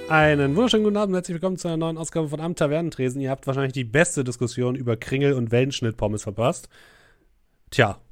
Einen wunderschönen guten Abend und herzlich willkommen zu einer neuen Ausgabe von Am Tavernentresen. Ihr habt wahrscheinlich die beste Diskussion über Kringel und Wellenschnitt-Pommes verpasst. Tja.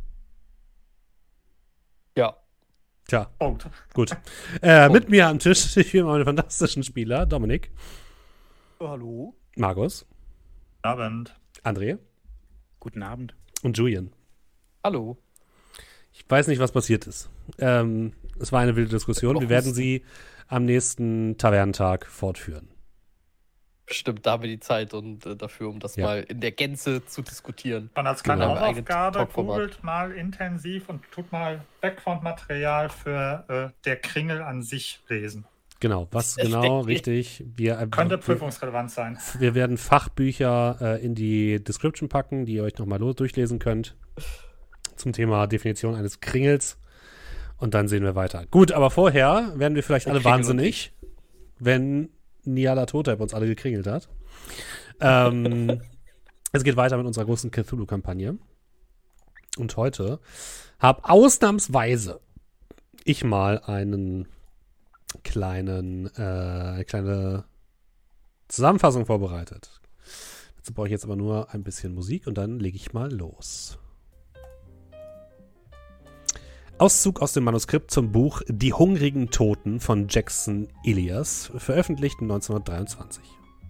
Punkt. Gut. Mit mir am Tisch wie immer meine fantastischen Spieler. Dominik. Oh, hallo. Markus. Guten Abend. André. Guten Abend. Und Julian. Hallo. Ich weiß nicht, was passiert ist. Es war eine wilde Diskussion. Wir werden sie am nächsten Tavernentag fortführen. Stimmt, da haben wir die Zeit und dafür, um das mal in der Gänze zu diskutieren. Und als kleine Genau. Hausaufgabe googelt mal intensiv und tut mal Background-Material für der Kringel an sich lesen. Genau, was genau, richtig. Könnte prüfungsrelevant sein. Wir werden Fachbücher in die Description packen, die ihr euch nochmal durchlesen könnt. Zum Thema Definition eines Kringels. Und dann sehen wir weiter. Gut, aber vorher werden wir vielleicht alle wahnsinnig, wenn Nyarlathotep uns alle gekringelt hat. Es geht weiter mit unserer großen Cthulhu-Kampagne. Und heute habe ausnahmsweise ich mal eine kleine Zusammenfassung vorbereitet. Dazu brauche ich jetzt aber nur ein bisschen Musik und dann lege ich mal los. Auszug aus dem Manuskript zum Buch Die hungrigen Toten von Jackson Elias, veröffentlicht 1923.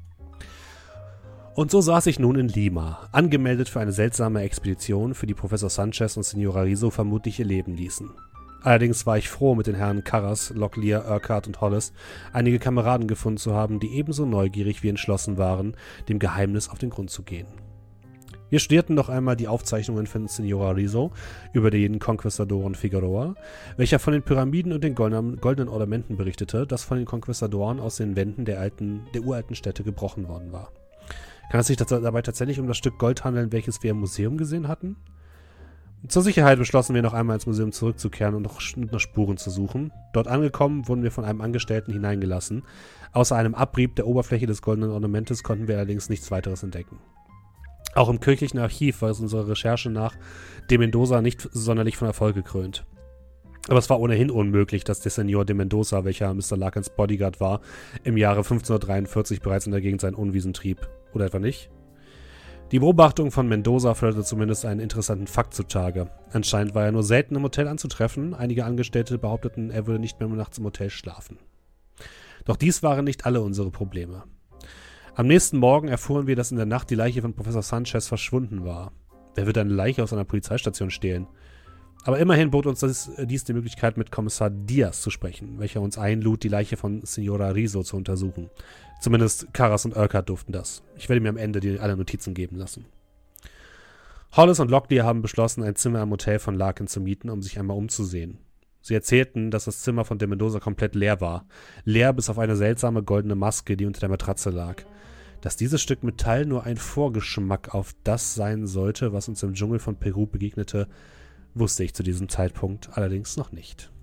Und so saß ich nun in Lima, angemeldet für eine seltsame Expedition, für die Professor Sanchez und Senora Rizzo vermutlich ihr Leben ließen. Allerdings war ich froh, mit den Herren Karras, Locklear, Urquhart und Hollis einige Kameraden gefunden zu haben, die ebenso neugierig wie entschlossen waren, dem Geheimnis auf den Grund zu gehen. Wir studierten noch einmal die Aufzeichnungen von Senora Rizzo über den Konquistadoren Figueroa, welcher von den Pyramiden und den goldenen Ornamenten berichtete, das von den Konquistadoren aus den Wänden der uralten Städte gebrochen worden war. Kann es sich dabei tatsächlich um das Stück Gold handeln, welches wir im Museum gesehen hatten? Zur Sicherheit beschlossen wir noch einmal ins Museum zurückzukehren und nach Spuren zu suchen. Dort angekommen, wurden wir von einem Angestellten hineingelassen. Außer einem Abrieb der Oberfläche des goldenen Ornamentes konnten wir allerdings nichts weiteres entdecken. Auch im kirchlichen Archiv war es unsere Recherche nach de Mendoza nicht sonderlich von Erfolg gekrönt. Aber es war ohnehin unmöglich, dass der Senor de Mendoza, welcher Mr. Larkins Bodyguard war, im Jahre 1543 bereits in der Gegend seinen Unwesen trieb. Oder etwa nicht? Die Beobachtung von Mendoza förderte zumindest einen interessanten Fakt zutage. Anscheinend war er nur selten im Hotel anzutreffen. Einige Angestellte behaupteten, er würde nicht mehr nachts im Hotel schlafen. Doch dies waren nicht alle unsere Probleme. Am nächsten Morgen erfuhren wir, dass in der Nacht die Leiche von Professor Sanchez verschwunden war. Wer wird eine Leiche aus einer Polizeistation stehlen? Aber immerhin bot uns dies die Möglichkeit, mit Kommissar Diaz zu sprechen, welcher uns einlud, die Leiche von Senora Rizzo zu untersuchen. Zumindest Karras und Urquhart durften das. Ich werde mir am Ende alle Notizen geben lassen. Hollis und Locklear haben beschlossen, ein Zimmer im Hotel von Larkin zu mieten, um sich einmal umzusehen. Sie erzählten, dass das Zimmer von de Mendoza komplett leer war. Leer bis auf eine seltsame goldene Maske, die unter der Matratze lag. Dass dieses Stück Metall nur ein Vorgeschmack auf das sein sollte, was uns im Dschungel von Peru begegnete, wusste ich zu diesem Zeitpunkt allerdings noch nicht.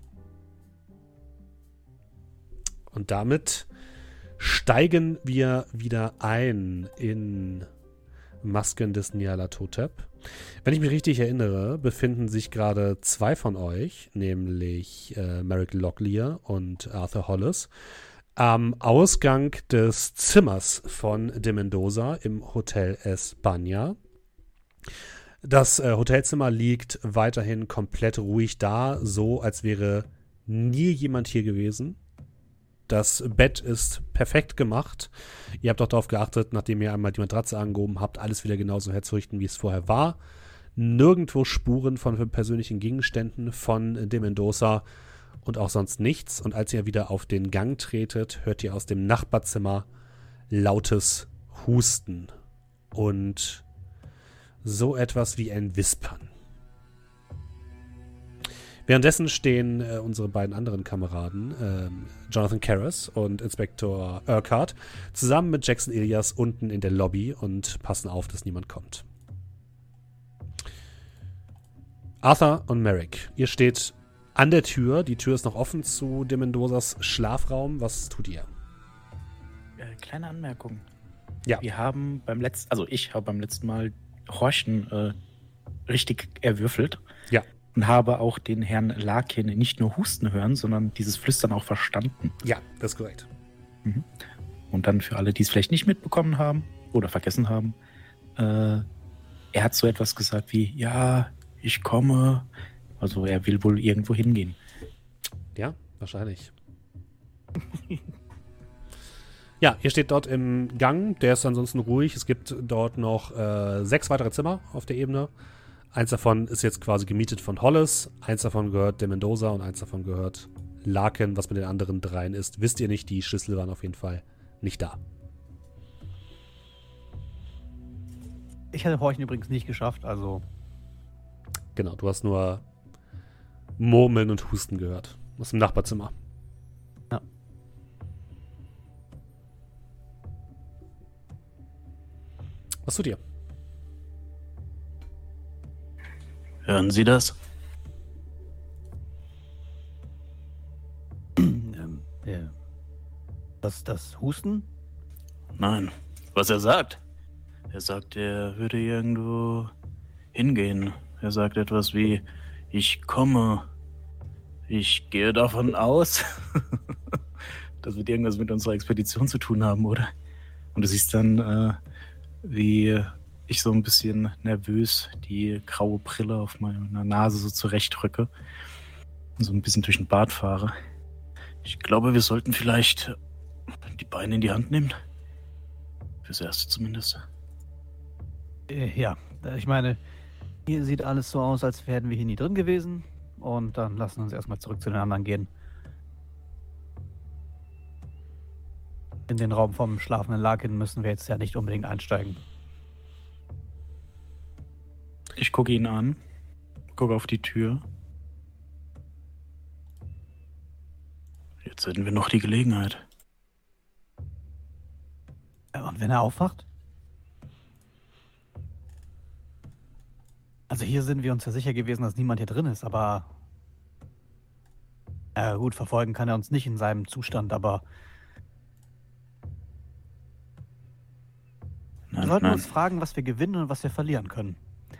Und damit steigen wir wieder ein in Masken des Nyarlathotep. Wenn ich mich richtig erinnere, befinden sich gerade zwei von euch, nämlich Merrick Locklear und Arthur Hollis, am Ausgang des Zimmers von de Mendoza im Hotel España. Das Hotelzimmer liegt weiterhin komplett ruhig da, so als wäre nie jemand hier gewesen. Das Bett ist perfekt gemacht. Ihr habt auch darauf geachtet, nachdem ihr einmal die Matratze angehoben habt, alles wieder genauso herzurichten, wie es vorher war. Nirgendwo Spuren von persönlichen Gegenständen von de Mendoza und auch sonst nichts. Und als ihr wieder auf den Gang tretet, hört ihr aus dem Nachbarzimmer lautes Husten und so etwas wie ein Wispern. Währenddessen stehen unsere beiden anderen Kameraden, Jonathan Karras und Inspektor Urquhart, zusammen mit Jackson Elias unten in der Lobby und passen auf, dass niemand kommt. Arthur und Merrick, ihr steht an der Tür. Die Tür ist noch offen zu de Mendozas Schlafraum. Was tut ihr? Kleine Anmerkung. Ja. Ich habe beim letzten Mal Horchen richtig erwürfelt. Ja. Und habe auch den Herrn Larkin nicht nur husten hören, sondern dieses Flüstern auch verstanden. Ja, das ist korrekt. Und dann für alle, die es vielleicht nicht mitbekommen haben oder vergessen haben, er hat so etwas gesagt wie, ja, ich komme. Also er will wohl irgendwo hingehen. Ja, wahrscheinlich. Ja, ihr steht dort im Gang, der ist ansonsten ruhig. Es gibt dort noch 6 weitere Zimmer auf der Ebene. Eins davon ist jetzt quasi gemietet von Hollis, eins davon gehört de Mendoza und eins davon gehört Larkin. Was mit den anderen 3 ist, wisst ihr nicht. Die Schlüssel waren auf jeden Fall nicht da. Ich hatte Horchen übrigens nicht geschafft, also Genau, du hast nur Murmeln und Husten gehört. Aus dem Nachbarzimmer. Ja. Was tut ihr? Hören Sie das? das Husten? Nein. Was er sagt? Er sagt, er würde irgendwo hingehen. Er sagt etwas wie, ich komme. Ich gehe davon aus, das wird irgendwas mit unserer Expedition zu tun haben, oder? Und du siehst dann, wie ich so ein bisschen nervös die graue Brille auf meiner Nase so zurechtrücke und so ein bisschen durch den Bart fahre. Ich glaube, wir sollten vielleicht die Beine in die Hand nehmen. Fürs Erste zumindest. Ja, ich meine, hier sieht alles so aus, als wären wir hier nie drin gewesen. Und dann lassen wir uns erstmal zurück zu den anderen gehen. In den Raum vom schlafenden Larkin müssen wir jetzt ja nicht unbedingt einsteigen. Ich gucke ihn an, gucke auf die Tür. Jetzt hätten wir noch die Gelegenheit. Und wenn er aufwacht? Also hier sind wir uns ja sicher gewesen, dass niemand hier drin ist, aber gut, verfolgen kann er uns nicht in seinem Zustand, aber wir sollten uns fragen, was wir gewinnen und was wir verlieren können.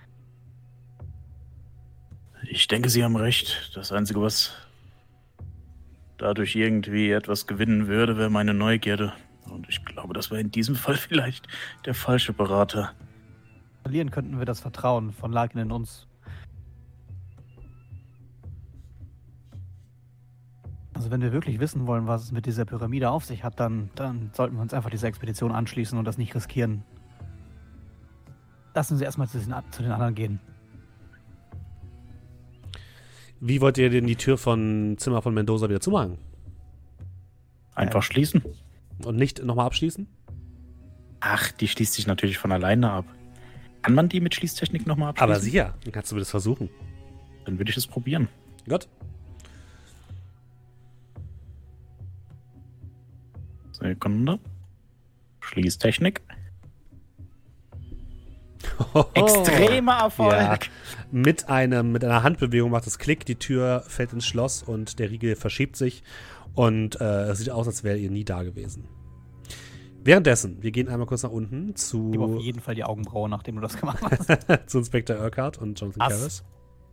Ich denke, Sie haben recht. Das Einzige, was dadurch irgendwie etwas gewinnen würde, wäre meine Neugierde. Und ich glaube, das war in diesem Fall vielleicht der falsche Berater. Verlieren könnten wir das Vertrauen von Larkin in uns. Also wenn wir wirklich wissen wollen, was es mit dieser Pyramide auf sich hat, dann sollten wir uns einfach dieser Expedition anschließen und das nicht riskieren. Lassen Sie erstmal zu den anderen gehen. Wie wollt ihr denn die Tür von Zimmer von Mendoza wieder zumachen? Einfach schließen. Und nicht nochmal abschließen? Ach, die schließt sich natürlich von alleine ab. Kann man die mit Schließtechnik nochmal abschließen? Aber sicher, dann kannst du das versuchen. Dann würde ich es probieren. Gut. Sekunde. Schließtechnik. Extremer Erfolg. Ja. Mit einer Handbewegung macht es Klick, die Tür fällt ins Schloss und der Riegel verschiebt sich und es sieht aus, als wäre ihr nie da gewesen. Währenddessen, wir gehen einmal kurz nach unten zu... Gib auf jeden Fall die Augenbrauen, nachdem du das gemacht hast. zu Inspektor Urquhart und Jonathan Was?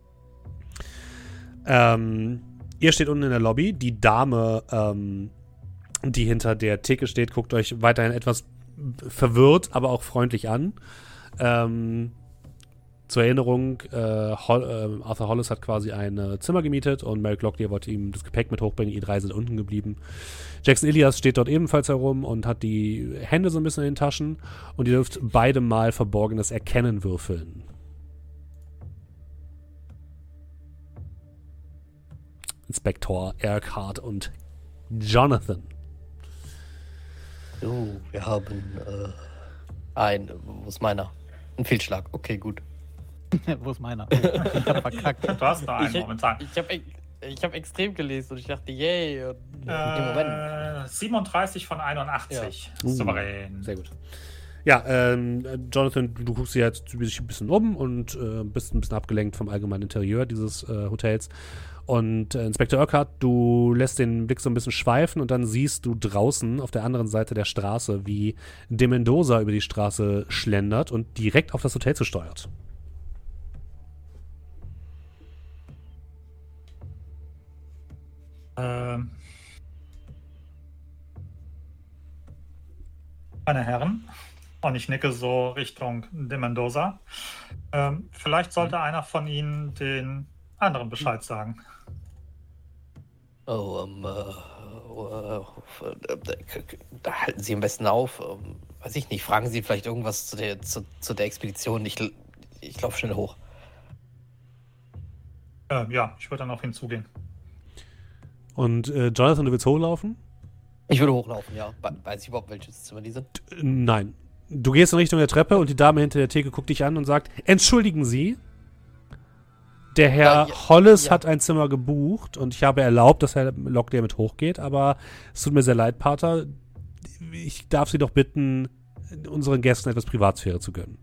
Karras. Ihr steht unten in der Lobby. Die Dame, die hinter der Theke steht, guckt euch weiterhin etwas verwirrt, aber auch freundlich an. Zur Erinnerung, Arthur Hollis hat quasi ein Zimmer gemietet und Merrick Locklear wollte ihm das Gepäck mit hochbringen. Die 3 sind unten geblieben. Jackson Ilias steht dort ebenfalls herum und hat die Hände so ein bisschen in den Taschen und ihr dürft beide mal verborgenes Erkennen würfeln. Inspektor Urquhart und Jonathan. So, wir haben wo ist meiner? Ein Fehlschlag. Okay, gut. Wo ist meiner? Ich hab verkackt. Du hast noch einen momentan. Ich hab extrem gelesen und ich dachte, yay. Und Moment. 37 von 81. Souverän. Sehr gut. Ja, Jonathan, du guckst dich jetzt ein bisschen um und bist ein bisschen abgelenkt vom allgemeinen Interieur dieses Hotels. Und Inspektor Urquhart, du lässt den Blick so ein bisschen schweifen und dann siehst du draußen auf der anderen Seite der Straße, wie de Mendoza über die Straße schlendert und direkt auf das Hotel zusteuert. Meine Herren, und ich nicke so Richtung de Mendoza, vielleicht sollte einer von Ihnen den anderen Bescheid sagen. Da halten Sie am besten auf. Weiß ich nicht, fragen Sie vielleicht irgendwas zu der Expedition. Ich laufe schnell hoch. Ja, ich würde dann auf ihn zugehen. Und Jonathan, du willst hochlaufen? Ich würde hochlaufen, ja. Weiß ich überhaupt, welches Zimmer die sind? Nein. Du gehst in Richtung der Treppe und die Dame hinter der Theke guckt dich an und sagt, entschuldigen Sie, der Herr Hollis hat ein Zimmer gebucht und ich habe erlaubt, dass Herr Locklear mit hochgeht, aber es tut mir sehr leid, Pater. Ich darf Sie doch bitten, unseren Gästen etwas Privatsphäre zu gönnen.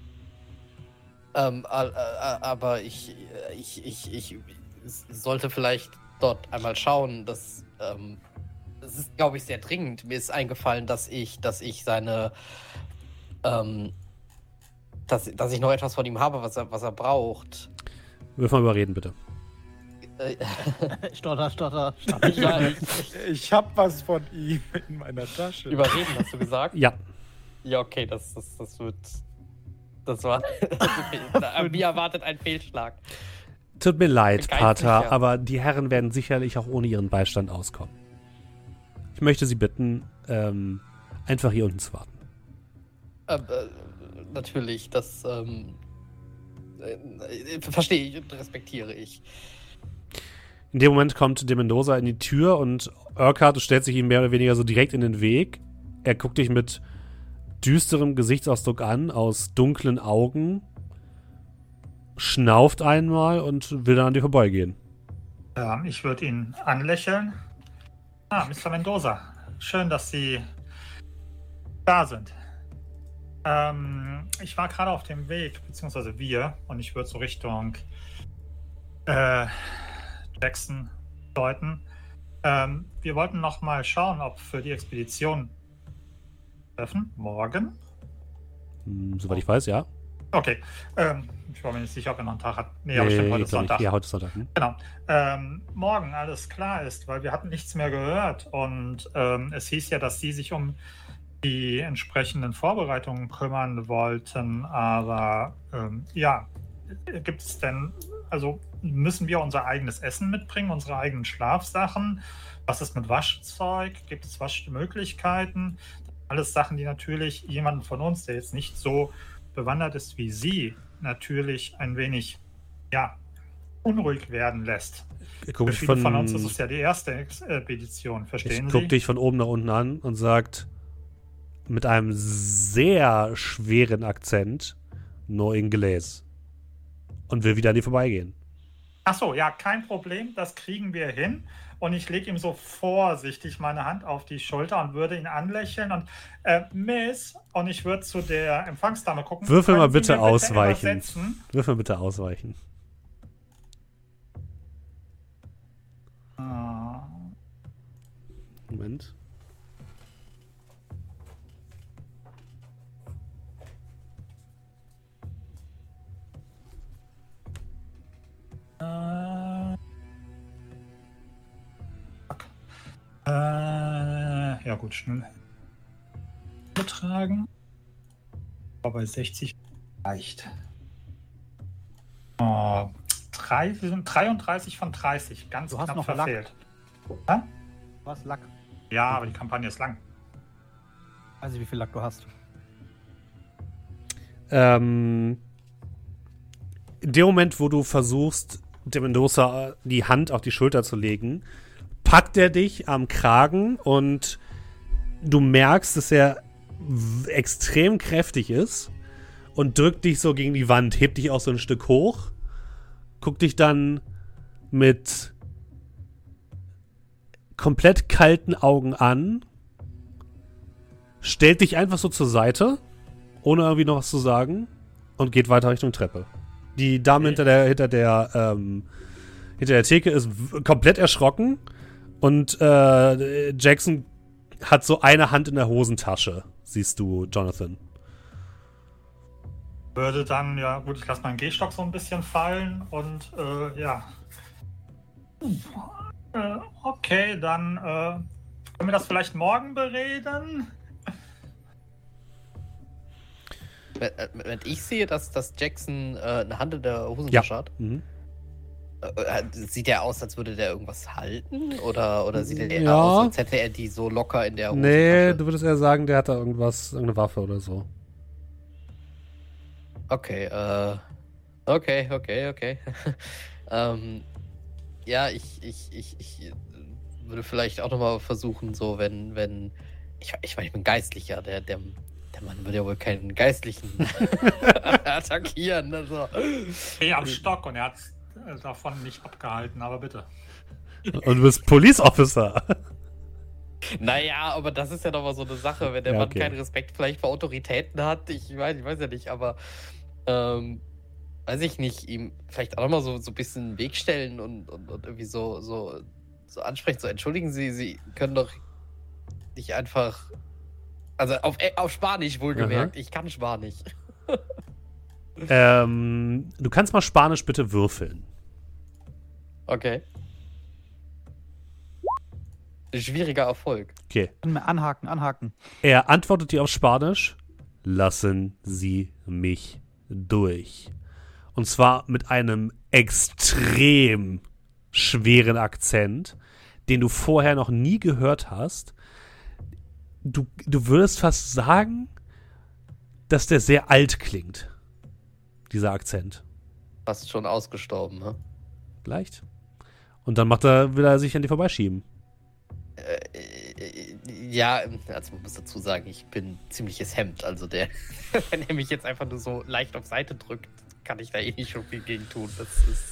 Aber ich sollte vielleicht dort einmal schauen, dass das ist, glaube ich, sehr dringend. Mir ist eingefallen, dass ich seine dass ich noch etwas von ihm habe, was er braucht. Wirf mal überreden, bitte. Stotter. Ich hab was von ihm in meiner Tasche. Überreden, hast du gesagt? Ja. Ja, okay, das war wie erwartet ein Fehlschlag. Tut mir leid, Bin Pater, sicher. aber die Herren werden sicherlich auch ohne Ihren Beistand auskommen. Ich möchte Sie bitten, einfach hier unten zu warten. Natürlich, das verstehe ich und respektiere ich. In dem Moment kommt de Mendoza in die Tür und Urquhart stellt sich ihm mehr oder weniger so direkt in den Weg. Er guckt dich mit düsterem Gesichtsausdruck an, aus dunklen Augen, schnauft einmal und will dann an dir vorbeigehen. Ich würde ihn anlächeln. Mr. Mendoza, schön, dass Sie da sind. Ich war gerade auf dem Weg, beziehungsweise wir, und ich würde so Richtung Jackson deuten. Wir wollten noch mal schauen, ob für die Expedition treffen, morgen. Soweit ich weiß, ja. Okay, ich war mir nicht sicher, ob er noch einen Tag hat. Nee, aber stimmt, heute ist Sonntag. Ja, heute ist Sonntag. Genau. Morgen alles klar ist, weil wir hatten nichts mehr gehört und es hieß ja, dass Sie sich um die entsprechenden Vorbereitungen kümmern wollten, aber gibt es denn, also müssen wir unser eigenes Essen mitbringen, unsere eigenen Schlafsachen? Was ist mit Waschzeug? Gibt es Waschmöglichkeiten? Alles Sachen, die natürlich jemanden von uns, der jetzt nicht so bewandert ist wie Sie, natürlich ein wenig, unruhig werden lässt. Für viele von uns ist es ja die erste Expedition, verstehen Sie? Ich gucke dich von oben nach unten an und sagt mit einem sehr schweren Akzent no Inglés und will wieder an dir vorbeigehen. Achso, ja, kein Problem, das kriegen wir hin. Und ich lege ihm so vorsichtig meine Hand auf die Schulter und würde ihn anlächeln und Miss, und ich würde zu der Empfangsdame gucken. Würfel mal Können Sie bitte mir ausweichen. übersetzen? Würfel bitte ausweichen. Moment. Ja gut, schnell betragen. Aber bei 60 reicht. 33 von 30, ganz Du hast knapp noch verfehlt. Du hast Lack. Ja, aber die Kampagne ist lang. Weiß ich, wie viel Lack du hast. In dem Moment, wo du versuchst, dem Mendoza die Hand auf die Schulter zu legen, packt er dich am Kragen und du merkst, dass er extrem kräftig ist und drückt dich so gegen die Wand, hebt dich auch so ein Stück hoch, guckt dich dann mit komplett kalten Augen an, stellt dich einfach so zur Seite, ohne irgendwie noch was zu sagen, und geht weiter Richtung Treppe. Die Dame hinter der Theke ist komplett erschrocken und Jackson hat so eine Hand in der Hosentasche, siehst du, Jonathan. Würde dann, ja gut, ich lasse meinen Gehstock so ein bisschen fallen und okay, dann können wir das vielleicht morgen bereden? Wenn ich sehe, dass Jackson eine Hand in der Hosentasche hat, sieht er aus, als würde der irgendwas halten? Oder sieht er eher aus, als hätte er die so locker in der Hosentasche? Nee, du würdest eher sagen, der hat da irgendeine Waffe oder so. Okay, okay. Ja, ich würde vielleicht auch nochmal versuchen, so wenn ich meine, ich bin Geistlicher, der Mann würde ja wohl keinen Geistlichen attackieren. Also. Am Stock und er hat davon nicht abgehalten, aber bitte. Und du bist Police Officer. Naja, aber das ist ja doch mal so eine Sache, wenn der Mann keinen Respekt vielleicht vor Autoritäten hat. Ich weiß ja nicht, aber weiß ich nicht, ihm vielleicht auch nochmal so ein bisschen einen Weg stellen und irgendwie so ansprechen, so entschuldigen Sie, Sie können doch nicht einfach, also auf Spanisch wohlgemerkt, ich kann Spanisch. Du kannst mal Spanisch bitte würfeln. Okay. Schwieriger Erfolg. Okay. Anhaken. Er antwortet dir auf Spanisch: Lassen Sie mich durch. Und zwar mit einem extrem schweren Akzent, den du vorher noch nie gehört hast. Du würdest fast sagen, dass der sehr alt klingt. Dieser Akzent. Fast schon ausgestorben, ne? Leicht. Und dann will er sich an dir vorbeischieben. Ja, also man muss dazu sagen, ich bin ziemliches Hemd. Also wenn er mich jetzt einfach nur so leicht auf Seite drückt, kann ich da eh nicht so viel gegen tun. Das ist.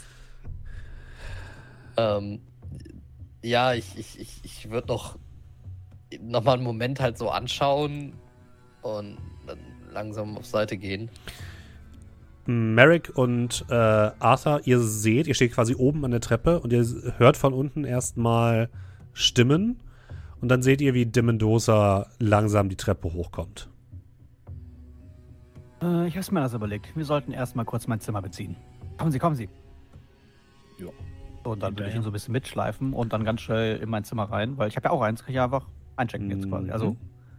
Ja, ich würde noch mal einen Moment halt so anschauen und dann langsam auf Seite gehen. Merrick und Arthur, ihr steht quasi oben an der Treppe und ihr hört von unten erstmal Stimmen und dann seht ihr, wie De Mendoza langsam die Treppe hochkommt. Ich hab's mir das überlegt. Wir sollten erstmal kurz mein Zimmer beziehen. Kommen Sie. Jo. Und dann würde ich ihn so ein bisschen mitschleifen und dann ganz schnell in mein Zimmer rein, weil ich habe ja auch eins, kann ich einfach einchecken jetzt quasi. Also.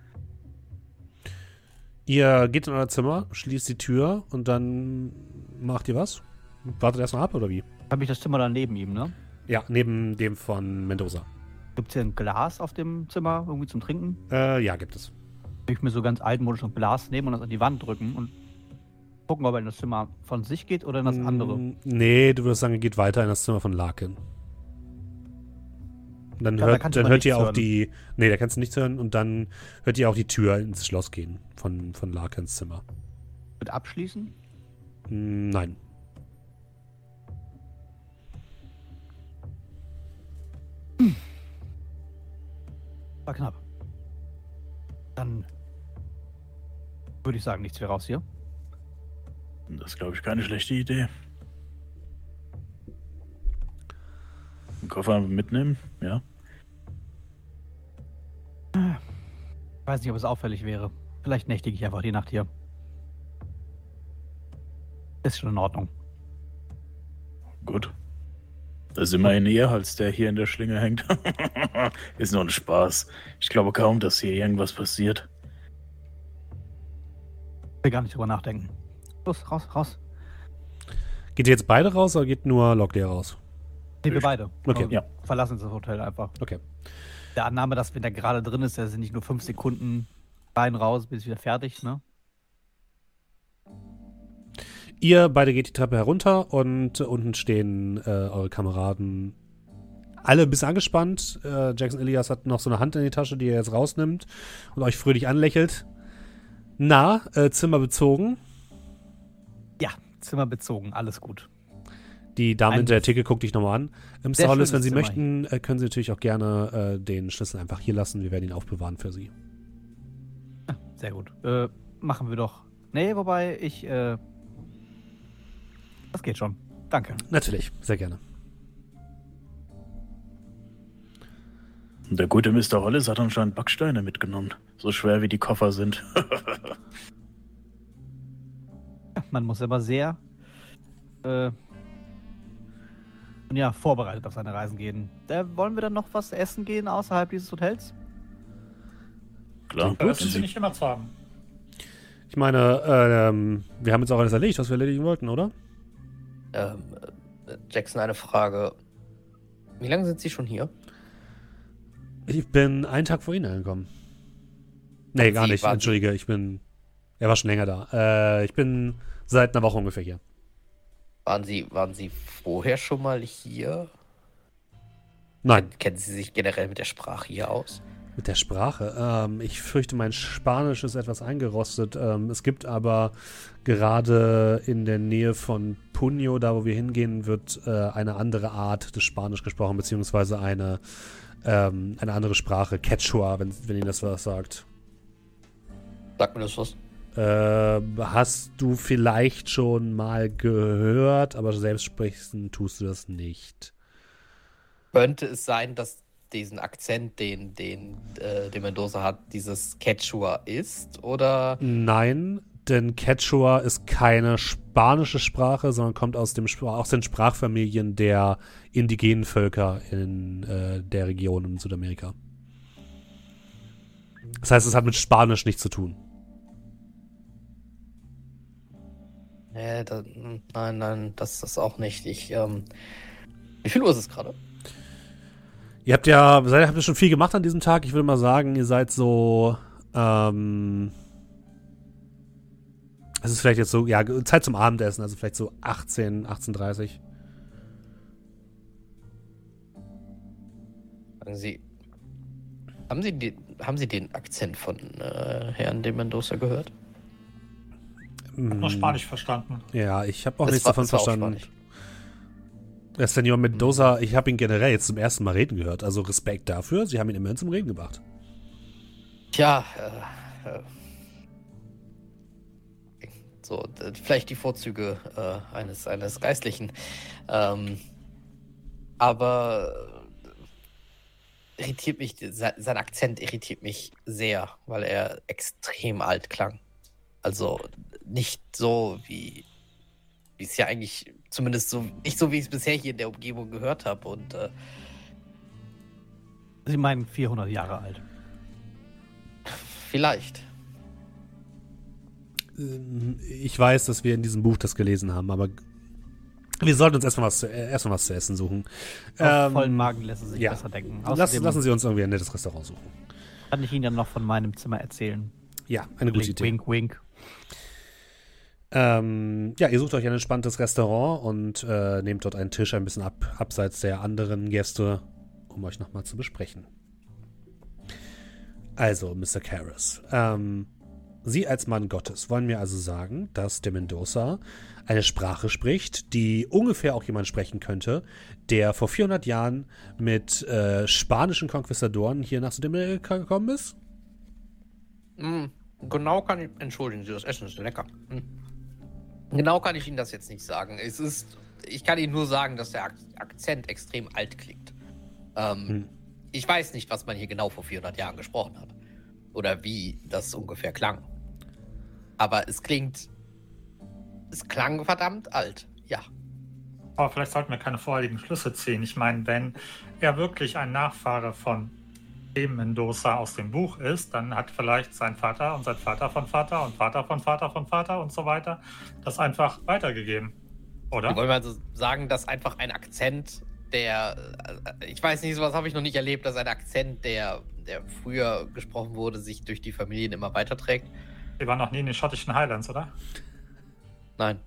Ihr geht in euer Zimmer, schließt die Tür und dann macht ihr was? Wartet erst mal ab, oder wie? Habe ich das Zimmer dann neben ihm, ne? Ja, neben dem von Mendoza. Gibt es hier ein Glas auf dem Zimmer irgendwie zum Trinken? Ja, gibt es. Würde ich mir so ganz altmodisch ein Glas nehmen und das an die Wand drücken und gucken, ob er in das Zimmer von sich geht oder in das andere. Nee, du würdest sagen, er geht weiter in das Zimmer von Larkin. Dann Ja, hört ihr auch die. Nee, da kannst du nichts hören und dann hört ihr auch die Tür ins Schloss gehen von Larkins Zimmer. Mit abschließen? Nein. War knapp. Dann würde ich sagen, nichts mehr raus hier. Das ist, glaube ich, keine schlechte Idee. Den Koffer mitnehmen, ja. Ich weiß nicht, ob es auffällig wäre. Vielleicht nächtige ich einfach die Nacht hier. Ist schon in Ordnung. Gut. Das ist immerhin eher, als der hier in der Schlinge hängt. Ist nur ein Spaß. Ich glaube kaum, dass hier irgendwas passiert. Ich will gar nicht drüber nachdenken. Los, raus. Geht ihr jetzt beide raus oder geht nur Locklear raus? Nee, wir beide. Okay. Also, ja. Verlassen das Hotel einfach. Okay. Der Annahme, dass wenn der gerade drin ist, der sind nicht nur 5 Sekunden rein, raus, bis wieder fertig, ne? Ihr beide geht die Treppe herunter und unten stehen eure Kameraden. Alle ein bisschen angespannt. Jackson Elias hat noch so eine Hand in die Tasche, die er jetzt rausnimmt und euch fröhlich anlächelt. Na, Zimmer bezogen? Ja, Zimmer bezogen, alles gut. Die Dame hinter der Theke guckt dich nochmal an. Mr. Hollis, wenn Sie Zimmer möchten, können Sie natürlich auch gerne den Schlüssel einfach hier lassen. Wir werden ihn aufbewahren für Sie. Sehr gut. Machen wir doch. Nee, wobei das geht schon. Danke. Natürlich, sehr gerne. Der gute Mr. Hollis hat anscheinend Backsteine mitgenommen. So schwer wie die Koffer sind. Man muss aber sehr vorbereitet auf seine Reisen gehen. Wollen wir dann noch was essen gehen außerhalb dieses Hotels? Klar. Das ist nicht immer zu haben. Ich meine, wir haben jetzt auch alles erledigt, was wir erledigen wollten, oder? Jackson, eine Frage. Wie lange sind Sie schon hier? Ich bin einen Tag vor Ihnen angekommen. Nee, gar nicht. Entschuldige, er war schon länger da. Ich bin seit einer Woche ungefähr hier. Waren Sie vorher schon mal hier? Nein. Kennen Sie sich generell mit der Sprache hier aus? Mit der Sprache? Ich fürchte, mein Spanisch ist etwas eingerostet. Es gibt aber gerade in der Nähe von Puño, da wo wir hingehen, wird eine andere Art des Spanisch gesprochen, beziehungsweise eine andere Sprache, Quechua, wenn Ihnen das was sagt. Sag mir das was? Hast du vielleicht schon mal gehört, aber selbst sprechen tust du das nicht. Könnte es sein, dass diesen Akzent, den Mendoza hat, dieses Quechua ist, oder? Nein, denn Quechua ist keine spanische Sprache, sondern kommt aus den Sprachfamilien der indigenen Völker in der Region in Südamerika. Das heißt, es hat mit Spanisch nichts zu tun. Nein, das ist auch nicht. Wie viel Uhr ist es gerade? Ihr habt ihr schon viel gemacht an diesem Tag. Ich würde mal sagen, ihr seid so, es ist vielleicht jetzt so, ja, Zeit zum Abendessen, also vielleicht so 18:30. Haben Sie den Akzent von Herrn de Mendoza gehört? Ich habe noch Spanisch verstanden. Ja, ich habe auch nichts davon verstanden. Auch Der Senor Mendoza, ich habe ihn generell jetzt zum ersten Mal reden gehört. Also Respekt dafür. Sie haben ihn immerhin zum Reden gebracht. Tja, vielleicht die Vorzüge eines Geistlichen. Aber sein Akzent irritiert mich sehr, weil er extrem alt klang. Also nicht so, wie es ja eigentlich, zumindest so, nicht so, wie ich es bisher hier in der Umgebung gehört habe. Und Sie meinen 400 Jahre alt. Vielleicht. Ich weiß, dass wir in diesem Buch das gelesen haben, aber wir sollten uns erstmal was zu essen suchen. Auf vollen Magen lässt es sich besser denken. Lassen Sie uns irgendwie ein nettes Restaurant suchen. Kann ich Ihnen dann noch von meinem Zimmer erzählen? Ja, eine gute Idee. Wink, wink. Ihr sucht euch ein entspanntes Restaurant und nehmt dort einen Tisch ein bisschen abseits der anderen Gäste, um euch nochmal zu besprechen. Also, Mr. Karras, Sie als Mann Gottes wollen mir also sagen, dass der Mendoza eine Sprache spricht, die ungefähr auch jemand sprechen könnte, der vor 400 Jahren mit spanischen Konquistadoren hier nach Südamerika gekommen ist? Genau entschuldigen Sie, das Essen ist lecker. Genau kann ich Ihnen das jetzt nicht sagen. Ich kann Ihnen nur sagen, dass der Akzent extrem alt klingt. Ich weiß nicht, was man hier genau vor 400 Jahren gesprochen hat. Oder wie das ungefähr klang. Aber es klang verdammt alt, ja. Aber vielleicht sollten wir keine vorherigen Schlüsse ziehen. Ich meine, wenn er wirklich ein Nachfahre von dem Mendoza aus dem Buch ist, dann hat vielleicht sein Vater und sein Vater von Vater und Vater von Vater von Vater und so weiter das einfach weitergegeben, oder? Wir wollen also sagen, dass einfach ein Akzent, ich weiß nicht, sowas habe ich noch nicht erlebt, dass ein Akzent, der früher gesprochen wurde, sich durch die Familien immer weiterträgt. Wir waren noch nie in den schottischen Highlands, oder? Nein.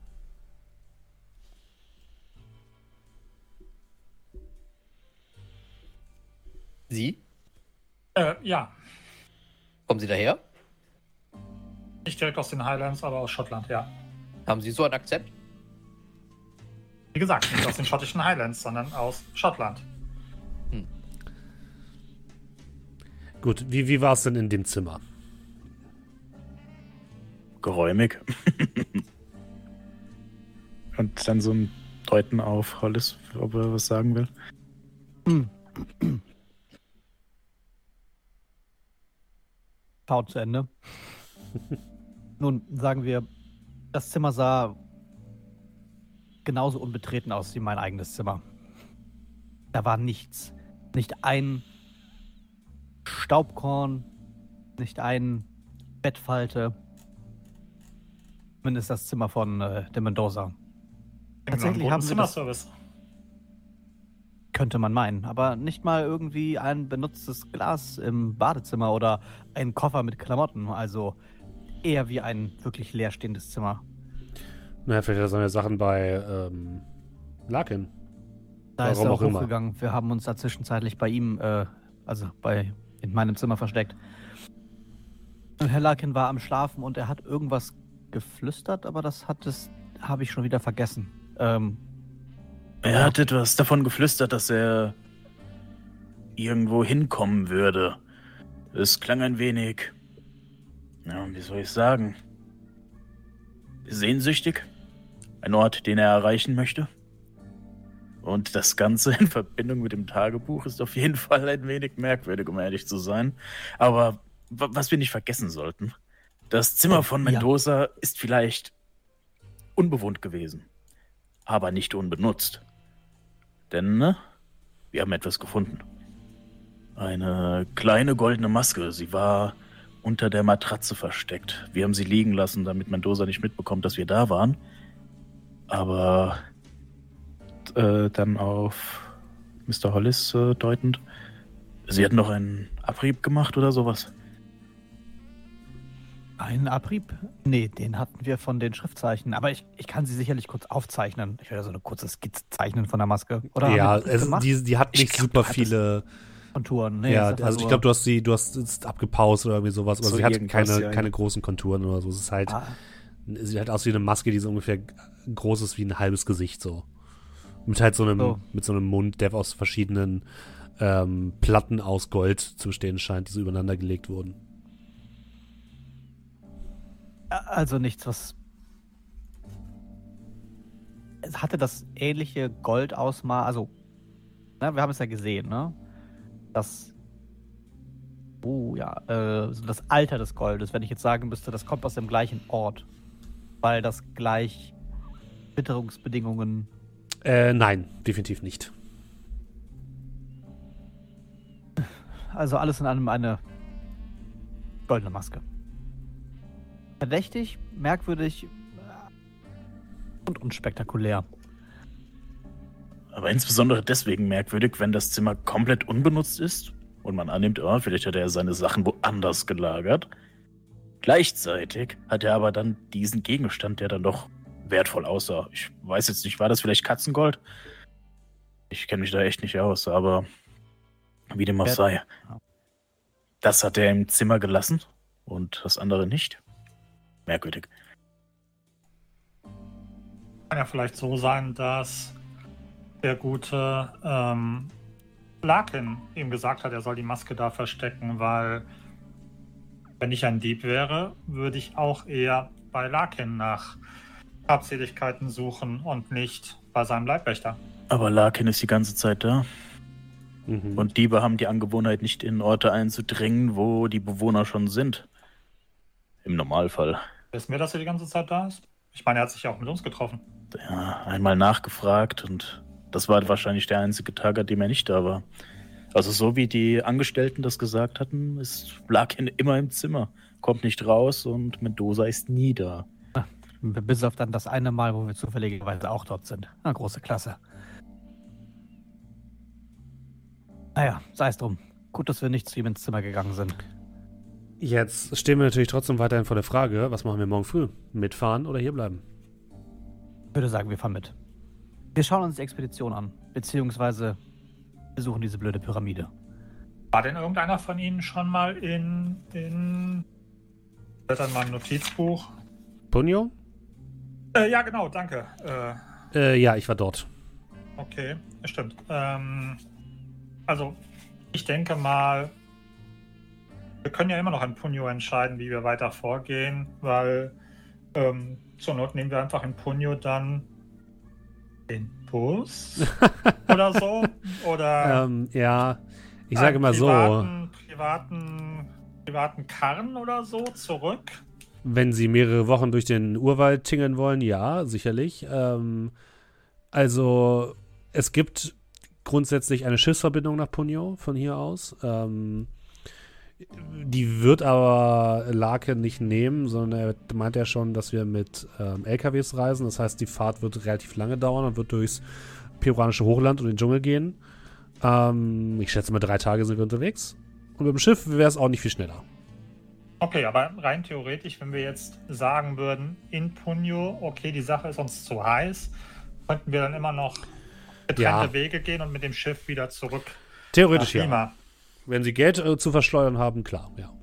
Sie? Ja. Kommen Sie daher? Nicht direkt aus den Highlands, aber aus Schottland, ja. Haben Sie so einen Akzent? Wie gesagt, nicht aus den schottischen Highlands, sondern aus Schottland. Gut, wie war es denn in dem Zimmer? Geräumig. Und dann so ein Deuten auf Hollis, ob er was sagen will. Schaut zu Ende. Nun, sagen wir, das Zimmer sah genauso unbetreten aus wie mein eigenes Zimmer. Da war nichts. Nicht ein Staubkorn, nicht ein Bettfalte. Zumindest das Zimmer von der Mendoza. Tatsächlich Einen haben guten wir das, Zimmerservice. könnte man meinen, aber nicht mal irgendwie ein benutztes Glas im Badezimmer oder ein Koffer mit Klamotten. Also eher wie ein wirklich leerstehendes Zimmer. Naja, vielleicht hat er seine Sachen bei Larkin. Da ist Warum er auch auch immer. hochgegangen. Wir haben uns da zwischenzeitlich bei ihm, in meinem Zimmer versteckt. Und Herr Larkin war am Schlafen und er hat irgendwas geflüstert, aber habe ich schon wieder vergessen. Er hat etwas davon geflüstert, dass er irgendwo hinkommen würde. Es klang ein wenig, ja, wie soll ich sagen, sehnsüchtig. Ein Ort, den er erreichen möchte. Und das Ganze in Verbindung mit dem Tagebuch ist auf jeden Fall ein wenig merkwürdig, um ehrlich zu sein. Aber was wir nicht vergessen sollten, das Zimmer von Mendoza ist vielleicht unbewohnt gewesen, aber nicht unbenutzt. Denn wir haben etwas gefunden. Eine kleine goldene Maske. Sie war unter der Matratze versteckt. Wir haben sie liegen lassen, damit Mendoza nicht mitbekommt, dass wir da waren. Aber dann auf Mr. Hollis deutend. Sie hat noch einen Abrieb gemacht oder sowas. Einen Abrieb? Nee, den hatten wir von den Schriftzeichen. Aber ich kann sie sicherlich kurz aufzeichnen. Ich werde so eine kurze Skizze zeichnen von der Maske. Oder Ja, haben wir das gemacht? die hat nicht super viele. Konturen. Nee, Ja, das ist also ich nur- glaube, du hast es abgepaust oder irgendwie sowas. Aber So sie hat irgendwas, keine großen Konturen oder so. Es ist halt, sieht halt aus wie eine Maske, die so ungefähr groß ist wie ein halbes Gesicht so. Mit halt so einem Mund, der aus verschiedenen Platten aus Gold zu bestehen scheint, die so übereinander gelegt wurden. Also nichts, was... Es hatte das ähnliche Goldausmaß, also, ne, wir haben es ja gesehen, ne? Das... so das Alter des Goldes, wenn ich jetzt sagen müsste, das kommt aus dem gleichen Ort. Weil das gleich Witterungsbedingungen... Nein, definitiv nicht. Also alles in allem eine goldene Maske. Verdächtig, merkwürdig und unspektakulär. Aber insbesondere deswegen merkwürdig, wenn das Zimmer komplett unbenutzt ist und man annimmt, vielleicht hat er seine Sachen woanders gelagert. Gleichzeitig hat er aber dann diesen Gegenstand, der dann doch wertvoll aussah. Ich weiß jetzt nicht, war das vielleicht Katzengold? Ich kenne mich da echt nicht aus, aber wie dem auch sei. Das hat er im Zimmer gelassen und das andere nicht. Merkwürdig. Kann ja vielleicht so sein, dass der gute Larkin ihm gesagt hat, er soll die Maske da verstecken, weil wenn ich ein Dieb wäre, würde ich auch eher bei Larkin nach Habseligkeiten suchen und nicht bei seinem Leibwächter. Aber Larkin ist die ganze Zeit da. Mhm. Und Diebe haben die Angewohnheit, nicht in Orte einzudringen, wo die Bewohner schon sind. Im Normalfall. Wissen wir, dass er die ganze Zeit da ist? Ich meine, er hat sich ja auch mit uns getroffen. Ja, einmal nachgefragt und das war wahrscheinlich der einzige Tag, an dem er nicht da war. Also so wie die Angestellten das gesagt hatten, ist Larkin immer im Zimmer, kommt nicht raus und Mendoza ist nie da. Bis auf dann das eine Mal, wo wir zufälligerweise auch dort sind. Na, große Klasse. Naja, sei es drum. Gut, dass wir nicht zu ihm ins Zimmer gegangen sind. Jetzt stehen wir natürlich trotzdem weiterhin vor der Frage, was machen wir morgen früh? Mitfahren oder hier bleiben? Ich würde sagen, wir fahren mit. Wir schauen uns die Expedition an, beziehungsweise besuchen diese blöde Pyramide. War denn irgendeiner von Ihnen schon mal in dann mal ein Notizbuch? Punyo? Ja, genau, danke. Ja, ich war dort. Okay, stimmt. Also, ich denke mal, wir können ja immer noch in Punyo entscheiden, wie wir weiter vorgehen, weil zur Not nehmen wir einfach in Punyo dann den Bus oder so. Oder Ja, ich sage mal so, privaten Karren oder so zurück. wenn Sie mehrere Wochen durch den Urwald tingeln wollen, ja, sicherlich. Also, es gibt grundsätzlich eine Schiffsverbindung nach Punyo von hier aus. Die wird aber Larkin nicht nehmen, sondern er meint ja schon, dass wir mit LKWs reisen. Das heißt, die Fahrt wird relativ lange dauern und wird durchs peruanische Hochland und den Dschungel gehen. Ich schätze mal 3 Tage sind wir unterwegs. Und mit dem Schiff wäre es auch nicht viel schneller. Okay, aber rein theoretisch, wenn wir jetzt sagen würden, in Puño, okay, die Sache ist uns zu heiß, könnten wir dann immer noch getrennte Wege gehen und mit dem Schiff wieder zurück Theoretisch nach Lima. Wenn sie Geld zu verschleudern haben, klar, ja.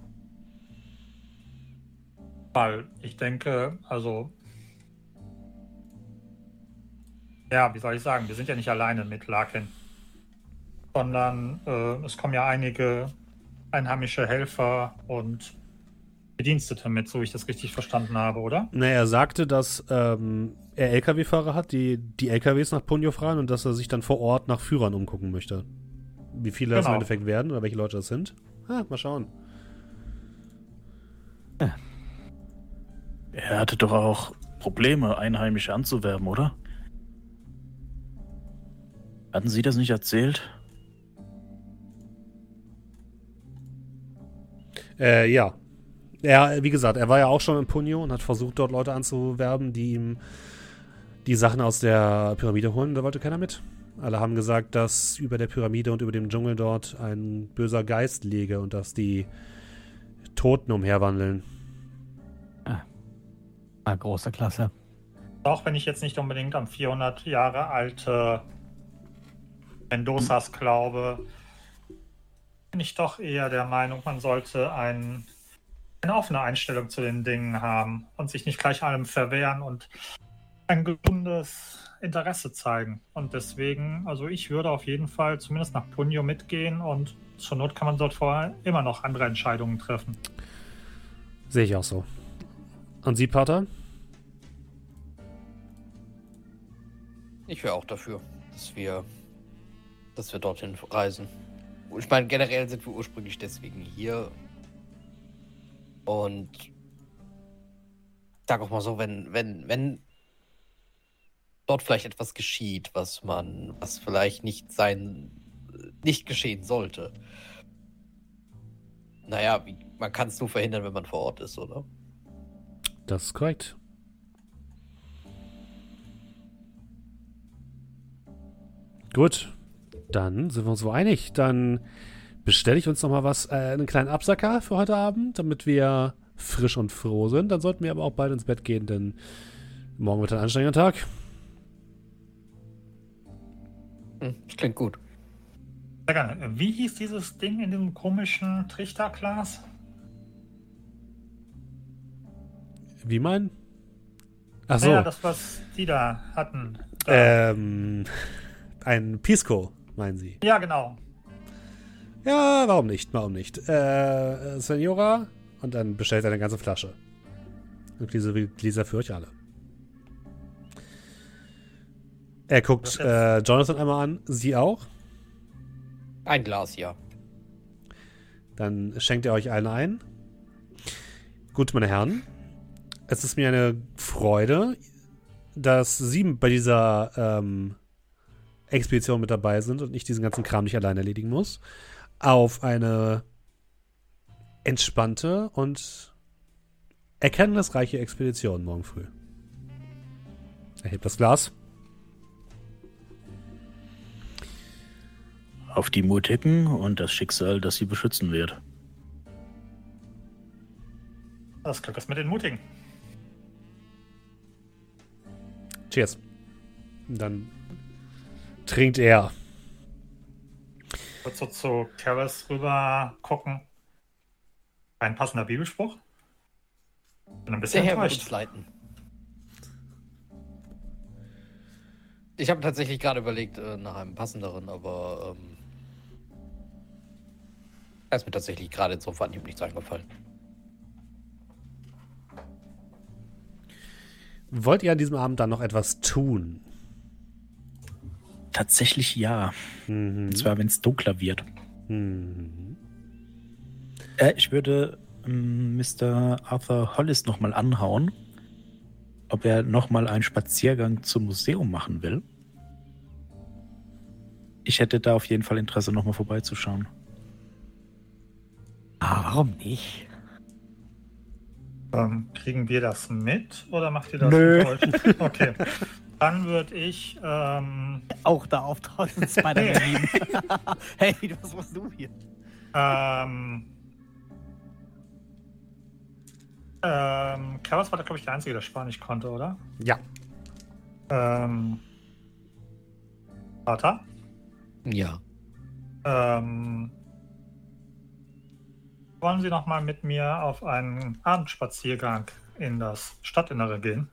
Weil ich denke, also, ja, wie soll ich sagen, wir sind ja nicht alleine mit Larkin, sondern es kommen ja einige einheimische Helfer und Bedienstete mit, so wie ich das richtig verstanden habe, oder? Ne, er sagte, dass er LKW-Fahrer hat, die LKWs nach Puño fahren und dass er sich dann vor Ort nach Führern umgucken möchte. Wie viele das im Endeffekt werden oder welche Leute das sind. Mal schauen. Er hatte doch auch Probleme, Einheimische anzuwerben, oder? Hatten Sie das nicht erzählt? Ja. Wie gesagt, er war ja auch schon in Puño und hat versucht, dort Leute anzuwerben, die ihm die Sachen aus der Pyramide holen. Da wollte keiner mit. Alle haben gesagt, dass über der Pyramide und über dem Dschungel dort ein böser Geist liege und dass die Toten umherwandeln. Große Klasse. Auch wenn ich jetzt nicht unbedingt an 400 Jahre alte Mendozas glaube, bin ich doch eher der Meinung, man sollte eine offene Einstellung zu den Dingen haben und sich nicht gleich allem verwehren und ein gesundes Interesse zeigen. Und deswegen, also ich würde auf jeden Fall zumindest nach Puño mitgehen und zur Not kann man dort vorher immer noch andere Entscheidungen treffen. Sehe ich auch so. Und Sie, Pater? Ich wäre auch dafür, dass wir dorthin reisen. Ich meine, generell sind wir ursprünglich deswegen hier. Und ich sag auch mal so, wenn dort vielleicht etwas geschieht, was vielleicht nicht geschehen sollte. Naja, man kann es nur verhindern, wenn man vor Ort ist, oder? Das ist korrekt. Gut, dann sind wir uns so einig. Dann bestelle ich uns noch mal einen kleinen Absacker für heute Abend, damit wir frisch und froh sind. Dann sollten wir aber auch bald ins Bett gehen, denn morgen wird ein anstrengender Tag. Das klingt gut. Sehr gerne. Wie hieß dieses Ding in dem komischen Trichterglas? Wie mein? Ach so. Ja, das, was die da hatten. Ein Pisco, meinen Sie? Ja, genau. Ja, warum nicht? Senora, und dann bestellt er eine ganze Flasche. Und Gläser für euch alle. Er guckt Jonathan einmal an, Sie auch? Ein Glas, ja. Dann schenkt er euch allen ein. Gut, meine Herren. Es ist mir eine Freude, dass Sie bei dieser Expedition mit dabei sind und ich diesen ganzen Kram nicht allein erledigen muss. Auf eine entspannte und erkenntnisreiche Expedition morgen früh. Er hebt das Glas. Auf die Mutigen und das Schicksal, das sie beschützen wird. Das Glück ist mit den Mutigen. Cheers. Und dann trinkt er. Ich würde so zu Karis rüber gucken. Ein passender Bibelspruch. Bin ein bisschen Der Herr wird enttäuscht. uns leiten. Ich habe tatsächlich gerade überlegt nach einem passenderen, aber da ist mir tatsächlich gerade jetzt auf Anhieb nichts eingefallen. Wollt ihr an diesem Abend dann noch etwas tun? Tatsächlich ja. Und zwar, wenn es dunkler wird. Ich würde Mr. Arthur Hollis nochmal anhauen, ob er nochmal einen Spaziergang zum Museum machen will. Ich hätte da auf jeden Fall Interesse, nochmal vorbeizuschauen. Warum nicht? Kriegen wir das mit oder macht ihr das Nö. mit euch? Okay. Dann würde ich. Auch da auftauchen Spider-Man. Hey, was machst du hier? Karas war da, glaube ich, der Einzige, der Spanisch konnte, oder? Ja. Vater? Ja. Wollen Sie noch mal mit mir auf einen Abendspaziergang in das Stadtinnere gehen?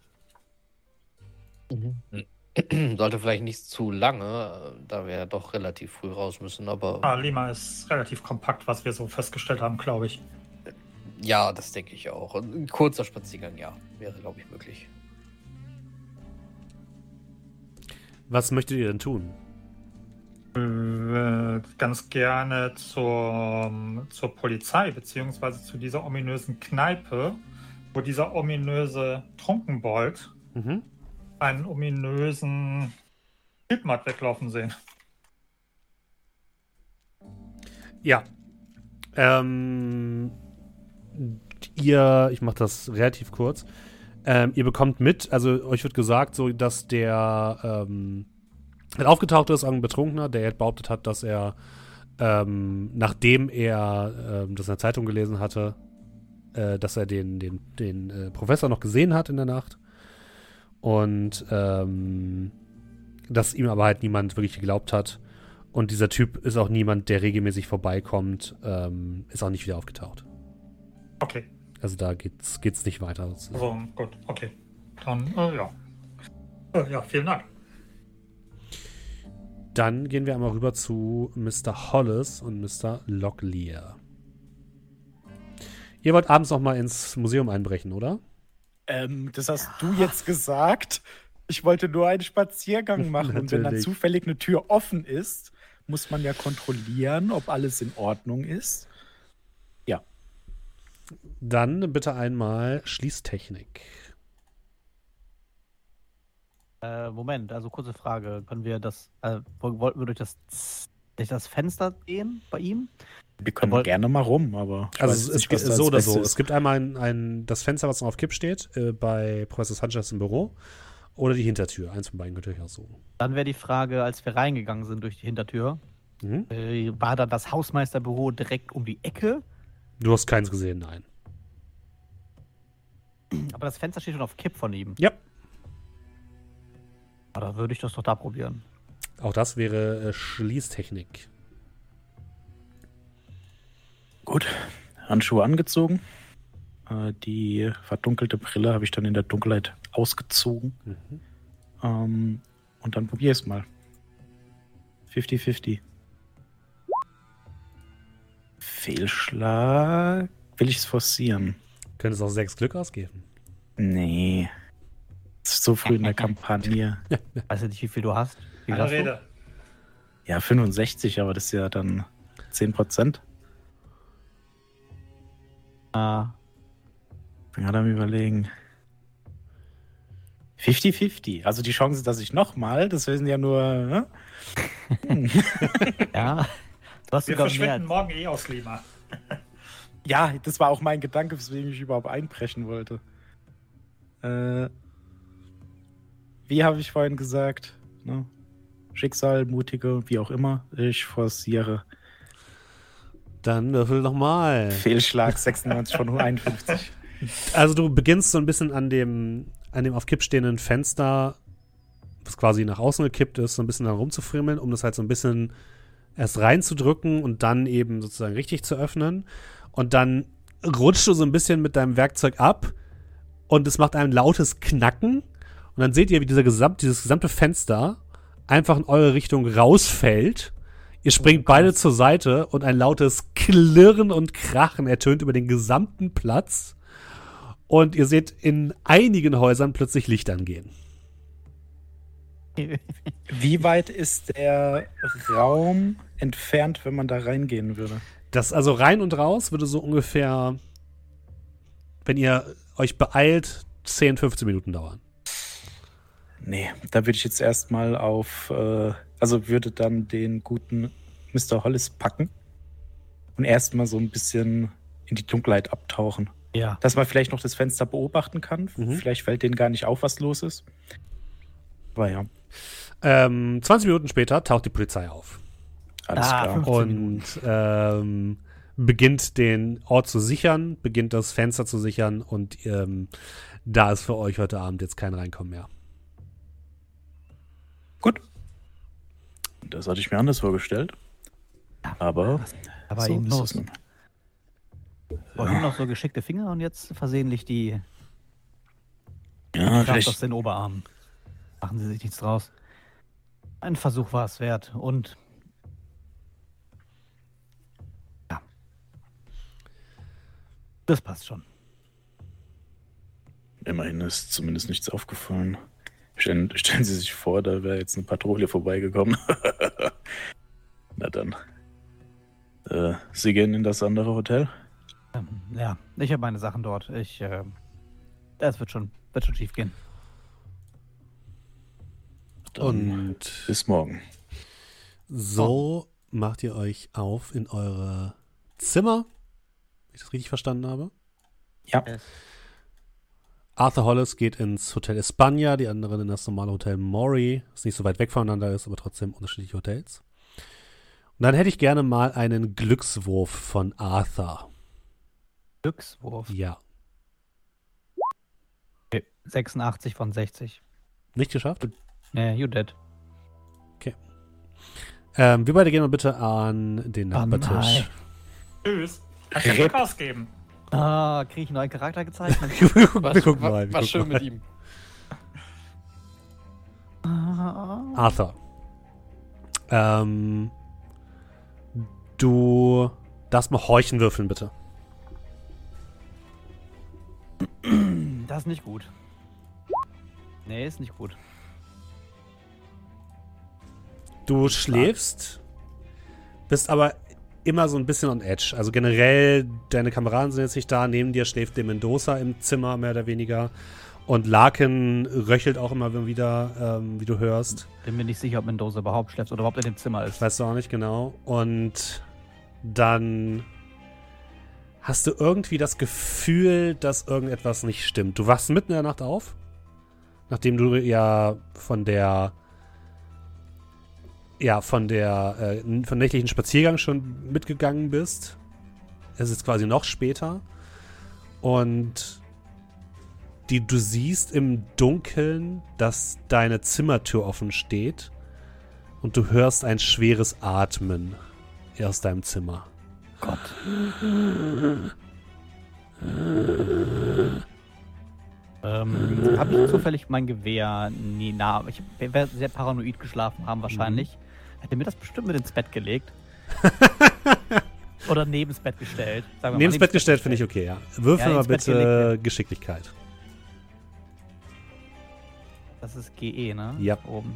Sollte vielleicht nicht zu lange, da wir ja doch relativ früh raus müssen, aber Lima ist relativ kompakt, was wir so festgestellt haben, glaube ich. ja, das denke ich auch. Ein kurzer Spaziergang, ja, wäre, glaube ich, möglich. Was möchtet ihr denn tun? Ganz gerne zur Polizei, beziehungsweise zu dieser ominösen Kneipe, wo dieser ominöse Trunkenbold Mhm. einen ominösen Typen hat weglaufen sehen. Ja. Ich mache das relativ kurz. Ihr bekommt mit, also euch wird gesagt, so dass der aufgetaucht ist, ein Betrunkener, der jetzt behauptet hat, dass er, nachdem er das in der Zeitung gelesen hatte, dass er den Professor noch gesehen hat in der Nacht. Und dass ihm aber halt niemand wirklich geglaubt hat. Und dieser Typ ist auch niemand, der regelmäßig vorbeikommt, ist auch nicht wieder aufgetaucht. Okay, Also da geht's nicht weiter. also gut, okay. Dann, ja. Ja, vielen Dank. Dann gehen wir einmal rüber zu Mr. Hollis und Mr. Locklear. Ihr wollt abends noch mal ins Museum einbrechen, oder? Das hast du jetzt gesagt. Ich wollte nur einen Spaziergang machen. Und wenn dann Natürlich. zufällig eine Tür offen ist, muss man ja kontrollieren, ob alles in Ordnung ist. Ja. Dann bitte einmal Schließtechnik. Moment, also kurze Frage. Können wir das, wollten wir durch das Fenster gehen bei ihm? Wir können Jawohl. gerne mal rum, aber ich Also weiß es nicht, geht was da so das oder Beste so. ist. Es gibt einmal das Fenster, was noch auf Kipp steht, bei Professor Sanchez im Büro. Oder die Hintertür. Eins von beiden könnt ihr euch aussuchen. Dann wäre die Frage, als wir reingegangen sind durch die Hintertür, Mhm. war dann das Hausmeisterbüro direkt um die Ecke? Du hast keins gesehen, nein. Aber das Fenster steht schon auf Kipp von ihm. Ja. Ja, da würde ich das doch da probieren. Auch das wäre Schließtechnik. Gut, Handschuhe angezogen. Die verdunkelte Brille habe ich dann in der Dunkelheit ausgezogen. Mhm. Und dann probier es mal. 50-50. Fehlschlag. Will ich es forcieren? Könntest auch 6 Glück ausgeben. Nee. Es ist so früh in der Kampagne. Weißt du nicht, wie viel du hast? Wie viel Eine hast du? Rede. Ja, 65, aber das ist ja dann 10%. Bin gerade am Überlegen. 50-50. Also die Chance, dass ich nochmal, das sind ja nur. Ne? Ja. Du hast Wir sogar verschwinden mehr. morgen eh aus Lima. Ja, das war auch mein Gedanke, weswegen ich überhaupt einbrechen wollte. Wie habe ich vorhin gesagt? Ne? Schicksal, Mutige, wie auch immer. Ich forciere. Dann würfel nochmal. Fehlschlag 96 von 51. Also du beginnst so ein bisschen an dem auf Kipp stehenden Fenster, was quasi nach außen gekippt ist, so ein bisschen da rumzufrimmeln, um das halt so ein bisschen erst reinzudrücken und dann eben sozusagen richtig zu öffnen. Und dann rutschst du so ein bisschen mit deinem Werkzeug ab und es macht ein lautes Knacken. Und dann seht ihr, wie dieses gesamte Fenster einfach in eure Richtung rausfällt. Ihr springt beide zur Seite und ein lautes Klirren und Krachen ertönt über den gesamten Platz. Und ihr seht in einigen Häusern plötzlich Licht angehen. Wie weit ist der Raum entfernt, wenn man da reingehen würde? Das also rein und raus würde so ungefähr, wenn ihr euch beeilt, 10, 15 Minuten dauern. Nee, da würde ich jetzt erstmal also würde dann den guten Mr. Hollis packen und erstmal so ein bisschen in die Dunkelheit abtauchen. Ja. Dass man vielleicht noch das Fenster beobachten kann. Vielleicht fällt denen gar nicht auf, was los ist. Aber ja, 20 Minuten später taucht die Polizei auf alles klar. 15 und beginnt den Ort zu sichern, beginnt das Fenster zu sichern und da ist für euch heute Abend jetzt kein Reinkommen mehr. Gut. Das hatte ich mir anders vorgestellt. Aber Aber so eben ist los. es nun. Vorhin noch so geschickte Finger und jetzt versehentlich die Ja, Kraft aus vielleicht, den Oberarmen. Machen Sie sich nichts draus. Ein Versuch war es wert und ja. Das passt schon. immerhin ist zumindest nichts aufgefallen. Stellen Sie sich vor, da wäre jetzt eine Patrouille vorbeigekommen. Na dann. Sie gehen in das andere Hotel? Ja, ich habe meine Sachen dort. Es wird schon schief gehen. Dann Und bis morgen. so macht ihr euch auf in eure Zimmer, wenn ich das richtig verstanden habe. Ja. Arthur Hollis geht ins Hotel España, die anderen in das normale Hotel Mori. Ist nicht so weit weg voneinander, ist aber trotzdem unterschiedliche Hotels. Und dann hätte ich gerne mal einen Glückswurf von Arthur. Glückswurf. Ja. Okay. 86 von 60. Nicht geschafft? You dead. Wir beide gehen mal bitte an den Hi. Nachbartisch. Tschüss. Kannst du Glück ausgeben? Ah, kriege ich einen neuen Charakter gezeichnet? wir gucken mal. wir War gucken schön mal. mit ihm. Arthur. Du darfst mal Horchen würfeln, bitte. Das ist nicht gut. Nee, ist nicht gut. Du schläfst, bist aber immer so ein bisschen on edge. Also generell, deine Kameraden sind jetzt nicht da. Neben dir schläft der Mendoza im Zimmer, mehr oder weniger. Und Larkin röchelt auch immer wieder, wie du hörst. Bin mir nicht sicher, ob Mendoza überhaupt schläft oder überhaupt in dem Zimmer ist. Weißt du auch nicht genau. Und dann hast du irgendwie das Gefühl, dass irgendetwas nicht stimmt. Du wachst mitten in der Nacht auf, nachdem du ja von nächtlichen Spaziergang schon mitgegangen bist. Es ist quasi noch später. Und du siehst im Dunkeln, dass deine Zimmertür offen steht und du hörst ein schweres Atmen aus deinem Zimmer. Gott. Habe ich zufällig mein Gewehr nie nah. Ich werde sehr paranoid geschlafen haben wahrscheinlich. Hätte mir das bestimmt mit ins Bett gelegt. Oder neben das Bett gestellt. Sagen wir Neben mal, das Bett gestellt finde ich okay, ja. Würfel Ja, mal ins Bett bitte gelegt, Geschicklichkeit. Das ist GE, ne? Ja. Oben.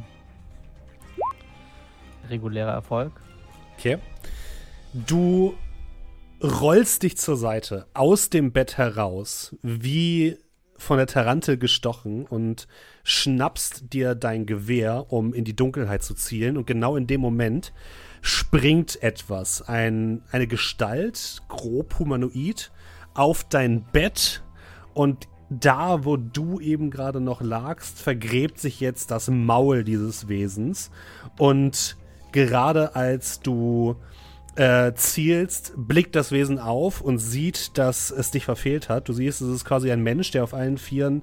Regulärer Erfolg. Okay. Du rollst dich zur Seite, aus dem Bett heraus, wie von der Tarantel gestochen und schnappst dir dein Gewehr, um in die Dunkelheit zu zielen. Und genau in dem Moment springt etwas, eine Gestalt, grob humanoid, auf dein Bett und da, wo du eben gerade noch lagst, vergräbt sich jetzt das Maul dieses Wesens und gerade als du zielst, blickt das Wesen auf und sieht, dass es dich verfehlt hat. Du siehst, es ist quasi ein Mensch, der auf allen Vieren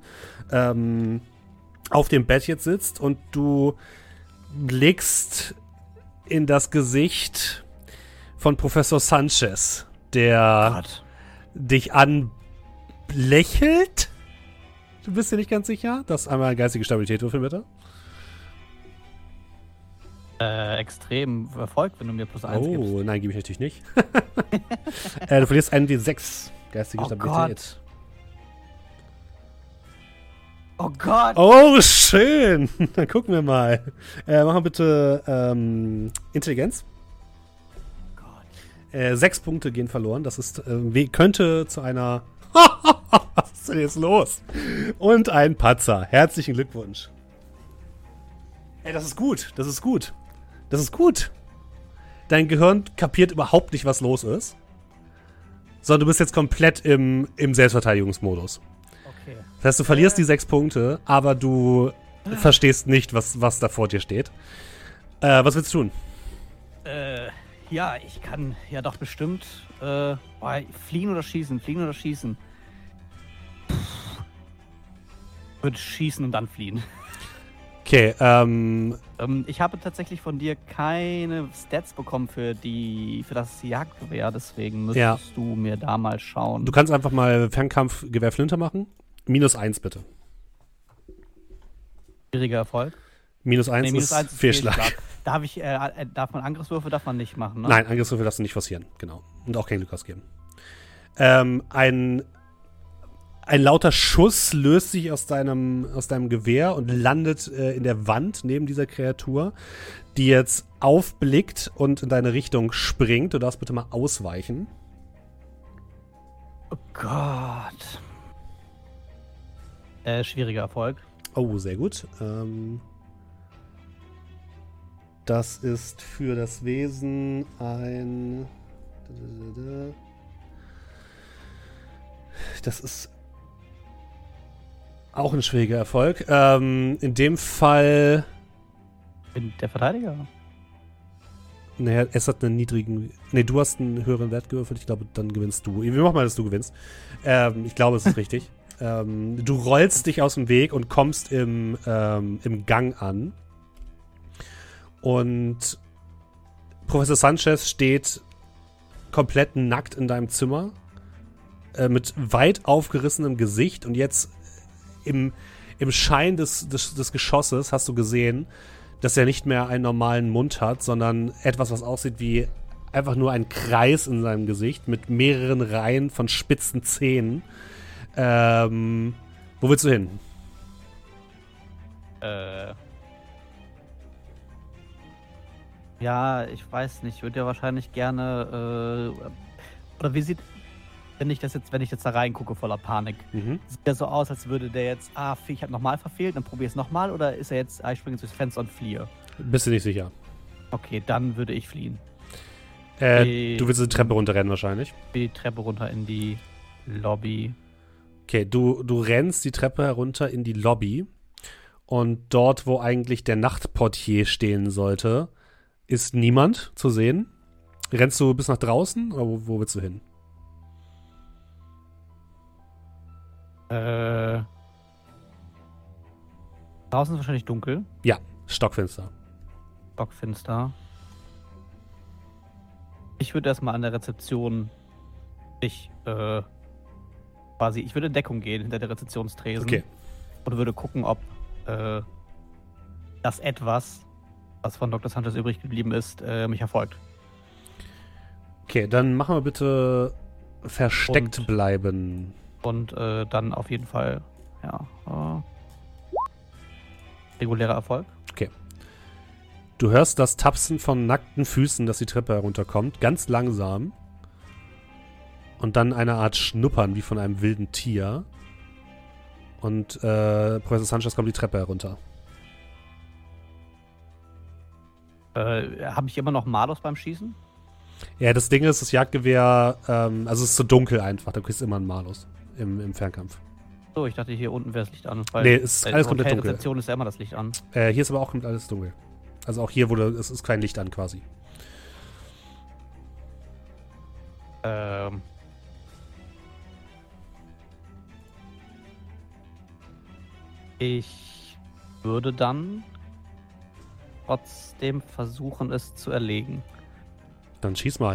auf dem Bett jetzt sitzt und du blickst in das Gesicht von Professor Sanchez, der dich anlächelt. Du bist dir nicht ganz sicher? Das ist einmal geistige Stabilität würfeln, bitte. Extrem Erfolg, wenn du mir +1 gibst. Oh, nein, gebe ich natürlich nicht. Du verlierst einen D6 geistige Oh Stabilität. Oh Gott! Oh, schön! Dann gucken wir mal. Machen wir bitte Intelligenz. Gott. 6 Punkte gehen verloren. Das ist könnte zu einer was ist denn jetzt los? Und ein Patzer. Herzlichen Glückwunsch. Ey, das ist gut. Das ist gut. Das ist gut. Dein Gehirn kapiert überhaupt nicht, was los ist. sondern du bist jetzt komplett im Selbstverteidigungsmodus. Okay. Das heißt, du verlierst die 6 Punkte, aber du verstehst nicht, was da vor dir steht. Was willst du tun? Ja, ich kann ja doch bestimmt fliehen oder schießen. Ich würde schießen und dann fliehen. Okay, Ich habe tatsächlich von dir keine Stats bekommen für das Jagdgewehr, deswegen müsstest du mir da mal schauen. du kannst einfach mal Fernkampfgewehr Flinte machen. -1 bitte. Schwieriger Erfolg. -1 ist Fehlschlag. Darf man Angriffswürfe nicht machen, ne? Nein, Angriffswürfe darfst du nicht forcieren, genau. Und auch kein Glück ausgeben. Ein lauter Schuss löst sich aus deinem Gewehr und landet in der Wand neben dieser Kreatur, die jetzt aufblickt und in deine Richtung springt. Du darfst bitte mal ausweichen. Oh Gott. Schwieriger Erfolg. Oh, sehr gut. Das ist für das Wesen ein... Das ist auch ein schwieriger Erfolg. In dem Fall... Bin der Verteidiger? Naja, es hat einen niedrigen... Nee, du hast einen höheren Wert gewürfelt. Ich glaube, dann gewinnst du. Wir machen mal, dass du gewinnst. Ich glaube, es ist richtig. Du rollst dich aus dem Weg und kommst im Gang an. Und Professor Sanchez steht komplett nackt in deinem Zimmer. Mit weit aufgerissenem Gesicht. Und jetzt im Schein des Geschosses hast du gesehen, dass er nicht mehr einen normalen Mund hat, sondern etwas, was aussieht wie einfach nur ein Kreis in seinem Gesicht mit mehreren Reihen von spitzen Zähnen. Wo willst du hin? Ja, ich weiß nicht. Ich würde ja wahrscheinlich gerne oder wie sieht, wenn ich jetzt da reingucke voller Panik, sieht der so aus, als würde der jetzt, ich habe nochmal verfehlt, dann probier es nochmal, oder ist er jetzt, ich springe durchs Fenster und fliehe? Bist du nicht sicher? Okay, dann würde ich fliehen. Du willst die Treppe runterrennen wahrscheinlich? Die Treppe runter in die Lobby. Okay, du rennst die Treppe herunter in die Lobby und dort, wo eigentlich der Nachtportier stehen sollte, ist niemand zu sehen. Rennst du bis nach draußen oder wo willst du hin? Draußen ist wahrscheinlich dunkel. Ja, stockfinster. Stockfinster. Ich würde erstmal an der Rezeption ich würde in Deckung gehen hinter der Rezeptionstresen. Okay. Und würde gucken, ob das etwas, was von Dr. Sanchez übrig geblieben ist, mich erfolgt. Okay, dann machen wir bitte versteckt bleiben. Und dann auf jeden Fall, regulärer Erfolg. Okay. Du hörst das Tapsen von nackten Füßen, das die Treppe herunterkommt, ganz langsam. Und dann eine Art Schnuppern wie von einem wilden Tier. Und Professor Sanchez kommt die Treppe herunter. Habe ich immer noch Malus beim Schießen? Ja, das Ding ist, das Jagdgewehr, also es ist zu dunkel einfach, da kriegst du immer einen Malus im Fernkampf. So, ich dachte, hier unten wäre das Licht an. Nee, ist alles komplett dunkel. In der Rezeption ist ja immer das Licht an. Hier ist aber auch alles dunkel. Also auch hier, es ist kein Licht an quasi. Ich würde dann trotzdem versuchen, es zu erlegen. Dann schieß mal.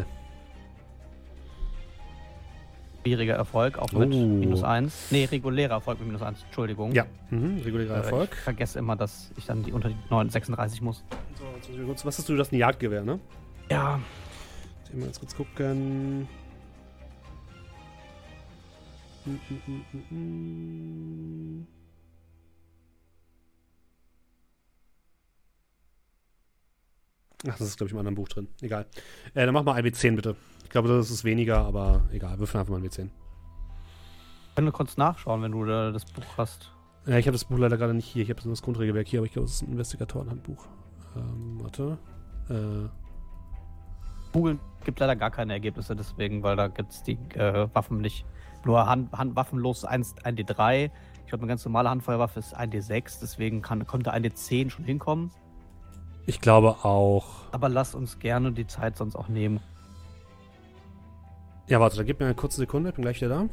Schwieriger Erfolg, auch mit -1. Nee, regulärer Erfolg mit -1, Entschuldigung. Ja, regulärer Erfolg. Ich vergesse immer, dass ich dann unter die 36 muss. So, jetzt müssen wir kurz, was hast du? Das ist ein Jagdgewehr, ne? Ja. Ich will mal jetzt kurz gucken. Ach, das ist, glaube ich, im anderen Buch drin. Egal. Dann mach mal ein W10, bitte. Ich glaube, das ist weniger, aber egal. Würfel einfach mal ein W10. Wenn du kurz nachschauen, wenn du das Buch hast. Ja, ich habe das Buch leider gerade nicht hier. Ich habe nur das Grundregelwerk hier, aber ich glaube, es ist ein Investigatorenhandbuch. Warte. Googeln gibt leider gar keine Ergebnisse deswegen, weil da gibt es die Waffen nicht. Nur waffenlos 1d3. Ich glaube, eine ganz normale Handfeuerwaffe ist 1d6, deswegen konnte 1d10 schon hinkommen. Ich glaube auch. Aber lass uns gerne die Zeit sonst auch nehmen. Ja, warte, dann gib mir eine kurze Sekunde, ich bin gleich wieder da.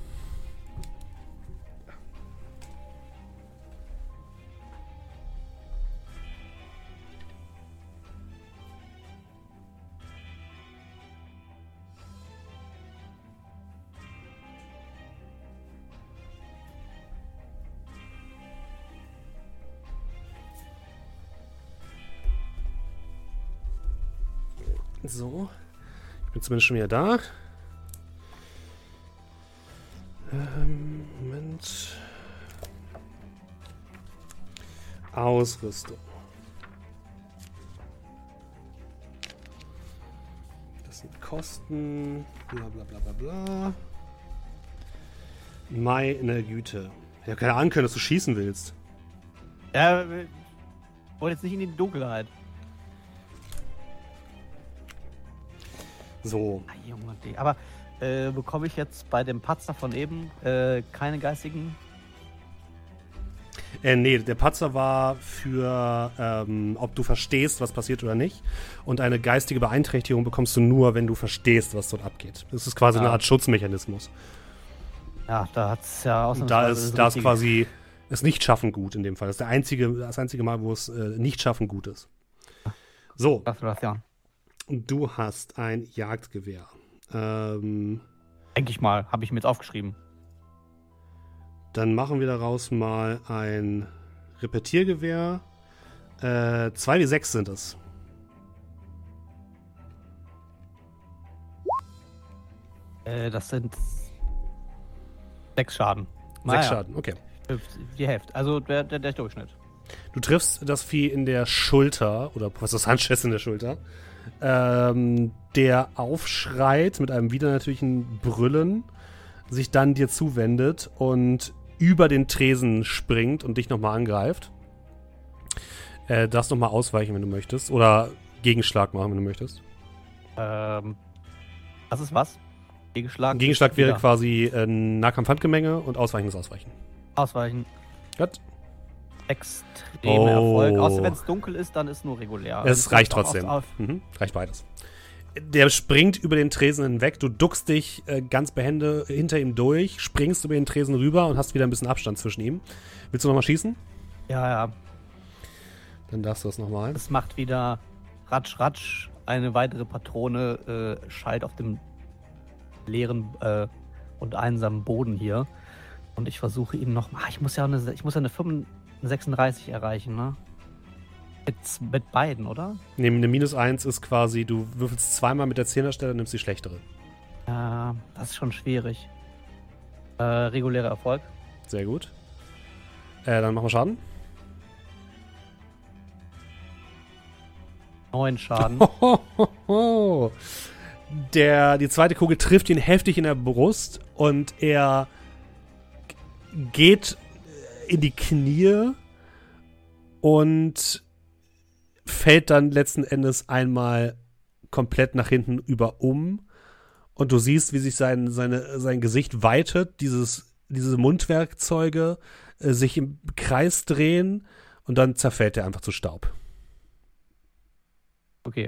So, ich bin zumindest schon wieder da. Moment. Ausrüstung. Das sind Kosten. Bla bla bla bla bla. Meine Güte. Ich habe keine Ahnung können, dass du schießen willst. Ja, ich wollte jetzt nicht in die Dunkelheit. So. Ah, Junge, aber bekomme ich jetzt bei dem Patzer von eben keine geistigen? Nee, der Patzer war für, ob du verstehst, was passiert oder nicht. Und eine geistige Beeinträchtigung bekommst du nur, wenn du verstehst, was dort abgeht. Das ist quasi eine Art Schutzmechanismus. Ja, da hat es ja Und da ist quasi es Nicht-Schaffen gut in dem Fall. Das ist das einzige Mal, wo es Nicht-Schaffen gut ist. So. Gratulation. Du hast ein Jagdgewehr. Denke ich mal, habe ich mir jetzt aufgeschrieben. Dann machen wir daraus mal ein Repetiergewehr. 2W6 sind es. Das sind 6 Schaden. 6 Schaden, okay. Die Hälfte, also der Durchschnitt. Du triffst das Vieh in der Schulter, oder Professor Sanchez in der Schulter, der aufschreit mit einem widernatürlichen Brüllen, sich dann dir zuwendet und über den Tresen springt und dich nochmal angreift. Darfst nochmal ausweichen, wenn du möchtest. Oder Gegenschlag machen, wenn du möchtest. Was ist was? Gegenschlag? Gegenschlag wäre quasi Nahkampf-Handgemenge und Ausweichen ist Ausweichen. Ausweichen. Gut. Extremer Erfolg. Außer wenn es dunkel ist, dann ist nur regulär. Es reicht trotzdem. Reicht beides. Der springt über den Tresen hinweg. Du duckst dich ganz behende hinter ihm durch, springst über den Tresen rüber und hast wieder ein bisschen Abstand zwischen ihm. Willst du nochmal schießen? Ja. Dann darfst du das nochmal. Es macht wieder Ratsch, Ratsch. Eine weitere Patrone schallt auf dem leeren und einsamen Boden hier. Und ich versuche ihn nochmal. Ich muss ja eine 36 erreichen, ne? Mit beiden, oder? Nee, eine -1 ist quasi, du würfelst zweimal mit der 10er-Stelle und nimmst die schlechtere. Das ist schon schwierig. Regulärer Erfolg. Sehr gut. Dann machen wir Schaden. 9 Schaden. Die zweite Kugel trifft ihn heftig in der Brust und er geht in die Knie und fällt dann letzten Endes einmal komplett nach hinten über und du siehst, wie sich sein Gesicht weitet, diese Mundwerkzeuge sich im Kreis drehen und dann zerfällt er einfach zu Staub. Okay.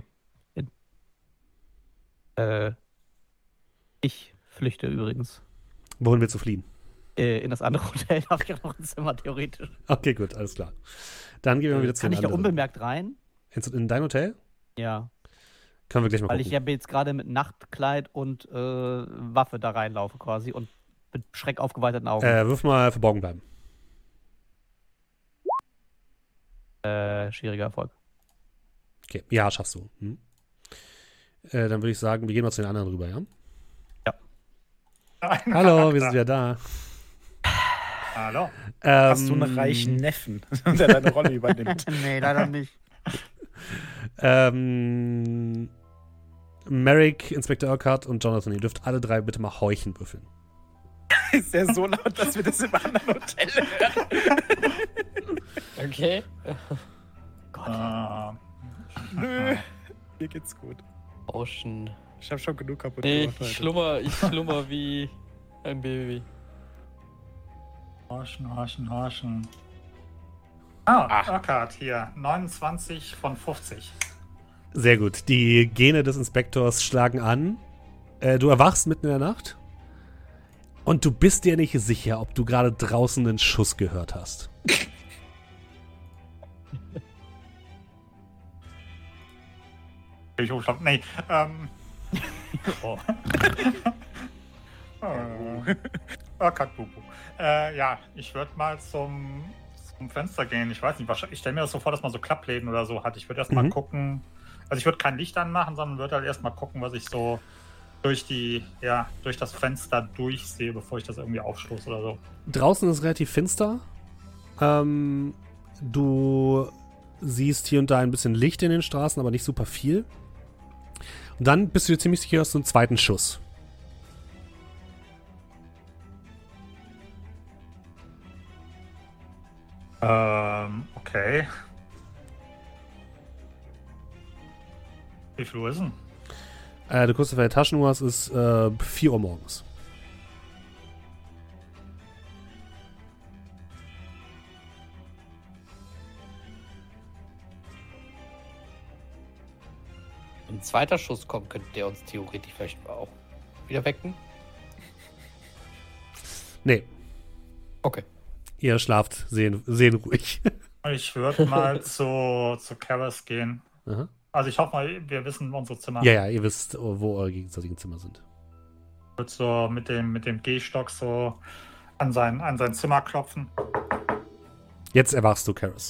Ich flüchte übrigens. Wohin willst du fliehen? In das andere Hotel habe ich auch noch ein Zimmer, theoretisch. Okay, gut, alles klar. Dann gehen wir wieder zu Kann den ich da anderen. unbemerkt rein? In dein Hotel? Ja. Können wir gleich mal Weil gucken. ich ja jetzt gerade mit Nachtkleid und Waffe da reinlaufe quasi und mit Schreck aufgeweiterten Augen. Wirf mal verborgen bleiben. Schwieriger Erfolg. Okay, ja, schaffst du. Dann würde ich sagen, wir gehen mal zu den anderen rüber, ja? Hallo, wir sind wieder da. Hallo. Hast du einen reichen Neffen, der deine Rolle übernimmt? Nee, leider nicht. Merrick, Inspektor Urquhart und Jonathan, ihr dürft alle drei bitte mal Heuchen würfeln. Ist der so laut, dass wir das im anderen Hotel hören? Okay. Gott. Nö, mir geht's gut. Ocean. Ich habe schon genug kaputt Nee, gemacht. ich heute. schlummer wie ein Baby. Horchen. Urquhart hier. 29 von 50. Sehr gut. Die Gene des Inspektors schlagen an. Du erwachst mitten in der Nacht. Und du bist dir nicht sicher, ob du gerade draußen einen Schuss gehört hast. Ich hochschlafen. Nee, Oh. Urquhart Bubu. Ja, ich würde mal zum Fenster gehen. Ich weiß nicht, ich stelle mir das so vor, dass man so Klappläden oder so hat. Ich würde erst mal gucken. Also ich würde kein Licht anmachen, sondern würde halt erst mal gucken, was ich so durch das Fenster durchsehe, bevor ich das irgendwie aufstoße oder so. Draußen ist es relativ finster. Du siehst hier und da ein bisschen Licht in den Straßen, aber nicht super viel. Und dann bist du dir ziemlich sicher, dass du einen zweiten Schuss. Okay. Wie viel Uhr ist denn? Du guckst auf deine Taschenuhr, es ist 4 Uhr morgens. Ein zweiter Schuss kommt, könnte der uns theoretisch vielleicht auch wieder wecken. Nee, Okay. ihr schlaft seelenruhig. Ich würde mal zu Karas gehen. Aha. Also ich hoffe mal, wir wissen unsere Zimmer. Ja, ihr wisst, wo eure gegenseitigen Zimmer sind. Ich würde so mit dem Gehstock so an sein Zimmer klopfen. Jetzt erwachst du, Karis.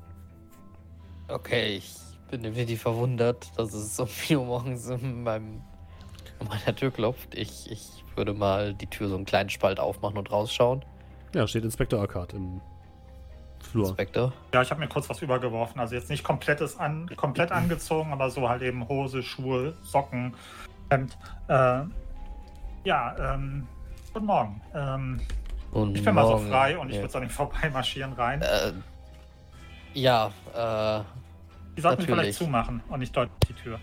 Okay, ich bin definitiv verwundert, dass es um 4 Uhr morgens an meiner Tür klopft. Ich würde mal die Tür so einen kleinen Spalt aufmachen und rausschauen. Ja, steht Inspektor Urquhart im Flur. Inspektor. Ja, ich habe mir kurz was übergeworfen. Also jetzt nicht komplett angezogen, aber so halt eben Hose, Schuhe, Socken, Hemd. Guten Morgen. Und Ich bin mal so morgen, frei und ich ja. würde an ihm vorbeimarschieren rein. Die sollten wir natürlich. vielleicht zumachen und nicht deutlich die Tür.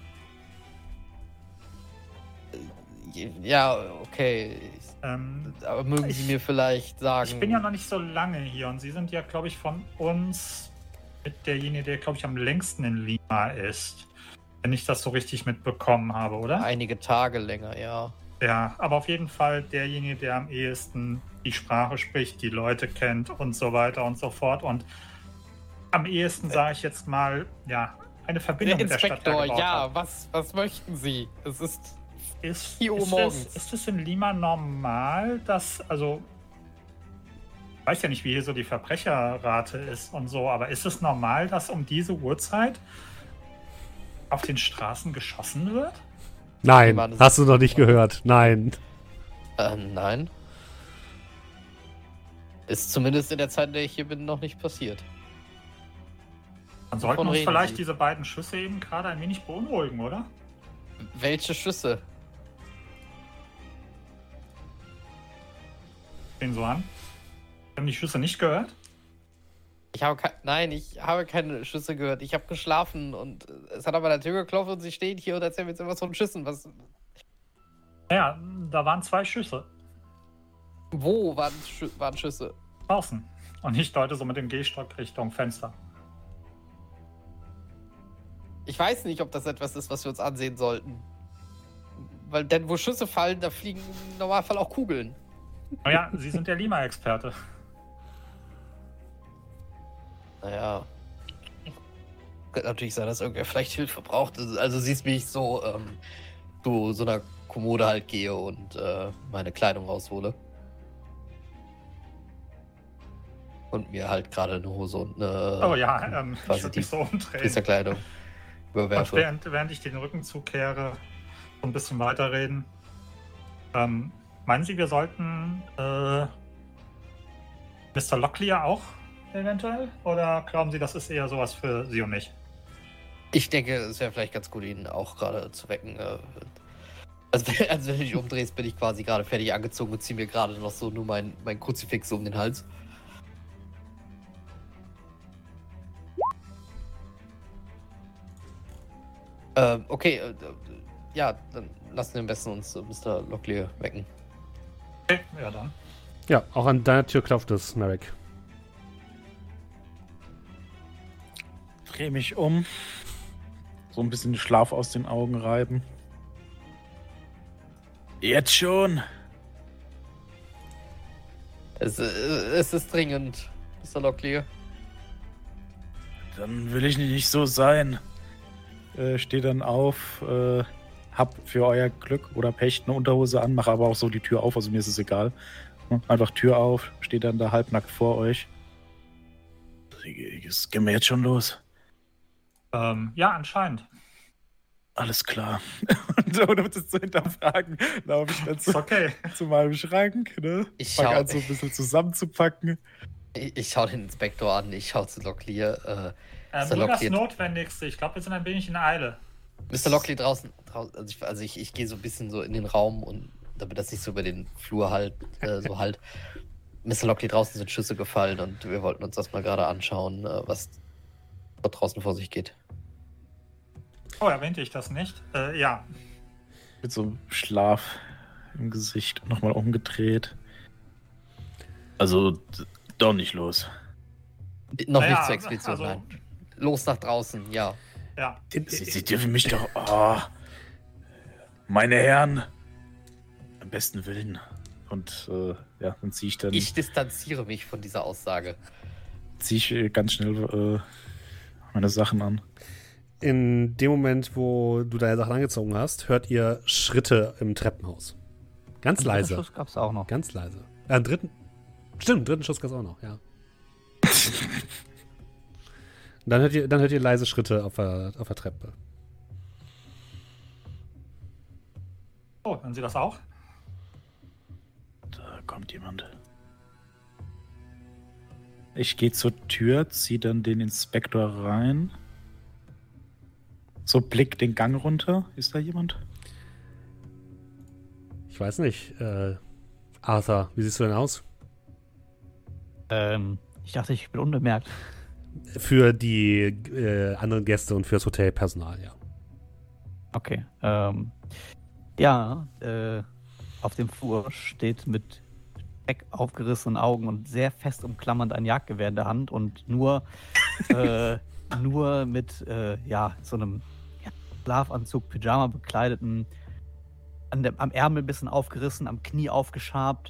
Ja, okay. Aber mögen Sie mir vielleicht sagen... Ich bin ja noch nicht so lange hier und Sie sind ja, glaube ich, von uns mit derjenige, der, glaube ich, am längsten in Lima ist. Wenn ich das so richtig mitbekommen habe, oder? Einige Tage länger, ja. Ja, aber auf jeden Fall derjenige, der am ehesten die Sprache spricht, die Leute kennt und so weiter und so fort. Und am ehesten, sage ich jetzt mal, ja, eine Verbindung mit der Stadt da Inspektor, gebaut ja, hat. was möchten Sie? Es ist... Ist 4 Uhr morgens. ist es in Lima normal, dass, also, ich weiß ja nicht, wie hier so die Verbrecherrate ist und so, aber ist es normal, dass um diese Uhrzeit auf den Straßen geschossen wird? Nein, Mann, hast du noch nicht gehört. Nein. Nein. Ist zumindest in der Zeit, in der ich hier bin, noch nicht passiert. Dann sollten Wovon uns reden vielleicht Sie? diese beiden Schüsse eben gerade ein wenig beunruhigen, oder? Welche Schüsse? Den so an. Haben die Schüsse nicht gehört? Ich habe keine Schüsse gehört. Ich habe geschlafen und es hat an meiner Tür geklopft und Sie stehen hier und erzählen mir jetzt irgendwas von Schüssen. Was? Ja, da waren 2 Schüsse Wo waren Schüsse? draußen. Und ich deute so mit dem Gehstock Richtung Fenster. Ich weiß nicht, ob das etwas ist, was wir uns ansehen sollten. Weil denn wo Schüsse fallen, da fliegen im Normalfall auch Kugeln. Naja, Sie sind der Lima-Experte. Naja. Könnte natürlich sein, dass irgendwer vielleicht Hilfe braucht. Also siehst wie ich so zu so einer Kommode halt gehe und meine Kleidung raushole. Und mir halt gerade eine Hose und eine Oh ja, ich quasi würde mich so umdrehen. dieser Kleidung Und überwerfe. während ich den Rücken zukehre, so ein bisschen weiterreden. Meinen Sie, wir sollten Mr. Locklear auch eventuell? Oder glauben Sie, das ist eher sowas für Sie und mich? Ich denke, es wäre vielleicht ganz gut, ihn auch gerade zu wecken. Also wenn du dich umdrehst, bin ich quasi gerade fertig angezogen und ziehe mir gerade noch so nur mein Kruzifix um den Hals. Okay, Ja, dann lassen wir am besten uns Mr. Locklear wecken. Okay, ja dann. Ja, auch an deiner Tür klopft es, Merrick. Dreh mich um. So ein bisschen Schlaf aus den Augen reiben. Jetzt schon. Es ist dringend, Mr. Locklear. Dann will ich nicht so sein. Steh dann auf, hab für euer Glück oder Pech eine Unterhose an, mache aber auch so die Tür auf, also mir ist es egal. Einfach Tür auf, steh dann da halbnackt vor euch. Es gehen wir jetzt schon los. Ja, anscheinend. Alles klar. Und ohne das zu hinterfragen, laufe ich dann Ist okay. zu meinem Schrank, ne? Ich Fang schau- an, so ein bisschen zusammenzupacken. Ich schaue den Inspektor an, ich schaue zu Locklear. Mr. Nur das Locklear, Notwendigste. Ich glaube, wir sind ein wenig in Eile. Mr. Locklear draußen also ich gehe so ein bisschen so in den Raum und damit das nicht so über den Flur halt. Mr. Locklear, draußen sind Schüsse gefallen und wir wollten uns das mal gerade anschauen, was dort draußen vor sich geht. Oh, erwähnte ich das nicht? Ja. Mit so einem Schlaf im Gesicht nochmal umgedreht. Also, doch nicht los. Noch Naja, nicht zur Expedition, also- nein. Los nach draußen, ja. Ja. Sie dürfen mich doch... Oh, meine Herren. Am besten Willen. Und ja, dann ziehe ich dann... Ich distanziere mich von dieser Aussage. Ziehe ich ganz schnell meine Sachen an. In dem Moment, wo du deine Sachen angezogen hast, hört ihr Schritte im Treppenhaus. Ganz Einen leise. Schuss gab's auch noch. Ganz leise. Einen dritten. Stimmt, einen dritten Schuss gab es auch noch, ja. Dann hört ihr leise Schritte auf der Treppe. Oh, hören Sie das auch? Da kommt jemand. Ich gehe zur Tür, ziehe dann den Inspektor rein. So, Blick den Gang runter. Ist da jemand? Ich weiß nicht. Arthur, wie siehst du denn aus? Ich dachte, ich bin unbemerkt. Für die anderen Gäste und fürs Hotelpersonal, ja. Okay. Ja, auf dem Flur steht mit aufgerissenen Augen und sehr fest umklammernd ein Jagdgewehr in der Hand und nur mit so einem Schlafanzug, Pyjama bekleideten, am Ärmel ein bisschen aufgerissen, am Knie aufgeschabt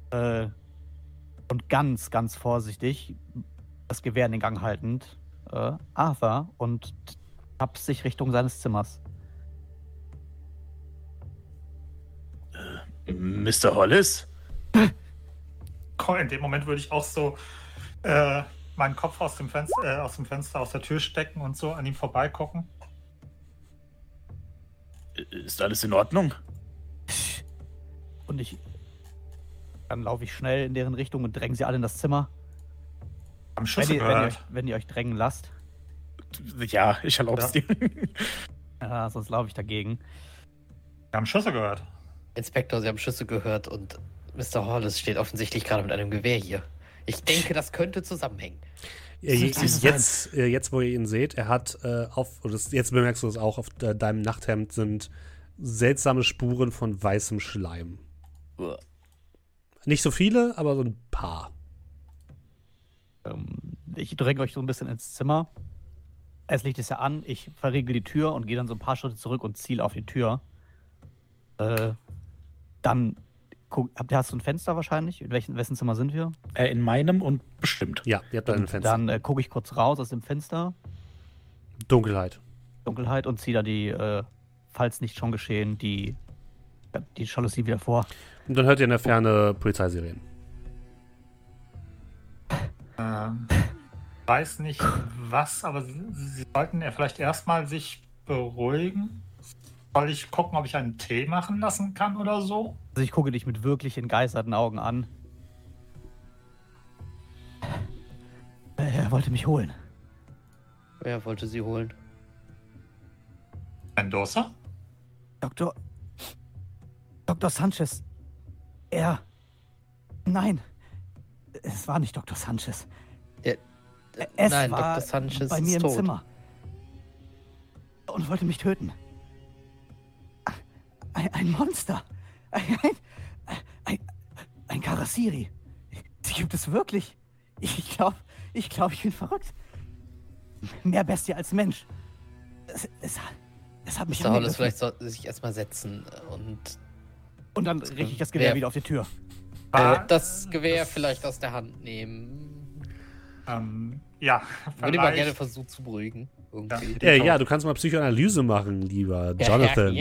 und ganz, ganz vorsichtig das Gewehr in den Gang haltend, Arthur, und tapst sich Richtung seines Zimmers. Mr. Hollis? In dem Moment würde ich auch so meinen Kopf aus dem Fenster, aus der Tür stecken und so an ihm vorbeigucken. Ist alles in Ordnung? Und dann laufe ich schnell in deren Richtung und dränge sie alle in das Zimmer. Haben Schüsse gehört. Wenn ihr euch drängen lasst. Ja, ich erlaube es dir. Ja, sonst laufe ich dagegen. Wir haben Schüsse gehört. Inspektor, Sie haben Schüsse gehört und Mr. Hollis steht offensichtlich gerade mit einem Gewehr hier. Ich denke, das könnte zusammenhängen. Jetzt, wo ihr ihn seht, er hat jetzt bemerkst du es auch, auf deinem Nachthemd sind seltsame Spuren von weißem Schleim. Uah. Nicht so viele, aber so ein paar. Ich dränge euch so ein bisschen ins Zimmer. Das Licht ist ja an, ich verriegel die Tür und gehe dann so ein paar Schritte zurück und ziele auf die Tür. Dann hast du ein Fenster wahrscheinlich? In wessen Zimmer sind wir? In meinem und bestimmt. Ja, ihr habt da ein Fenster. Dann gucke ich kurz raus aus dem Fenster, Dunkelheit. und ziehe da die, falls nicht schon geschehen, die Jalousie wieder vor. Und dann hört ihr in der Ferne Polizeisirenen. Weiß nicht was, aber Sie sollten ja vielleicht erstmal sich beruhigen. Soll ich gucken, ob ich einen Tee machen lassen kann oder so? Also ich gucke dich mit wirklich entgeisterten Augen an. Er wollte mich holen. Wer wollte Sie holen? Mendoza? Dr. Sanchez. Nein. Es war nicht Dr. Sanchez. Nein, war Dr. Sanchez bei mir ist im tot. Zimmer. Und wollte mich töten. Ein Monster. Ein Karasiri. Die gibt es wirklich. Ich glaube, ich bin verrückt. Mehr Bestie als Mensch. Es hat mich Mr. Hollis, angegriffen. vielleicht sollte sich erstmal setzen Und dann richte ich das Gewehr wieder auf die Tür. das Gewehr vielleicht aus der Hand nehmen. Ja, Würde ich mal gerne versuchen zu beruhigen. Irgendwie. Ja, du kannst mal Psychoanalyse machen, lieber Jonathan.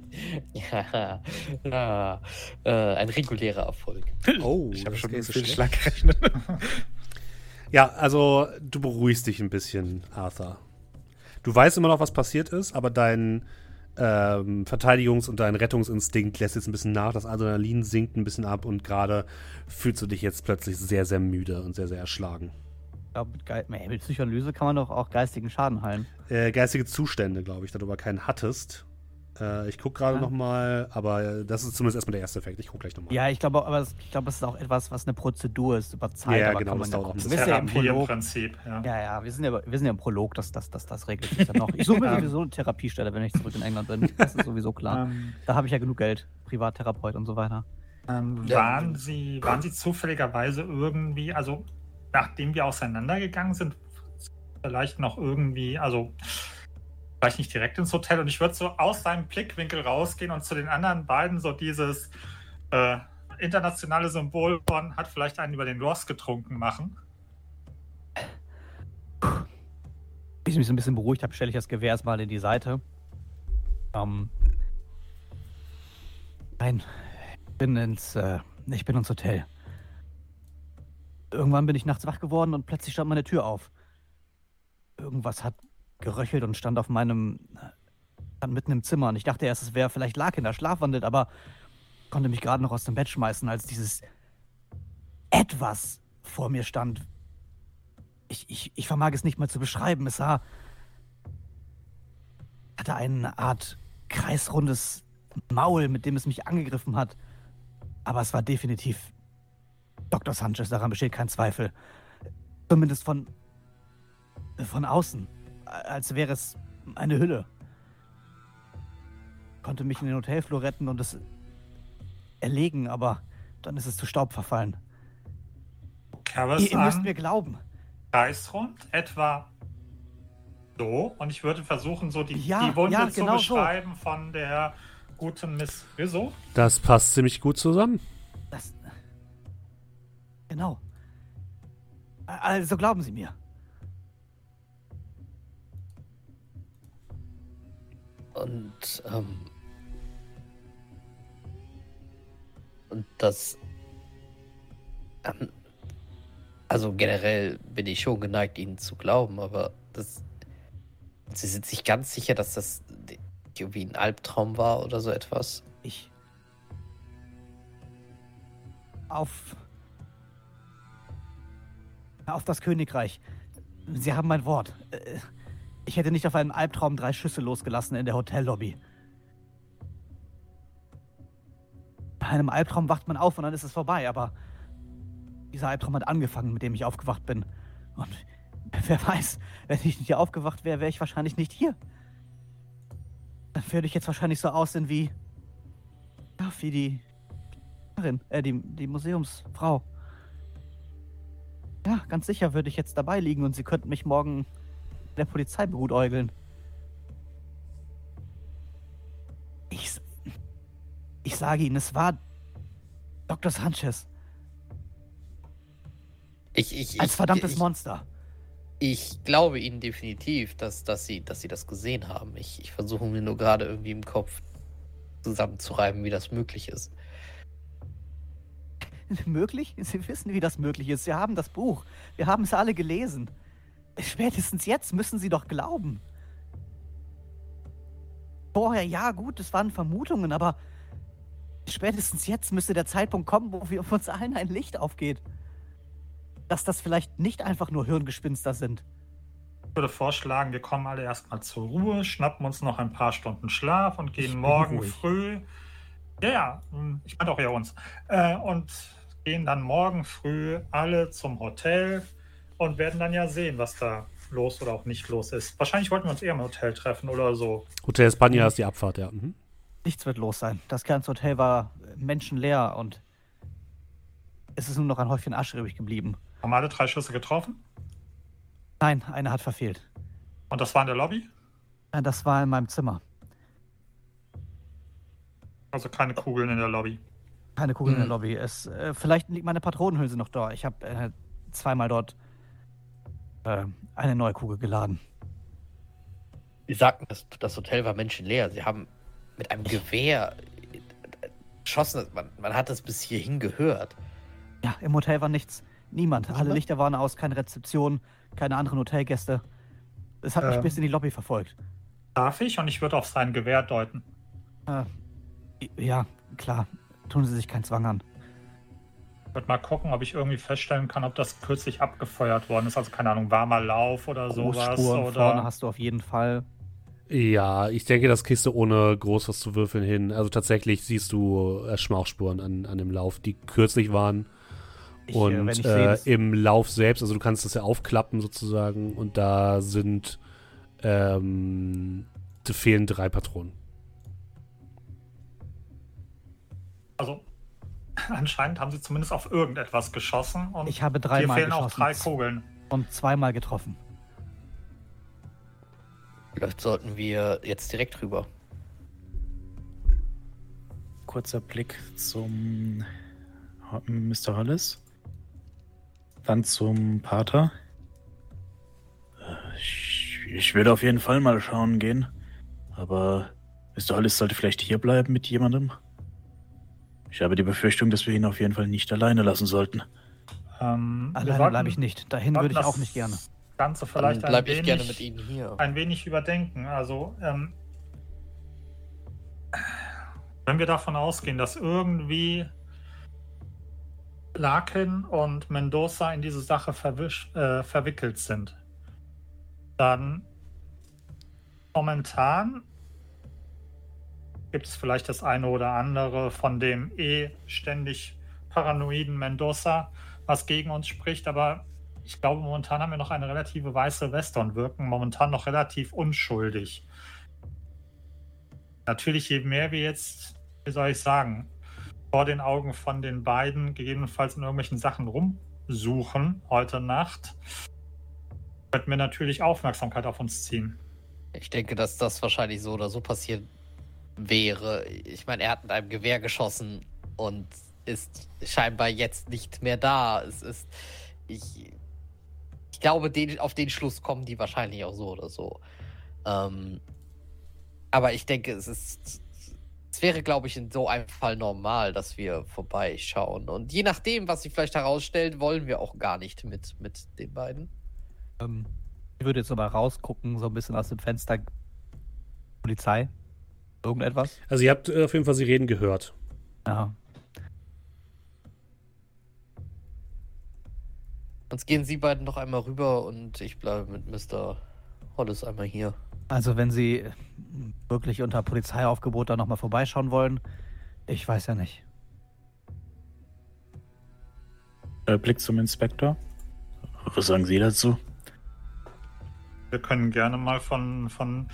Ein regulärer Erfolg. Oh, Ich habe das schon geht mit so viel schnell. Schlag gerechnet. Ja, also du beruhigst dich ein bisschen, Arthur. Du weißt immer noch, was passiert ist, aber dein Verteidigungs- und dein Rettungsinstinkt lässt jetzt ein bisschen nach. Das Adrenalin sinkt ein bisschen ab und gerade fühlst du dich jetzt plötzlich sehr, sehr müde und sehr, sehr erschlagen. Ich glaube, mit Psychoanalyse kann man doch auch geistigen Schaden heilen. Geistige Zustände, glaube ich, da du aber keinen hattest. Ich gucke gerade nochmal, aber das ist zumindest erstmal der erste Effekt. Ich gucke gleich nochmal. Ja, ich glaube, das ist auch etwas, was eine Prozedur ist über Zeit. Ja, aber genau, kann das man dauert auch ein gucken. bisschen. Wir sind ja im Therapie im Prolog. Prinzip. Ja. Ja, wir sind ja im Prolog, das regelt sich dann noch. Ich suche mir sowieso eine Therapiestelle, wenn ich zurück in England bin. Das ist sowieso klar. Da habe ich ja genug Geld. Privattherapeut und so weiter. Waren Sie zufälligerweise irgendwie, also nachdem wir auseinandergegangen sind, vielleicht noch irgendwie, also vielleicht nicht direkt ins Hotel, und ich würde so aus seinem Blickwinkel rausgehen und zu den anderen beiden so dieses internationale Symbol von hat vielleicht einen über den Lost getrunken machen. Bis ich mich so ein bisschen beruhigt habe, stelle ich das Gewehr erstmal in die Seite. Nein, ich bin ins Hotel. Irgendwann bin ich nachts wach geworden und plötzlich stand meine Tür auf. Irgendwas hat geröchelt und stand mitten im Zimmer. Und ich dachte erst, es wäre vielleicht Larkin, der schlafwandelt, aber konnte mich gerade noch aus dem Bett schmeißen, als dieses Etwas vor mir stand. Ich vermag es nicht mal zu beschreiben. Es hatte eine Art kreisrundes Maul, mit dem es mich angegriffen hat. Aber es war definitiv Dr. Sanchez, daran besteht kein Zweifel. Zumindest von außen. Als wäre es eine Hülle. Konnte mich in den Hotelflur retten und es erlegen, aber dann ist es zu Staub verfallen. Ihr müsst mir glauben. Kreisrund, etwa so. Und ich würde versuchen, so die Ja, Wunde ja, zu genau beschreiben von der guten Miss Rizzo. Das passt ziemlich gut zusammen. Genau. Also glauben Sie mir. Und das. Also generell bin ich schon geneigt, Ihnen zu glauben, aber Sie sind sich ganz sicher, dass das irgendwie ein Albtraum war oder so etwas? Auf das Königreich. Sie haben mein Wort. Ich hätte nicht auf einen Albtraum 3 Schüsse losgelassen in der Hotellobby. Bei einem Albtraum wacht man auf und dann ist es vorbei, aber dieser Albtraum hat angefangen, mit dem ich aufgewacht bin. Und wer weiß, wenn ich nicht hier aufgewacht wäre, wäre ich wahrscheinlich nicht hier. Dann würde ich jetzt wahrscheinlich so aussehen wie die Museumsfrau. Ja, ganz sicher würde ich jetzt dabei liegen und Sie könnten mich morgen der Polizei begutäugeln. Ich sage Ihnen, es war Dr. Sanchez. Als verdammtes Monster. Ich glaube Ihnen definitiv, dass Sie das gesehen haben. Ich versuche mir nur gerade irgendwie im Kopf zusammenzureiben, wie das möglich ist. Möglich? Sie wissen, wie das möglich ist. Sie haben das Buch. Wir haben es alle gelesen. Spätestens jetzt müssen Sie doch glauben. Vorher, ja gut, es waren Vermutungen, aber spätestens jetzt müsste der Zeitpunkt kommen, wo wir uns allen ein Licht aufgeht. Dass das vielleicht nicht einfach nur Hirngespinster sind. Ich würde vorschlagen, wir kommen alle erstmal zur Ruhe, schnappen uns noch ein paar Stunden Schlaf und gehen morgen früh. Ja, ich meinte auch eher uns. Und gehen dann morgen früh alle zum Hotel und werden dann ja sehen, was da los oder auch nicht los ist. Wahrscheinlich wollten wir uns eher im Hotel treffen oder so. Hotel Spania ist die Abfahrt, ja. Mhm. Nichts wird los sein. Das ganze Hotel war menschenleer und es ist nur noch ein Häufchen Asche übrig geblieben. Haben alle 3 Schüsse getroffen? Nein, einer hat verfehlt. Und das war in der Lobby? Das war in meinem Zimmer. Also keine Kugeln in der Lobby. Keine Kugel in der Lobby. Vielleicht liegt meine Patronenhülse noch da. Ich habe zweimal dort eine neue Kugel geladen. Sie sagten, das Hotel war menschenleer. Sie haben mit einem Gewehr geschossen. Man hat es bis hierhin gehört. Ja, im Hotel war nichts. Niemand. Alle Lichter waren aus, keine Rezeption, keine anderen Hotelgäste. Es hat mich bis in die Lobby verfolgt. Darf ich? Und ich würde auf sein Gewehr deuten. Ja, klar. Tun Sie sich keinen Zwang an. Ich würde mal gucken, ob ich irgendwie feststellen kann, ob das kürzlich abgefeuert worden ist. Also keine Ahnung, warmer Lauf oder sowas. Großspuren Oder vorne hast du auf jeden Fall. Ja, ich denke, das kriegst du ohne groß was zu würfeln hin. Also tatsächlich siehst du Schmauchspuren an dem Lauf, die kürzlich waren. Und im Lauf selbst, also du kannst das ja aufklappen sozusagen und da sind fehlen 3 Patronen. Also anscheinend haben sie zumindest auf irgendetwas geschossen. Und ich habe 3 hier Mal fehlen geschossen. auch 3 Kugeln. Und 2-mal getroffen. Vielleicht sollten wir jetzt direkt rüber. Kurzer Blick zum Mr. Hollis. Dann zum Pater. Ich würde auf jeden Fall mal schauen gehen. Aber Mr. Hollis sollte vielleicht hier bleiben mit jemandem. Ich habe die Befürchtung, dass wir ihn auf jeden Fall nicht alleine lassen sollten. Alleine bleibe ich nicht. Dahin würde ich auch nicht gerne. Das Ganze vielleicht Dann bleibe ich gerne mit Ihnen hier. Ein wenig überdenken. Also, wenn wir davon ausgehen, dass irgendwie Larkin und Mendoza in diese Sache verwickelt sind, dann momentan gibt es vielleicht das eine oder andere von dem ständig paranoiden Mendoza, was gegen uns spricht, aber ich glaube, momentan haben wir noch eine relative weiße Weste und wirken momentan noch relativ unschuldig. Natürlich, je mehr wir jetzt, wie soll ich sagen, vor den Augen von den beiden gegebenenfalls in irgendwelchen Sachen rumsuchen heute Nacht, wird mir natürlich Aufmerksamkeit auf uns ziehen. Ich denke, dass das wahrscheinlich so oder so passiert wäre. Ich meine, er hat mit einem Gewehr geschossen und ist scheinbar jetzt nicht mehr da. Ich glaube, auf den Schluss kommen die wahrscheinlich auch so oder so. Aber ich denke, es wäre, glaube ich, in so einem Fall normal, dass wir vorbeischauen. Und je nachdem, was sich vielleicht herausstellt, wollen wir auch gar nicht mit den beiden. Ich würde jetzt noch mal rausgucken, so ein bisschen aus dem Fenster. Polizei? Irgendetwas? Also ihr habt auf jeden Fall sie reden gehört. Ja. Sonst gehen Sie beiden noch einmal rüber und ich bleibe mit Mr. Hollis einmal hier. Also wenn Sie wirklich unter Polizeiaufgebot da nochmal vorbeischauen wollen, ich weiß ja nicht. Blick zum Inspektor. Was sagen Sie dazu? Wir können gerne mal von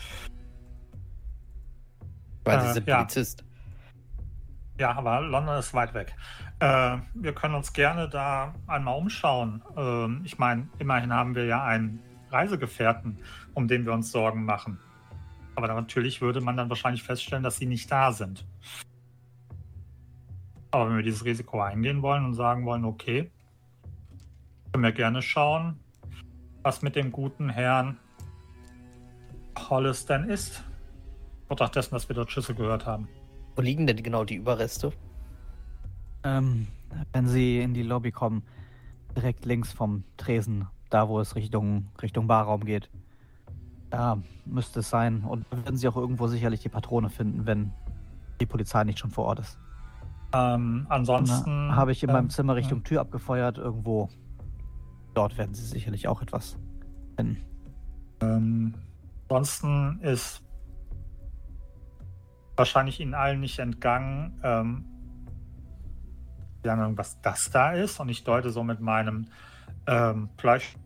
Weil Sie sind Polizist. Ja, aber London ist weit weg. Wir können uns gerne da einmal umschauen. Ich meine, immerhin haben wir ja einen Reisegefährten, um den wir uns Sorgen machen. Aber natürlich würde man dann wahrscheinlich feststellen, dass sie nicht da sind. Aber wenn wir dieses Risiko eingehen wollen und sagen wollen, okay, können wir gerne schauen, was mit dem guten Herrn Hollis denn ist. Betracht dessen, dass wir dort Schüsse gehört haben. Wo liegen denn genau die Überreste? Wenn Sie in die Lobby kommen, direkt links vom Tresen, da wo es Richtung Barraum geht. Da müsste es sein. Und da werden Sie auch irgendwo sicherlich die Patrone finden, wenn die Polizei nicht schon vor Ort ist. Ansonsten habe ich in meinem Zimmer Richtung Tür abgefeuert, irgendwo. Dort werden Sie sicherlich auch etwas finden. Ansonsten ist wahrscheinlich Ihnen allen nicht entgangen, was das da ist. Und ich deute so mit meinem Fleisch.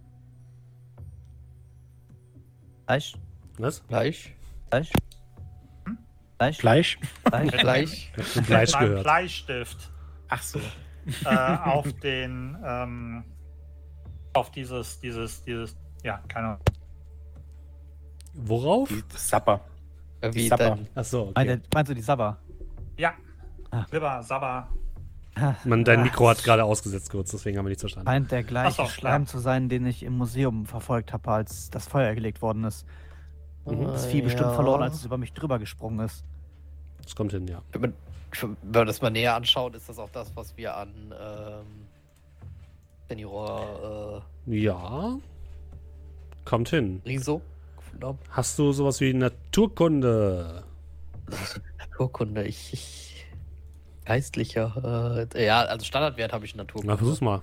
Was? Fleisch? Fleisch? Gleich. Ich hab zum Mit Fleisch meinem gehört. Bleistift Ach so. auf den, auf dieses, ja, keine Ahnung. Worauf? Die Sapper. Wie Sapper. dann. Achso, okay. Meinst du die Sabba? Ja, Ah. Glibber, Sabber. Dein Mikro hat gerade ausgesetzt kurz, deswegen haben wir nichts verstanden. Scheint der gleiche Ach so, Schleim ja. zu sein, den ich im Museum verfolgt habe, als das Feuer gelegt worden ist. Das Vieh bestimmt verloren, als es über mich drüber gesprungen ist. Das kommt hin, ja. Wenn man das mal näher anschaut, ist das auch das, was wir an Senior Ja. Kommt hin. Riso gefunden haben. Hast du sowas wie Naturkunde? Naturkunde, ich geistlicher. Ja, also Standardwert habe ich Naturkunde. Na, versuch's mal.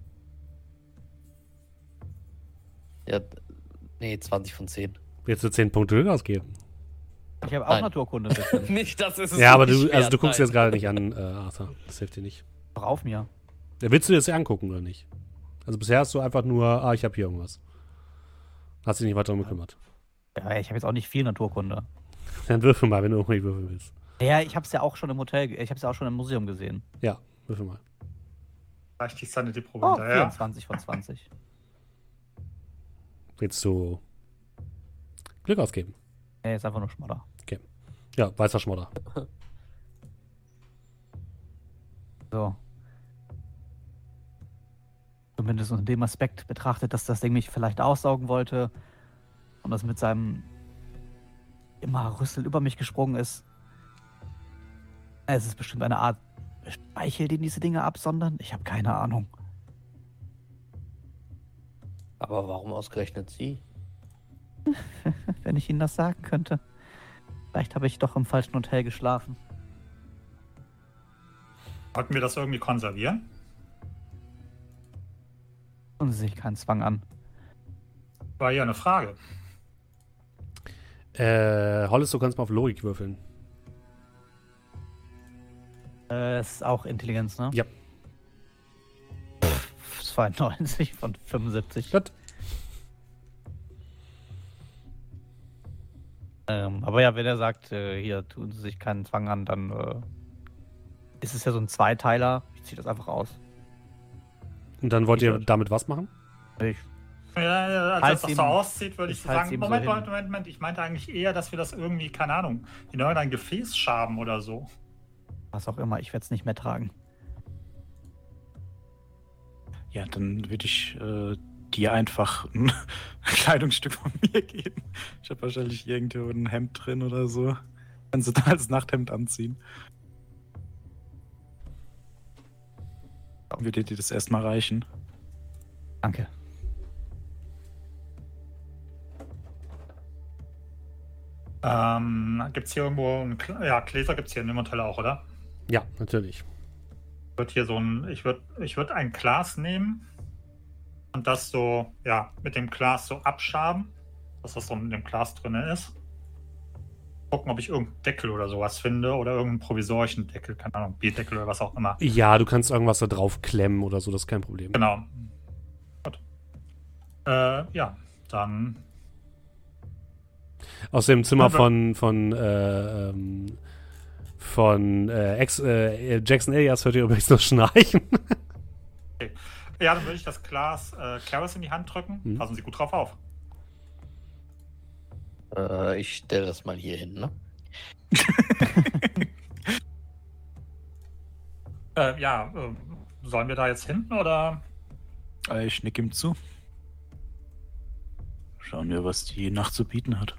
Ja, nee, 20 von 10. Willst du 10 Punkte Glück ausgeben? Ich habe auch Nein. Naturkunde ein bisschen. Nicht, das ist es. Ja, aber nicht du, also wert, du guckst nein. jetzt gerade nicht an, Arthur. Das hilft dir nicht. Doch auf mir. Ja, willst du dir das ja angucken oder nicht? Also bisher hast du einfach nur, ich habe hier irgendwas. Hast dich nicht weiter darum gekümmert. Ja, ich habe jetzt auch nicht viel Naturkunde. Dann würfel mal, wenn du irgendwie würfeln willst. Ja, ich habe es ja auch schon im Hotel, ich habe es ja auch schon im Museum gesehen. Ja, würfel mal. Vielleicht die Sanity-Probe Oh, hinterher. 24 von 20. Willst du Glück ausgeben? Ja, ist einfach nur Schmodder. Ja, weißer Schmodder. So. Zumindest unter dem Aspekt betrachtet, dass das Ding mich vielleicht aussaugen wollte und das mit seinem immer Rüssel über mich gesprungen ist. Es ist bestimmt eine Art Speichel, den diese Dinge absondern. Ich habe keine Ahnung. Aber warum ausgerechnet sie? Wenn ich Ihnen das sagen könnte. Vielleicht habe ich doch im falschen Hotel geschlafen. Wollten wir das irgendwie konservieren? Tun Sie sich keinen Zwang an. War ja eine Frage. Hollis, du kannst mal auf Logik würfeln. Es ist auch Intelligenz, ne? Ja. 92 von 75. Gut. Aber ja, wenn er sagt, hier tun Sie sich keinen Zwang an, dann ist es ja so ein Zweiteiler. Ich ziehe das einfach aus. Und dann wollt ihr damit was machen? Ich, Ja, als Halt's das ihm- so aussieht, würde ich ich halt's sagen, ihm so Moment, hin. Moment. Ich meinte eigentlich eher, dass wir das irgendwie, keine Ahnung, in irgendein Gefäß schaben oder so. was auch immer, ich werde es nicht mehr tragen. Ja, dann würde ich dir einfach ein Kleidungsstück von mir geben. Ich habe wahrscheinlich irgendwo ein Hemd drin oder so. Kannst du da als Nachthemd anziehen. Würde dir das erstmal reichen? Danke. Gibt es hier irgendwo ja, Gläser gibt es hier in dem Hotel auch, oder? Ja, natürlich. Ich würde ein Glas nehmen und das so, ja, mit dem Glas so abschaben, dass das so in dem Glas drin ist. Gucken, ob ich irgendeinen Deckel oder sowas finde oder irgendeinen provisorischen Deckel, keine Ahnung, Bierdeckel oder was auch immer. Ja, du kannst irgendwas da drauf klemmen oder so, das ist kein Problem. Genau. Gut. Ja, dann. Aus dem Zimmer Aber- von Jackson Elias hört ihr übrigens noch Schnarchen. Ja, dann würde ich das Glas Karis in die Hand drücken. Mhm. Passen Sie gut drauf auf. Ich stelle das mal hier hin, ne? Ja, sollen wir da jetzt hinten oder? Ich nick ihm zu. Schauen wir, was die Nacht zu bieten hat.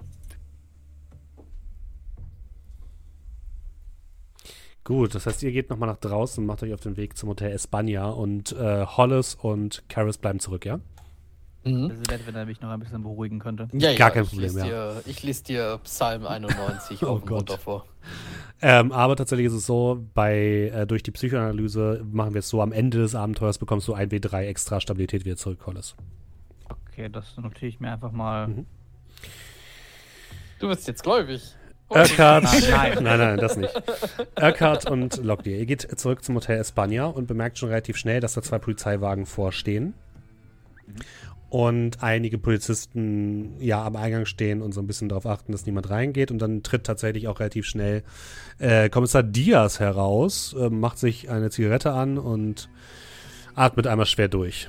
Gut, das heißt, ihr geht nochmal nach draußen und macht euch auf den Weg zum Hotel Espana und Hollis und Karis bleiben zurück, ja? Mhm. Präsident, wenn er mich noch ein bisschen beruhigen könnte. Ja, Gar kein ich Problem, Ich lese dir Psalm 91 Oh auf dem Gott. runter vor. Aber tatsächlich ist es so, durch die Psychoanalyse machen wir es so, am Ende des Abenteuers bekommst du 1W3 extra Stabilität wieder zurück, Hollis. Okay, das notiere ich mir einfach mal. Mhm. Du bist jetzt gläubig. Urquhart, Nein. nein, das nicht. Urquhart und Locklear. Ihr geht zurück zum Hotel Espana und bemerkt schon relativ schnell, dass da 2 Polizeiwagen vorstehen. und einige Polizisten ja am Eingang stehen und so ein bisschen darauf achten, dass niemand reingeht. Und dann tritt tatsächlich auch relativ schnell Kommissar Diaz heraus, macht sich eine Zigarette an und atmet einmal schwer durch.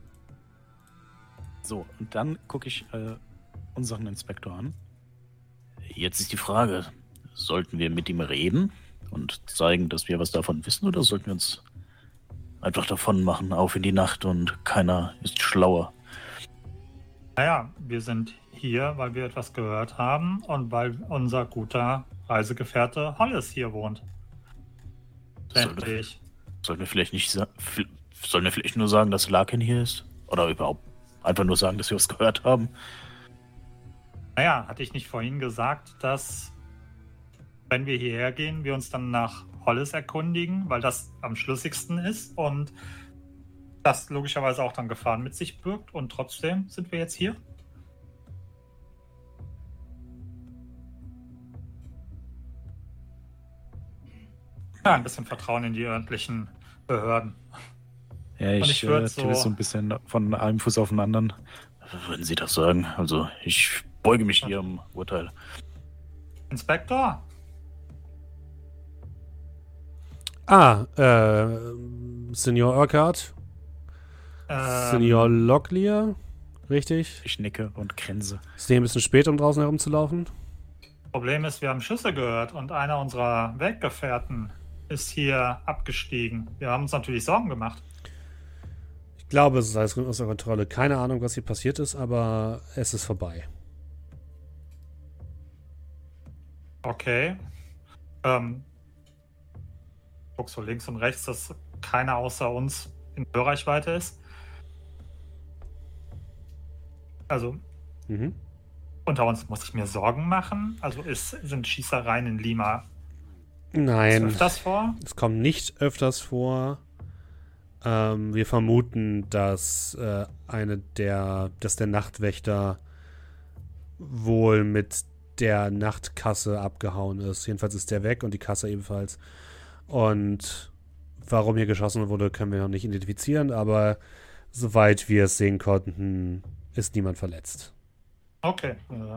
So, und dann gucke ich unseren Inspektor an. Jetzt ist die Frage, sollten wir mit ihm reden und zeigen, dass wir was davon wissen, oder sollten wir uns einfach davon machen, auf in die Nacht und keiner ist schlauer? Naja, wir sind hier, weil wir etwas gehört haben und weil unser guter Reisegefährte Hollis hier wohnt. Sollen Endlich. wir vielleicht nur sagen, dass Larkin hier ist? Oder überhaupt einfach nur sagen, dass wir was gehört haben? Naja, hatte ich nicht vorhin gesagt, dass, wenn wir hierher gehen, wir uns dann nach Hollis erkundigen, weil das am schlüssigsten ist und das logischerweise auch dann Gefahren mit sich birgt, und trotzdem sind wir jetzt hier? Ja, ein bisschen Vertrauen in die örtlichen Behörden. Ja, Und ich ich würd tippe so ein bisschen von einem Fuß auf den anderen. Würden Sie das sagen? Also, ich beuge mich Ihrem Urteil. Inspektor? Senior Urquhart, Senior Locklear, richtig? Ich nicke und grinse. Ist dir ein bisschen spät, um draußen herumzulaufen? Problem ist, wir haben Schüsse gehört und einer unserer Weggefährten ist hier abgestiegen. Wir haben uns natürlich Sorgen gemacht. Ich glaube, es ist alles außer Kontrolle. Keine Ahnung, was hier passiert ist, aber es ist vorbei. Okay. Guck so links und rechts, dass keiner außer uns in Hörreichweite ist. Also, unter uns muss ich mir Sorgen machen? Also sind Schießereien in Lima Nein, öfters vor? es kommt nicht öfters vor. Wir vermuten, dass dass der Nachtwächter wohl mit der Nachtkasse abgehauen ist. Jedenfalls ist der weg und die Kasse ebenfalls. Und warum hier geschossen wurde, können wir noch nicht identifizieren, aber soweit wir es sehen konnten, ist niemand verletzt. Okay.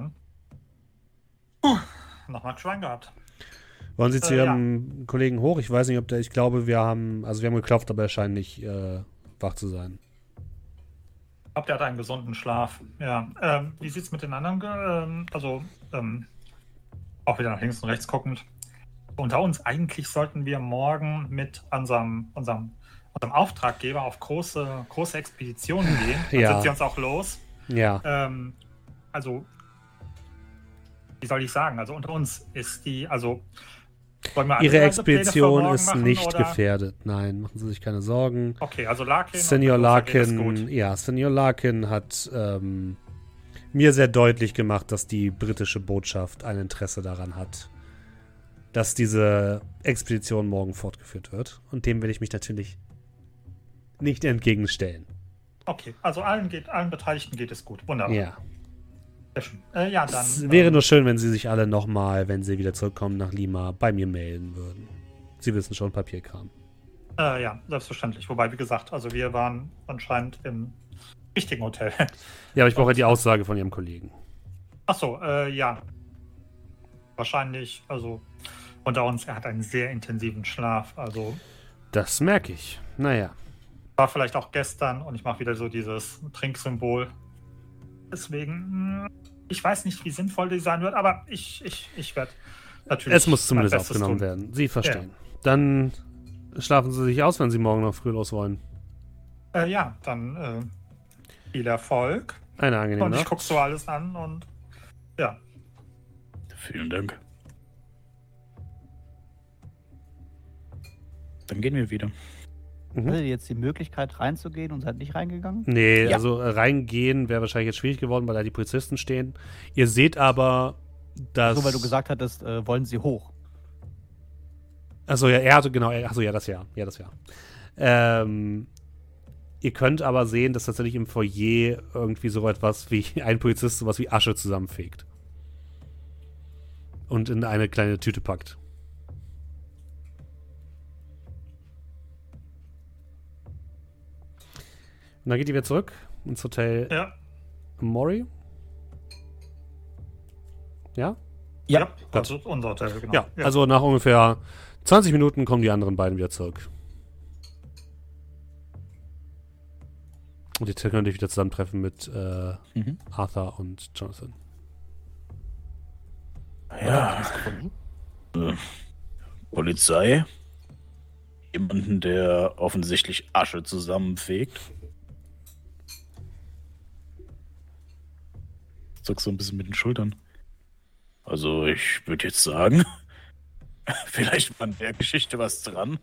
Nochmal Schwein gehabt. Wollen Sie zu Ihrem Kollegen hoch? Ich weiß nicht, ob ich glaube, wir haben geklopft, aber er scheint nicht wach zu sein. Ich glaube, der hat einen gesunden Schlaf. Ja. Wie sieht es mit den anderen? Auch wieder nach links und rechts guckend. Unter uns, eigentlich sollten wir morgen mit unserem Auftraggeber auf große Expeditionen gehen. Dann sind sie uns auch los. Ja. Wie soll ich sagen? Also unter uns ist Ihre Expedition ist nicht gefährdet. Nein, machen Sie sich keine Sorgen. Okay, also Larkin. Senior Larkin hat mir sehr deutlich gemacht, dass die britische Botschaft ein Interesse daran hat, dass diese Expedition morgen fortgeführt wird. Und dem will ich mich natürlich nicht entgegenstellen. Okay, also allen Beteiligten geht es gut. Wunderbar. Ja. Sehr schön. Dann. Es wäre nur schön, wenn Sie sich alle nochmal, wenn Sie wieder zurückkommen nach Lima, bei mir melden würden. Sie wissen schon, Papierkram. Ja, selbstverständlich. Wobei, wie gesagt, also wir waren anscheinend im richtigen Hotel. Ja, aber ich brauche die Aussage von Ihrem Kollegen. Achso, ja. Wahrscheinlich, also unter uns, er hat einen sehr intensiven Schlaf. Also das merke ich. Naja. war vielleicht auch gestern und ich mache wieder so dieses Trinksymbol. Deswegen, ich weiß nicht, wie sinnvoll die sein wird, aber ich werde natürlich. Es muss zumindest aufgenommen werden. Sie verstehen. Ja. Dann schlafen Sie sich aus, wenn Sie morgen noch früh los wollen. Ja, dann viel Erfolg. Eine angenehme Nacht. Und ich gucke so alles an und ja. Vielen Dank. Dann gehen wir wieder. Hatte jetzt die Möglichkeit reinzugehen und seid nicht reingegangen? Nee, ja. Also reingehen wäre wahrscheinlich jetzt schwierig geworden, weil da die Polizisten stehen. Ihr seht aber, dass... So, weil du gesagt hattest, wollen sie hoch. Achso, ja, er hatte genau... Achso, ja, das Jahr. Ihr könnt aber sehen, dass tatsächlich im Foyer irgendwie so etwas wie ein Polizist sowas wie Asche zusammenfegt. Und in eine kleine Tüte packt. Und dann geht ihr wieder zurück ins Hotel Ja. Mori. Ja? Ja, das ist unser Hotel, genau. Ja, also nach ungefähr 20 Minuten kommen die anderen beiden wieder zurück. Und jetzt könnt ihr euch wieder zusammentreffen mit Arthur und Jonathan. Ja, Polizei. Jemanden, der offensichtlich Asche zusammenfegt. Zuckst so ein bisschen mit den Schultern. Also ich würde jetzt sagen, vielleicht war an der Geschichte was dran.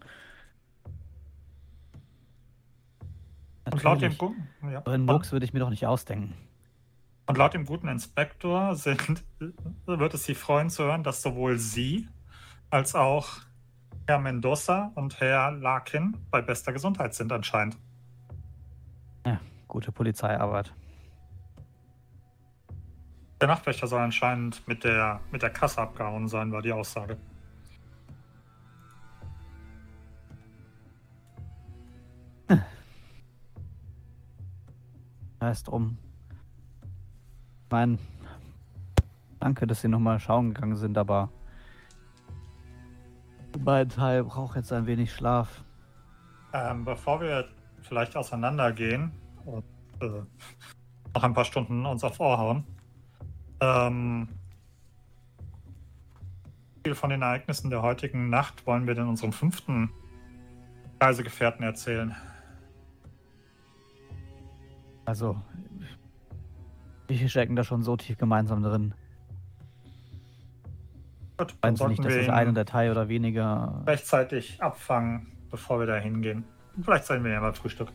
Und laut dem Natürlich. guten, ja. Aber einen Mucks würde ich mir doch nicht ausdenken. Und laut dem guten Inspektor wird es Sie freuen zu hören, dass sowohl Sie als auch Herr Mendoza und Herr Larkin bei bester Gesundheit sind anscheinend. Ja, gute Polizeiarbeit. Der Nachtwächter soll anscheinend mit der Kasse abgehauen sein, war die Aussage. Heißt drum. Ich meine, danke, dass Sie nochmal schauen gegangen sind, aber mein Teil braucht jetzt ein wenig Schlaf. Bevor wir vielleicht auseinandergehen und noch ein paar Stunden uns aufs Ohr hauen, viel von den Ereignissen der heutigen Nacht wollen wir denn unserem 5. Reisegefährten erzählen. Also, wir stecken da schon so tief gemeinsam drin. Gut, dann Meinen Sie sollten nicht, dass wir das ihn eine Datei oder weniger... rechtzeitig abfangen, bevor wir da hingehen. Und vielleicht sehen wir ja mal Frühstück.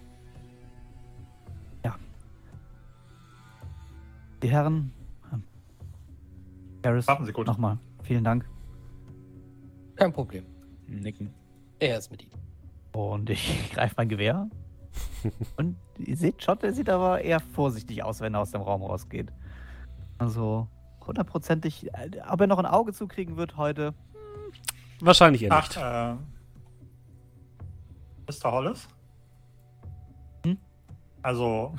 Die Herren, Harris, Warten Sie gut. nochmal, vielen Dank. Kein Problem. Nicken. Er ist mit ihm. Und ich greife mein Gewehr. Und ihr seht schon, der sieht aber eher vorsichtig aus, wenn er aus dem Raum rausgeht. Also, hundertprozentig, ob er noch ein Auge zukriegen wird heute. Wahrscheinlich eher Ach, nicht. Mr. Hollis? Hm? Also,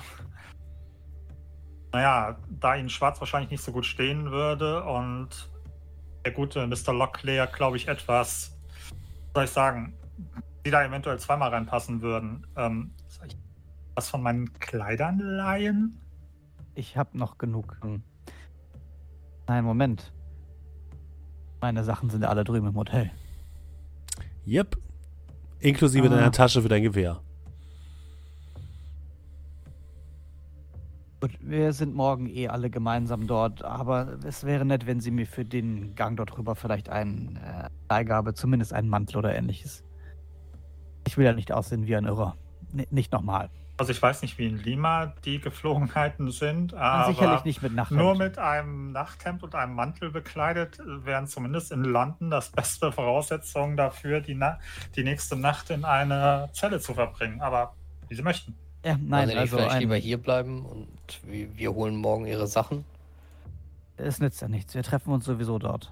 naja, da Ihnen Schwarz wahrscheinlich nicht so gut stehen würde und der gute Mr. Locklear, glaube ich, etwas, soll ich sagen, die da eventuell zweimal reinpassen würden. Soll ich was von meinen Kleidern leihen? Ich habe noch genug. Nein, Moment. Meine Sachen sind alle drüben im Hotel. Yep. Inklusive deiner Tasche für dein Gewehr. Gut, wir sind morgen alle gemeinsam dort, aber es wäre nett, wenn Sie mir für den Gang dort rüber vielleicht eine Leihgabe, zumindest einen Mantel oder ähnliches. Ich will ja nicht aussehen wie ein Irrer. Nicht nochmal. Also ich weiß nicht, wie in Lima die Geflogenheiten sind, aber Sicherlich nicht mit Nachthemd. nur mit einem Nachthemd und einem Mantel bekleidet wären zumindest in London das beste Voraussetzungen dafür, die nächste Nacht in einer Zelle zu verbringen. Aber wie Sie möchten. Ja, nein, Wollen Sie also vielleicht lieber hier bleiben und wir holen morgen Ihre Sachen? es nützt ja nichts. Wir treffen uns sowieso dort.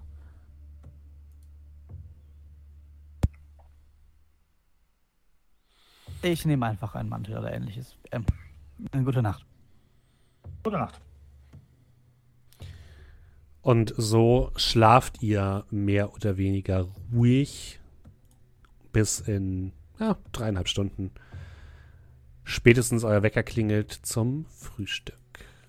Ich nehme einfach einen Mantel oder ähnliches. Eine gute Nacht. Gute Nacht. Und so schlaft ihr mehr oder weniger ruhig bis in 3,5 Stunden. Spätestens euer Wecker klingelt zum Frühstück.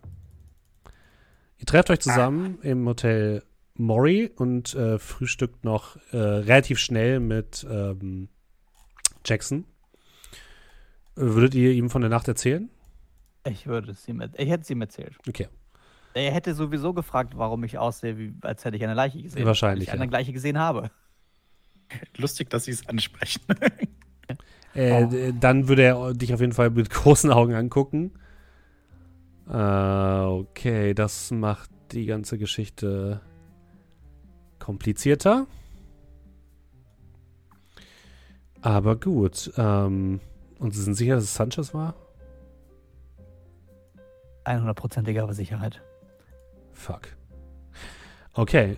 Ihr trefft euch zusammen im Hotel Mori und frühstückt noch relativ schnell mit Jackson. Würdet ihr ihm von der Nacht erzählen? Ich hätte es ihm erzählt. Okay. Er hätte sowieso gefragt, warum ich aussehe, als hätte ich eine Leiche gesehen. Wahrscheinlich, Weil ich eine Leiche gesehen habe. Lustig, dass sie es ansprechen. Dann würde er dich auf jeden Fall mit großen Augen angucken. Okay, das macht die ganze Geschichte komplizierter. Aber gut. Und Sie sind sicher, dass es Sanchez war? 100%ige Sicherheit. Fuck. Okay,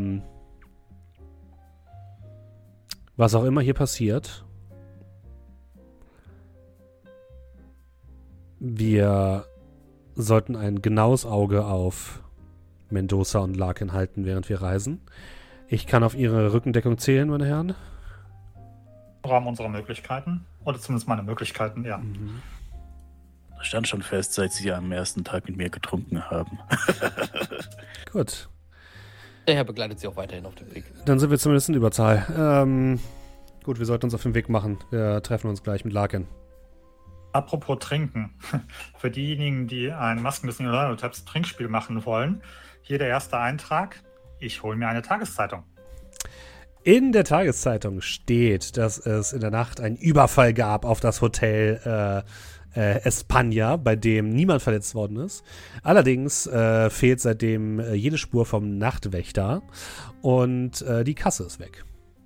was auch immer hier passiert, Wir sollten ein genaues Auge auf Mendoza und Larkin halten, während wir reisen. Ich kann auf Ihre Rückendeckung zählen, meine Herren. Im Rahmen unserer Möglichkeiten. Oder zumindest meine Möglichkeiten, ja. Das stand schon fest, seit Sie am ersten Tag mit mir getrunken haben. Gut. Der Herr begleitet Sie auch weiterhin auf dem Weg. Dann sind wir zumindest in Überzahl. Gut, wir sollten uns auf den Weg machen. Wir treffen uns gleich mit Larkin. Apropos Trinken. Für diejenigen, die ein Maskenbissen-Tabs Trinkspiel machen wollen, hier der erste Eintrag. Ich hole mir eine Tageszeitung. In der Tageszeitung steht, dass es in der Nacht einen Überfall gab auf das Hotel España, bei dem niemand verletzt worden ist. Allerdings fehlt seitdem jede Spur vom Nachtwächter und die Kasse ist weg.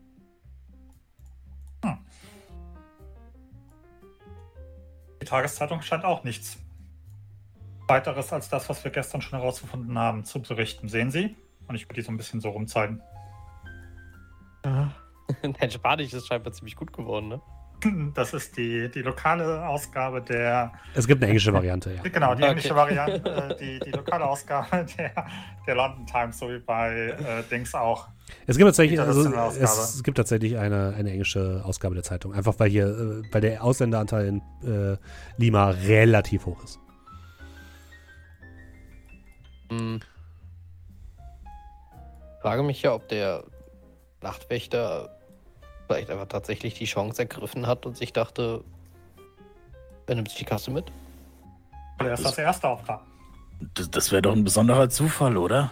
Die Tageszeitung scheint auch nichts weiteres als das, was wir gestern schon herausgefunden haben, zu berichten. Sehen Sie? Und ich würde die so ein bisschen so rumzeigen. Dein Spanisch ist scheinbar ziemlich gut geworden, ne? Das ist die lokale Ausgabe der... Es gibt eine englische Variante, ja. Genau, die englische Variante, die lokale Ausgabe der London Times, so wie bei Dings auch. Es gibt tatsächlich, Es gibt tatsächlich eine englische Ausgabe der Zeitung. Einfach weil der Ausländeranteil in Lima relativ hoch ist. Ich frage mich ja, ob der Nachtwächter vielleicht einfach tatsächlich die Chance ergriffen hat und sich dachte, er nimmt sich die Kasse mit. Er ist das erste Opfer. Das wäre doch ein besonderer Zufall, oder?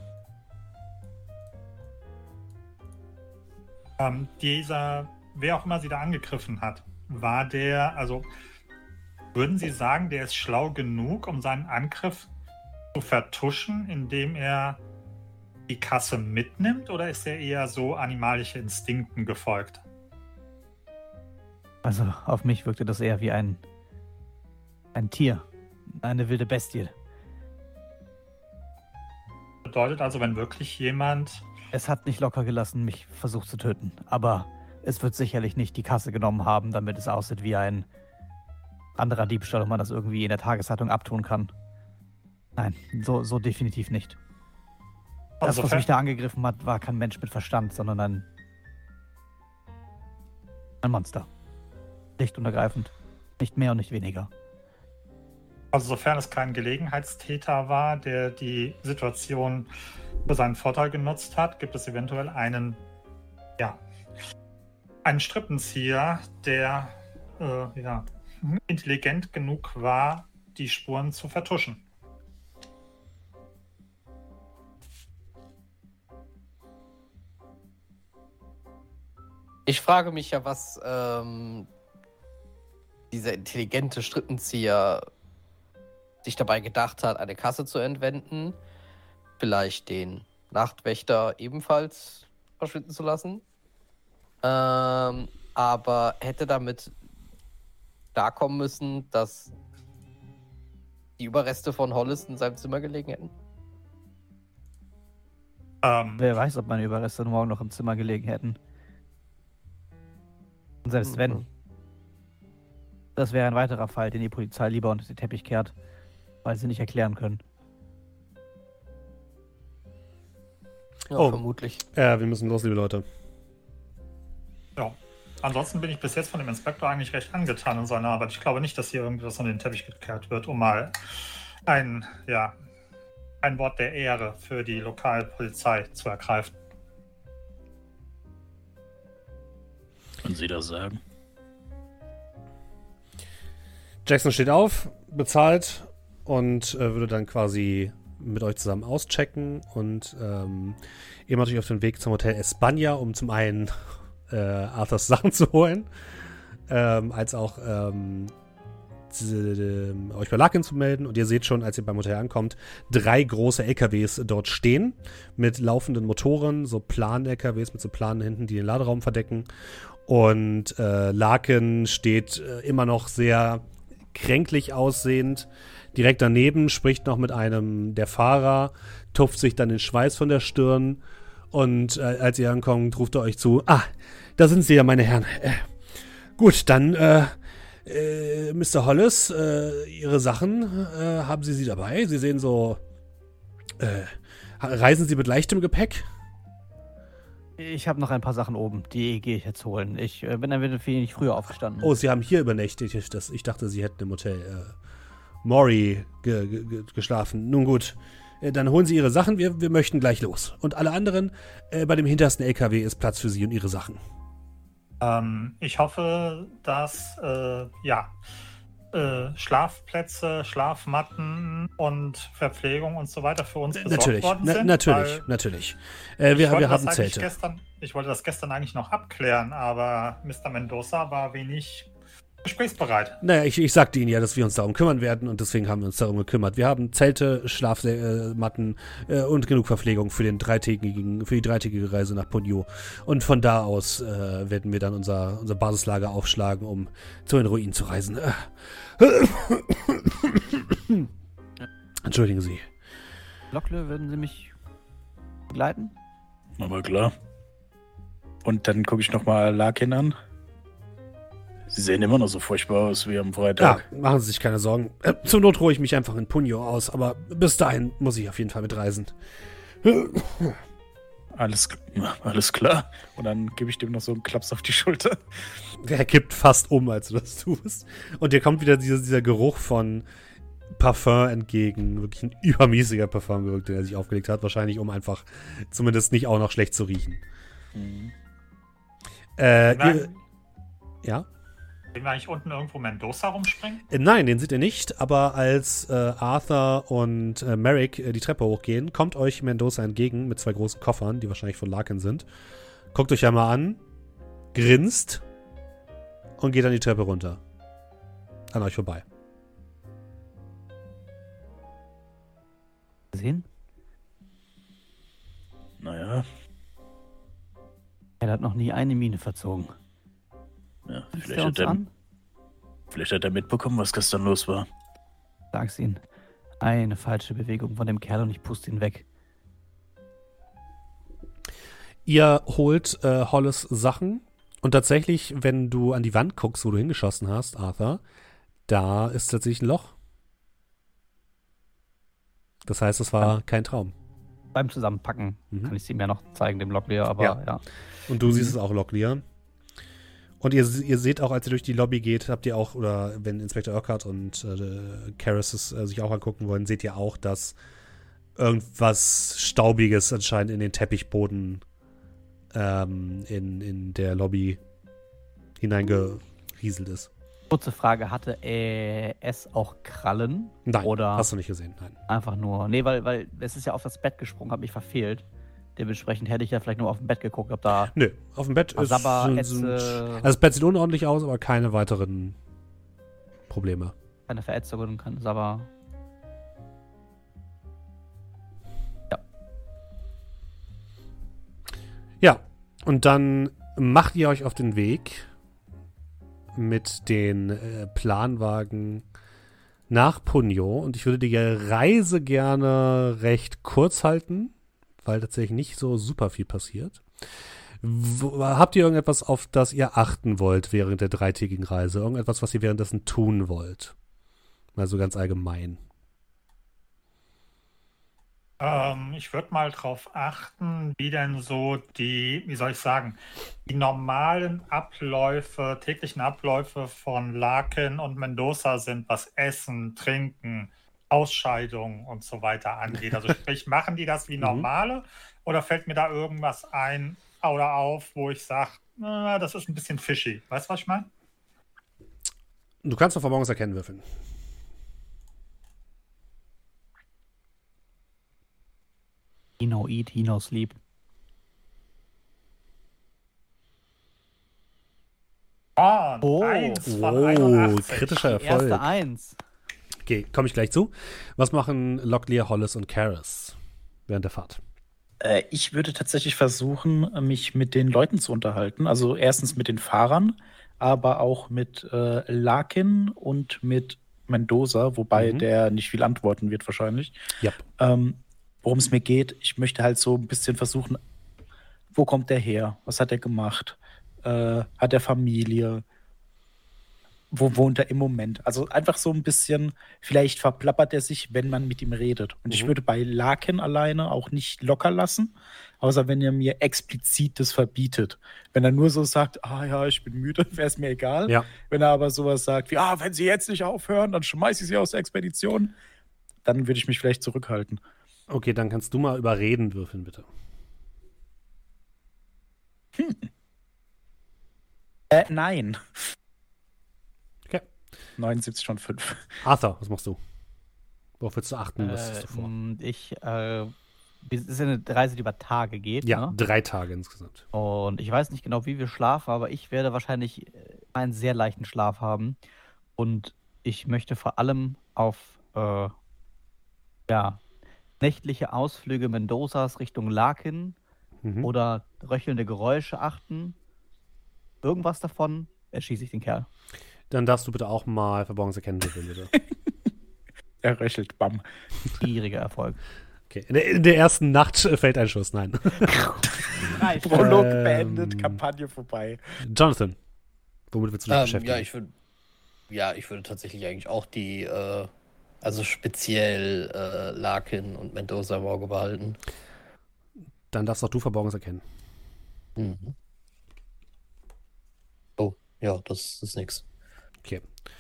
Wer auch immer sie da angegriffen hat, war der, also würden Sie sagen, der ist schlau genug, um seinen Angriff zu vertuschen, indem er die Kasse mitnimmt, oder ist er eher so animalische Instinkten gefolgt? Also auf mich wirkte das eher wie ein Tier, eine wilde Bestie. Bedeutet also, wenn wirklich jemand... Es hat nicht locker gelassen, mich versucht zu töten, aber es wird sicherlich nicht die Kasse genommen haben, damit es aussieht wie ein anderer Diebstahl und man das irgendwie in der Tageszeitung abtun kann. Nein, so definitiv nicht. Das, was mich da angegriffen hat, war kein Mensch mit Verstand, sondern ein Monster. Schlicht und ergreifend. Nicht mehr und nicht weniger. Also sofern es kein Gelegenheitstäter war, der die Situation für seinen Vorteil genutzt hat, gibt es eventuell einen Strippenzieher, der intelligent genug war, die Spuren zu vertuschen. Ich frage mich ja, was dieser intelligente Strippenzieher sich dabei gedacht hat, eine Kasse zu entwenden, vielleicht den Nachtwächter ebenfalls verschwinden zu lassen, aber hätte damit klarkommen müssen, dass die Überreste von Hollis in seinem Zimmer gelegen hätten. Wer weiß, ob meine Überreste morgen noch im Zimmer gelegen hätten. Und selbst wenn, das wäre ein weiterer Fall, den die Polizei lieber unter den Teppich kehrt, weil sie nicht erklären können. Ja, vermutlich. Wir müssen los, liebe Leute. Ja. Ansonsten bin ich bis jetzt von dem Inspektor eigentlich recht angetan in seiner Arbeit. Ich glaube nicht, dass hier irgendwas unter den Teppich gekehrt wird, um mal ein Wort der Ehre für die Lokalpolizei zu ergreifen. Können Sie das sagen? Jackson steht auf, bezahlt und würde dann quasi mit euch zusammen auschecken und ihr macht euch auf den Weg zum Hotel España, um zum einen Arthurs Sachen zu holen, als auch euch bei Larkin zu melden. Und ihr seht schon, als ihr beim Hotel ankommt, 3 große LKWs dort stehen mit laufenden Motoren, so Plan-LKWs mit so Planen hinten, die den Laderaum verdecken. Und Larkin steht immer noch sehr kränklich aussehend direkt daneben, spricht noch mit einem der Fahrer, tupft sich dann den Schweiß von der Stirn und als ihr ankommt, ruft er euch zu: Ah, da sind Sie ja, meine Herren. Gut, dann Mr. Hollis, Ihre Sachen, haben Sie dabei? Sie sehen so, reisen Sie mit leichtem Gepäck? Ich habe noch ein paar Sachen oben, die gehe ich jetzt holen. Ich bin ein wenig früher aufgestanden. Oh, Sie haben hier übernächtigt. Ich dachte, Sie hätten im Hotel Maury geschlafen. Nun gut, dann holen Sie Ihre Sachen. Wir möchten gleich los. Und alle anderen, bei dem hintersten LKW ist Platz für Sie und Ihre Sachen. Ich hoffe, dass Schlafplätze, Schlafmatten und Verpflegung und so weiter für uns besorgt worden sind. Natürlich. Wir haben Zelte. Ich wollte das gestern eigentlich noch abklären, aber Mr. Mendoza war wenig gesprächsbereit. Naja, ich sagte Ihnen ja, dass wir uns darum kümmern werden und deswegen haben wir uns darum gekümmert. Wir haben Zelte, Schlafmatten und genug Verpflegung für die dreitägige Reise nach Pugno. Und von da aus werden wir dann unser Basislager aufschlagen, um zu den Ruinen zu reisen. Entschuldigen Sie. Lockle, würden Sie mich begleiten? Aber klar. Und dann gucke ich nochmal Larkin an. Sie sehen immer noch so furchtbar aus wie am Freitag. Ja, machen Sie sich keine Sorgen. Zur Not ruhe ich mich einfach in Pugno aus, aber bis dahin muss ich auf jeden Fall mitreisen. Alles klar. Und dann gebe ich dem noch so einen Klaps auf die Schulter. Der kippt fast um, als du das tust. Und dir kommt wieder dieser Geruch von Parfum entgegen. Wirklich ein übermäßiger Parfumgeruch, den er sich aufgelegt hat. Wahrscheinlich, um einfach zumindest nicht auch noch schlecht zu riechen. Mhm. Ja? Sehen wir eigentlich unten irgendwo Mendoza rumspringen? Nein, den seht ihr nicht, aber als Arthur und Merrick die Treppe hochgehen, kommt euch Mendoza entgegen mit 2 großen Koffern, die wahrscheinlich von Larkin sind. Guckt euch einmal an, grinst und geht dann die Treppe runter. An euch vorbei. Sehen? Naja. Er hat noch nie eine Mine verzogen. Ja, Guckt vielleicht er uns an? hat er mitbekommen, was gestern los war. Sag's ihm. Eine falsche Bewegung von dem Kerl und ich puste ihn weg. Ihr holt Hollis Sachen und tatsächlich, wenn du an die Wand guckst, wo du hingeschossen hast, Arthur, da ist tatsächlich ein Loch. Das heißt, es war kein Traum. Beim Zusammenpacken kann ich es ihm ja noch zeigen, dem Locklear, aber ja. Und du siehst es auch, Locklear. Und ihr seht auch, als ihr durch die Lobby geht, habt ihr auch, oder wenn Inspektor Urquhart und Karras es sich auch angucken wollen, seht ihr auch, dass irgendwas Staubiges anscheinend in den Teppichboden in der Lobby hineingerieselt ist. Kurze Frage, hatte es auch Krallen? Nein, oder hast du nicht gesehen, nein. einfach nur, nee, weil es ist ja auf das Bett gesprungen, hat mich verfehlt. Dementsprechend hätte ich ja vielleicht nur auf dem Bett geguckt, ob da... Nö, auf dem Bett also das Bett sieht unordentlich aus, aber keine weiteren Probleme. Keine Verätzungen, keine Sabber... Ja, und dann macht ihr euch auf den Weg mit den Planwagen nach Pugno und ich würde die Reise gerne recht kurz halten, weil tatsächlich nicht so super viel passiert. Habt ihr irgendetwas, auf das ihr achten wollt während der 3-tägigen Reise? Irgendetwas, was ihr währenddessen tun wollt? Mal so ganz allgemein. Ich würde mal drauf achten, wie denn so die normalen Abläufe, täglichen Abläufe von Larkin und Mendoza sind, was Essen, Trinken, Ausscheidungen und so weiter angeht. Also sprich, machen die das wie normale oder fällt mir da irgendwas ein oder auf, wo ich sage, das ist ein bisschen fishy. Weißt du, was ich meine? Du kannst auf Verborgenes erkennen würfeln. He no eat, he no sleep. Oh, 1 von 81. Kritischer Erfolg. Erste 1. Okay, komme ich gleich zu. Was machen Locklear, Hollis und Karras während der Fahrt? Ich würde tatsächlich versuchen, mich mit den Leuten zu unterhalten. Also erstens mit den Fahrern, aber auch mit Larkin und mit Mendoza, wobei der nicht viel antworten wird wahrscheinlich. Ja. Worum es mir geht, ich möchte halt so ein bisschen versuchen, wo kommt der her? Was hat er gemacht? Hat er Familie? Wo wohnt er im Moment? Also einfach so ein bisschen, vielleicht verplappert er sich, wenn man mit ihm redet. Und ich würde bei Larkin alleine auch nicht locker lassen, außer wenn er mir explizit das verbietet. Wenn er nur so sagt, ja, ich bin müde, wäre es mir egal. Ja. Wenn er aber sowas sagt wie, wenn sie jetzt nicht aufhören, dann schmeiße ich sie aus der Expedition, dann würde ich mich vielleicht zurückhalten. Okay, dann kannst du mal überreden würfeln, bitte. Nein. Okay. 79 von 5. Arthur, was machst du? Worauf willst du achten? Was hast du vor? Es ist ja eine Reise, die über Tage geht. Ja, Ne? 3 Tage insgesamt. Und ich weiß nicht genau, wie wir schlafen, aber ich werde wahrscheinlich einen sehr leichten Schlaf haben. Und ich möchte vor allem auf nächtliche Ausflüge Mendozas Richtung Larkin oder röchelnde Geräusche achten. Irgendwas davon erschieße ich den Kerl. Dann darfst du bitte auch mal Verborgenes Erkennen würfeln, bitte. Er röchelt, bam. Schwieriger Erfolg. Okay, in der ersten Nacht fällt ein Schuss, nein. Prolog beendet, Kampagne vorbei. Jonathan, womit willst du dich beschäftigen? Ich würde tatsächlich eigentlich auch die, also speziell Larkin und Mendoza im Auge behalten. Dann darfst auch du Verborgenes erkennen. Mhm. Oh, ja, das ist nix. Okay.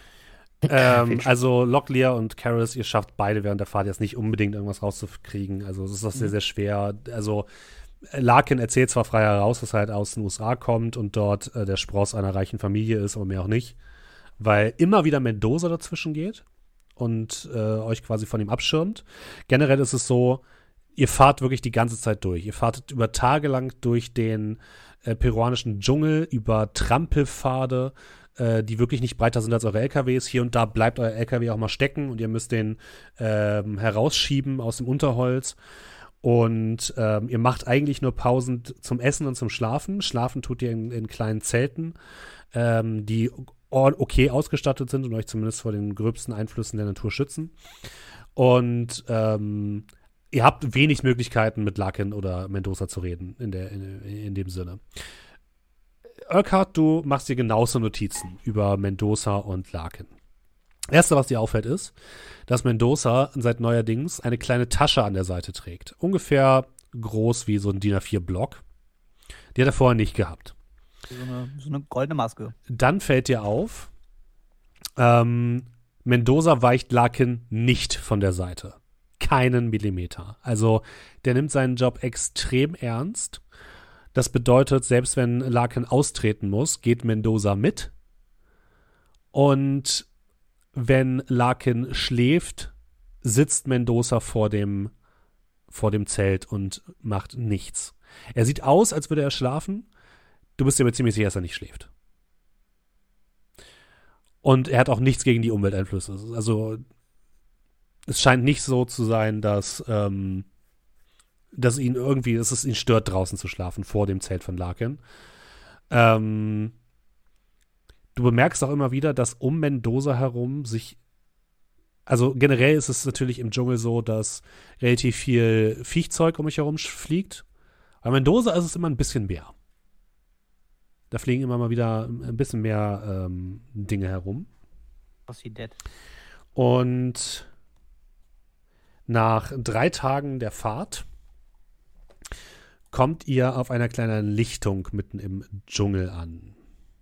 Also Locklear und Karis, ihr schafft beide während der Fahrt jetzt nicht unbedingt irgendwas rauszukriegen. Also es ist doch sehr, sehr schwer. Also Larkin erzählt zwar frei heraus, dass er halt aus den USA kommt und dort der Spross einer reichen Familie ist, aber mehr auch nicht. Weil immer wieder Mendoza dazwischen geht und euch quasi von ihm abschirmt. Generell ist es so, ihr fahrt wirklich die ganze Zeit durch. Ihr fahrt über Tage lang durch den peruanischen Dschungel, über Trampelpfade, die wirklich nicht breiter sind als eure LKWs. Hier und da bleibt euer LKW auch mal stecken und ihr müsst den herausschieben aus dem Unterholz. Und ihr macht eigentlich nur Pausen zum Essen und zum Schlafen. Schlafen tut ihr in kleinen Zelten, die okay ausgestattet sind und euch zumindest vor den gröbsten Einflüssen der Natur schützen. Und ihr habt wenig Möglichkeiten, mit Larkin oder Mendoza zu reden, in dem Sinne. Urquhart, du machst dir genauso Notizen über Mendoza und Larkin. Erste, was dir auffällt, ist, dass Mendoza seit neuerdings eine kleine Tasche an der Seite trägt. Ungefähr groß wie so ein DIN A4-Block. Die hat er vorher nicht gehabt. So eine goldene Maske. Dann fällt dir auf, Mendoza weicht Larkin nicht von der Seite. Keinen Millimeter. Also der nimmt seinen Job extrem ernst. Das bedeutet, selbst wenn Larkin austreten muss, geht Mendoza mit. Und wenn Larkin schläft, sitzt Mendoza vor dem Zelt und macht nichts. Er sieht aus, als würde er schlafen. Du bist dir aber ziemlich sicher, dass er nicht schläft. Und er hat auch nichts gegen die Umwelteinflüsse. Also es scheint nicht so zu sein, dass es ihn stört, draußen zu schlafen, vor dem Zelt von Larkin. Du bemerkst auch immer wieder, dass um Mendoza herum also generell ist es natürlich im Dschungel so, dass relativ viel Viechzeug um mich herum fliegt. Bei Mendoza ist es immer ein bisschen mehr. Da fliegen immer mal wieder ein bisschen mehr Dinge herum. Was wie dead. Und nach 3 Tagen der Fahrt kommt ihr auf einer kleinen Lichtung mitten im Dschungel an.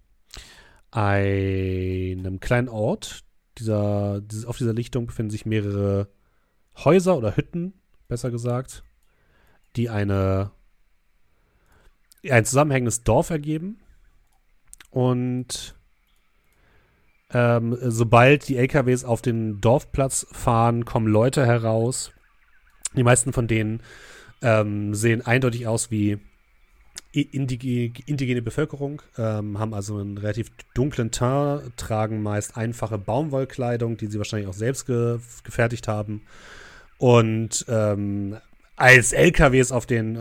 Einem kleinen Ort. Auf dieser Lichtung befinden sich mehrere Häuser oder Hütten, besser gesagt, die ein zusammenhängendes Dorf ergeben. Und sobald die LKWs auf den Dorfplatz fahren, kommen Leute heraus. Die meisten von denen sehen eindeutig aus wie indigene Bevölkerung, haben also einen relativ dunklen Teint, tragen meist einfache Baumwollkleidung, die sie wahrscheinlich auch selbst gefertigt haben. Und als LKWs auf den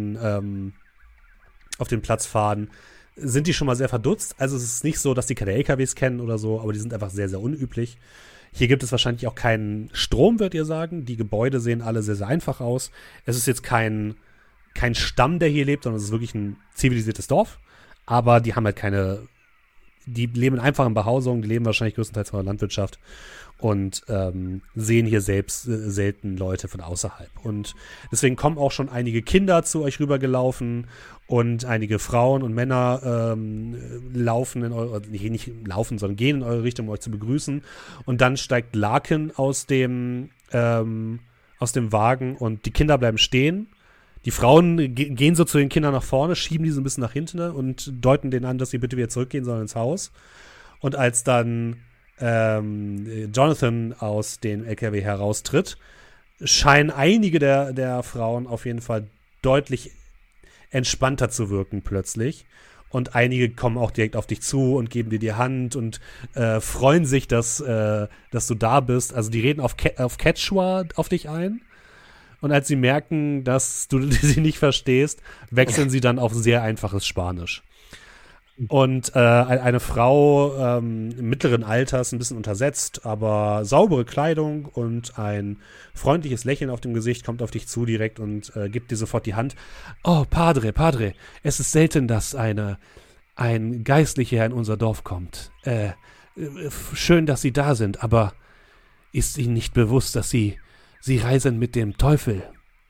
Platz fahren, sind die schon mal sehr verdutzt. Also es ist nicht so, dass die keine LKWs kennen oder so, aber die sind einfach sehr, sehr unüblich. Hier gibt es wahrscheinlich auch keinen Strom, würdet ihr sagen. Die Gebäude sehen alle sehr, sehr einfach aus. Es ist jetzt kein Stamm, der hier lebt, sondern es ist wirklich ein zivilisiertes Dorf. Aber die haben halt keine die leben in einfachen Behausungen, die leben wahrscheinlich größtenteils von der Landwirtschaft und sehen hier selbst selten Leute von außerhalb. Und deswegen kommen auch schon einige Kinder zu euch rübergelaufen und einige Frauen und Männer laufen in eure, nicht laufen, sondern gehen in eure Richtung, um euch zu begrüßen. Und dann steigt Larkin aus dem Wagen und die Kinder bleiben stehen. Die Frauen gehen so zu den Kindern nach vorne, schieben die so ein bisschen nach hinten und deuten denen an, dass sie bitte wieder zurückgehen sollen ins Haus. Und als dann Jonathan aus dem LKW heraustritt, scheinen einige der Frauen auf jeden Fall deutlich entspannter zu wirken plötzlich. Und einige kommen auch direkt auf dich zu und geben dir die Hand und freuen sich, dass du da bist. Also die reden auf Quechua auf dich ein. Und als sie merken, dass du sie nicht verstehst, wechseln sie dann auf sehr einfaches Spanisch. Und eine Frau mittleren Alters, ein bisschen untersetzt, aber saubere Kleidung und ein freundliches Lächeln auf dem Gesicht, kommt auf dich zu direkt und gibt dir sofort die Hand. Oh, Padre, es ist selten, dass ein Geistlicher in unser Dorf kommt. Schön, dass Sie da sind, aber ist Ihnen nicht bewusst, dass Sie reisen mit dem Teufel?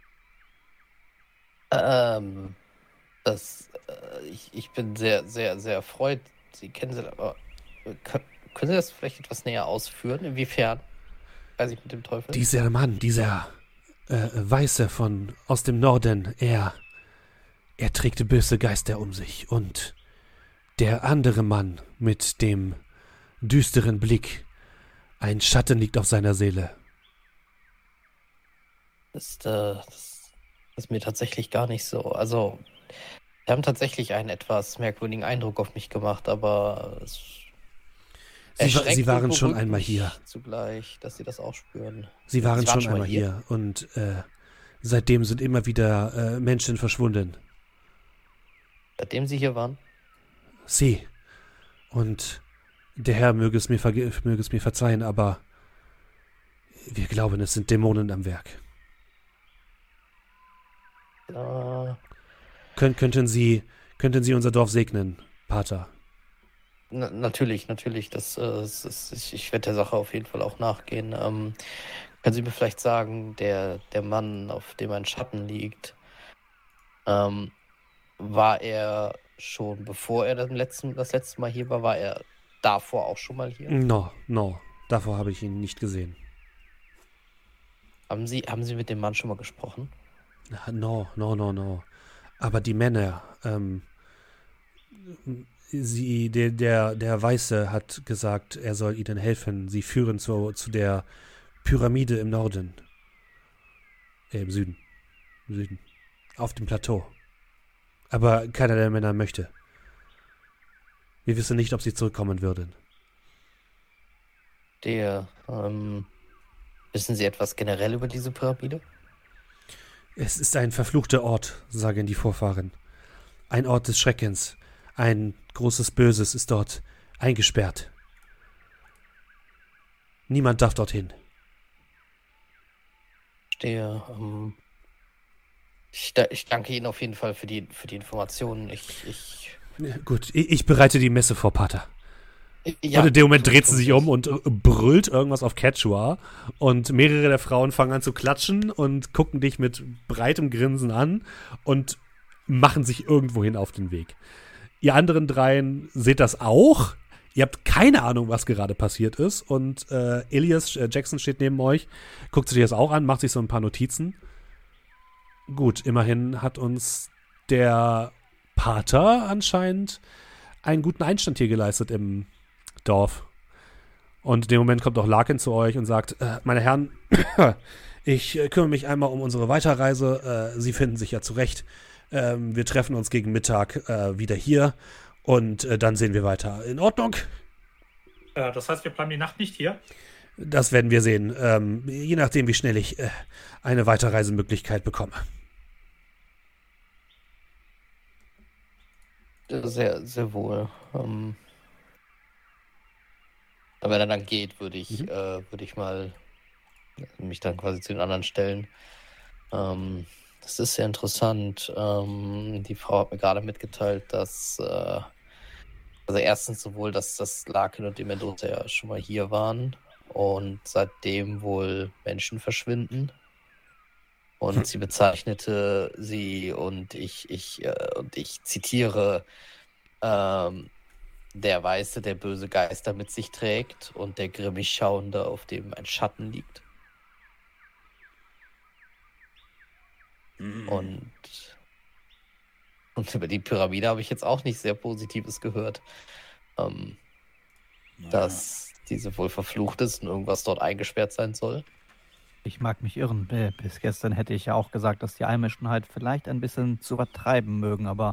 Ich bin sehr, sehr, sehr erfreut. Sie kennen sie, aber können Sie das vielleicht etwas näher ausführen? Inwiefern? Weiß ich mit dem Teufel? Dieser Mann, dieser Weiße aus dem Norden, er trägt böse Geister um sich. Und der andere Mann mit dem düsteren Blick, ein Schatten liegt auf seiner Seele. Das ist mir tatsächlich gar nicht so. Also, Sie haben tatsächlich einen etwas merkwürdigen Eindruck auf mich gemacht, aber Sie waren schon einmal hier. Zugleich, dass Sie das auch spüren. Sie waren schon einmal hier und seitdem sind immer wieder Menschen verschwunden. Seitdem Sie hier waren? Sie. Und der Herr möge es mir verzeihen, aber wir glauben, es sind Dämonen am Werk. Könnten Sie unser Dorf segnen, Pater? Natürlich. Ich werde der Sache auf jeden Fall auch nachgehen. Können Sie mir vielleicht sagen, der Mann, auf dem ein Schatten liegt, war er schon, bevor er das letzte Mal hier war er davor auch schon mal hier? No. Davor habe ich ihn nicht gesehen. Haben Sie mit dem Mann schon mal gesprochen? No. Aber die Männer, der Weiße hat gesagt, er soll ihnen helfen. Sie führen zu der Pyramide im Norden. Im Süden. Auf dem Plateau. Aber keiner der Männer möchte. Wir wissen nicht, ob sie zurückkommen würden. Wissen Sie etwas generell über diese Pyramide? Es ist ein verfluchter Ort, sagen die Vorfahren. Ein Ort des Schreckens. Ein großes Böses ist dort eingesperrt. Niemand darf dorthin. Verstehe. Ich danke Ihnen auf jeden Fall für die Informationen. Gut, ich bereite die Messe vor, Pater. Ja, und in dem Moment dreht sie sich um und brüllt irgendwas auf Quechua. Und mehrere der Frauen fangen an zu klatschen und gucken dich mit breitem Grinsen an und machen sich irgendwohin auf den Weg. Ihr anderen dreien seht das auch. Ihr habt keine Ahnung, was gerade passiert ist. Und Elias Jackson steht neben euch, guckt sich das auch an, macht sich so ein paar Notizen. Gut, immerhin hat uns der Pater anscheinend einen guten Einstand hier geleistet im Dorf. Und in dem Moment kommt auch Larkin zu euch und sagt, meine Herren, ich kümmere mich einmal um unsere Weiterreise. Sie finden sich ja zurecht. Wir treffen uns gegen Mittag wieder hier und dann sehen wir weiter. In Ordnung? Das heißt, wir bleiben die Nacht nicht hier? Das werden wir sehen, je nachdem, wie schnell ich eine Weiterreisemöglichkeit bekomme. Sehr, sehr wohl. Aber wenn er dann geht, würde ich mal mich dann quasi zu den anderen stellen. Das ist sehr interessant. Die Frau hat mir gerade mitgeteilt, dass Also erstens sowohl, dass das Larkin und die Mendoza ja schon mal hier waren und seitdem wohl Menschen verschwinden. Und sie bezeichnete sie und ich zitiere, der Weiße, der böse Geister mit sich trägt und der grimmig Schauende, auf dem ein Schatten liegt. Und über die Pyramide habe ich jetzt auch nicht sehr Positives gehört. Dass diese wohl verflucht ist und irgendwas dort eingesperrt sein soll. Ich mag mich irren. Bis gestern hätte ich ja auch gesagt, dass die Einmischen halt vielleicht ein bisschen zu übertreiben mögen, aber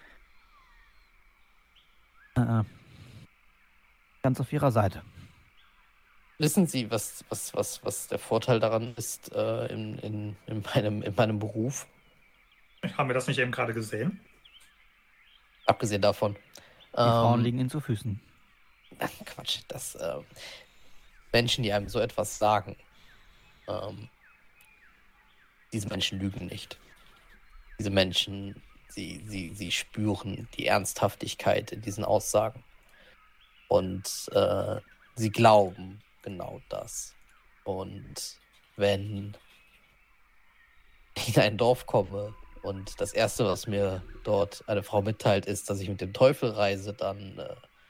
ganz auf ihrer Seite. Wissen Sie, was der Vorteil daran ist in meinem Beruf? Haben wir das nicht eben gerade gesehen? Abgesehen davon. Die Frauen liegen Ihnen zu Füßen. Quatsch, dass Menschen, die einem so etwas sagen, diese Menschen lügen nicht. Diese Menschen, sie spüren die Ernsthaftigkeit in diesen Aussagen. Und sie glauben genau das. Und wenn ich in ein Dorf komme und das Erste, was mir dort eine Frau mitteilt, ist, dass ich mit dem Teufel reise, dann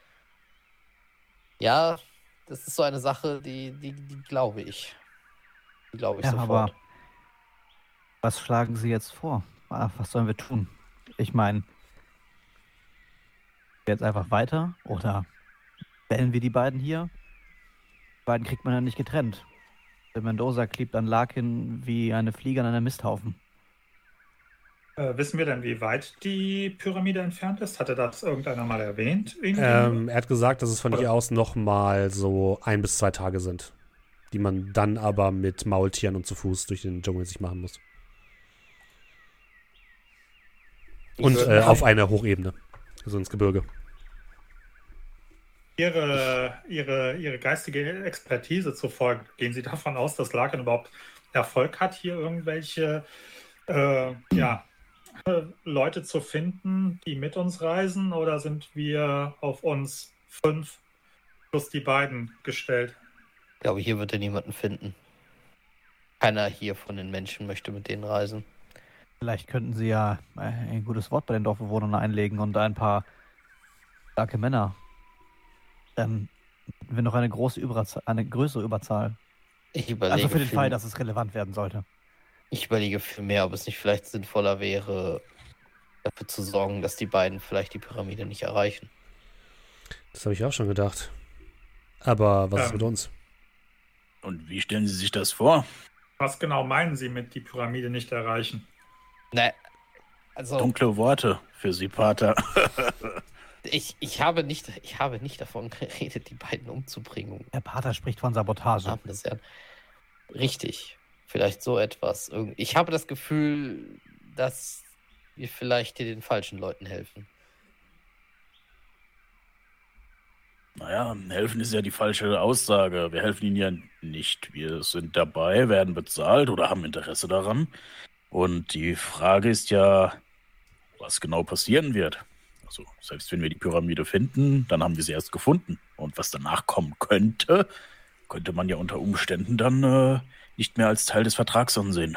ja, das ist so eine Sache, die glaube ich. Die glaube ich Ja, sofort. aber was schlagen Sie jetzt vor? Was sollen wir tun? Ich meine, jetzt einfach weiter oder bellen wir die beiden hier? Die beiden kriegt man ja nicht getrennt. Der Mendoza klebt an Larkin wie eine Fliege an einem Misthaufen. Wissen wir denn, wie weit die Pyramide entfernt ist? Hatte das irgendeiner mal erwähnt? Er hat gesagt, dass es von hier aus nochmal so 1 bis 2 Tage sind, die man dann aber mit Maultieren und zu Fuß durch den Dschungel sich machen muss. Und auf einer Hochebene, also ins Gebirge. Ihre geistige Expertise zufolge, gehen Sie davon aus, dass Larkin überhaupt Erfolg hat, hier irgendwelche Leute zu finden, die mit uns reisen, oder sind wir auf uns 5 plus die beiden gestellt? Ich glaube, hier wird er niemanden finden. Keiner hier von den Menschen möchte mit denen reisen. Vielleicht könnten Sie ja ein gutes Wort bei den Dorfbewohnern einlegen und ein paar starke Männer. Dann hätten wir noch eine größere Überzahl. Ich überlege Also für den Fall, dass es relevant werden sollte. Ich überlege vielmehr, ob es nicht vielleicht sinnvoller wäre, dafür zu sorgen, dass die beiden vielleicht die Pyramide nicht erreichen. Das habe ich auch schon gedacht. Aber was ist mit uns? Und wie stellen Sie sich das vor? Was genau meinen Sie mit die Pyramide nicht erreichen? Ne, also Dunkle Worte für Sie, Pater. ich habe nicht davon geredet, die beiden umzubringen. Der Pater spricht von Sabotage. Richtig. Vielleicht so etwas. Ich habe das Gefühl, dass wir vielleicht hier den falschen Leuten helfen. Naja, helfen ist ja die falsche Aussage. Wir helfen ihnen ja nicht. Wir sind dabei, werden bezahlt oder haben Interesse daran. Und die Frage ist ja, was genau passieren wird. Also, selbst wenn wir die Pyramide finden, dann haben wir sie erst gefunden. Und was danach kommen könnte man ja unter Umständen dann nicht mehr als Teil des Vertrags ansehen.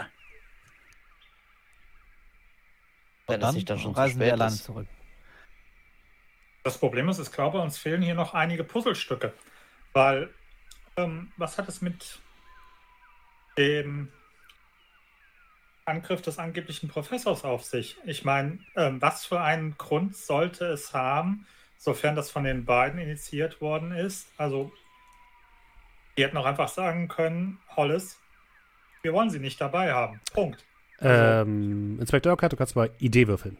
Wenn es nicht dann schon zu reisen wir spät alleine ist. zurück. Das Problem ist, ich glaube, uns fehlen hier noch einige Puzzlestücke. Weil, was hat es mit dem Angriff des angeblichen Professors auf sich? Ich meine, was für einen Grund sollte es haben, sofern das von den beiden initiiert worden ist? Also, die hätten auch einfach sagen können, Hollis, wir wollen sie nicht dabei haben. Punkt. Inspektor Urquhart, du kannst mal Idee würfeln.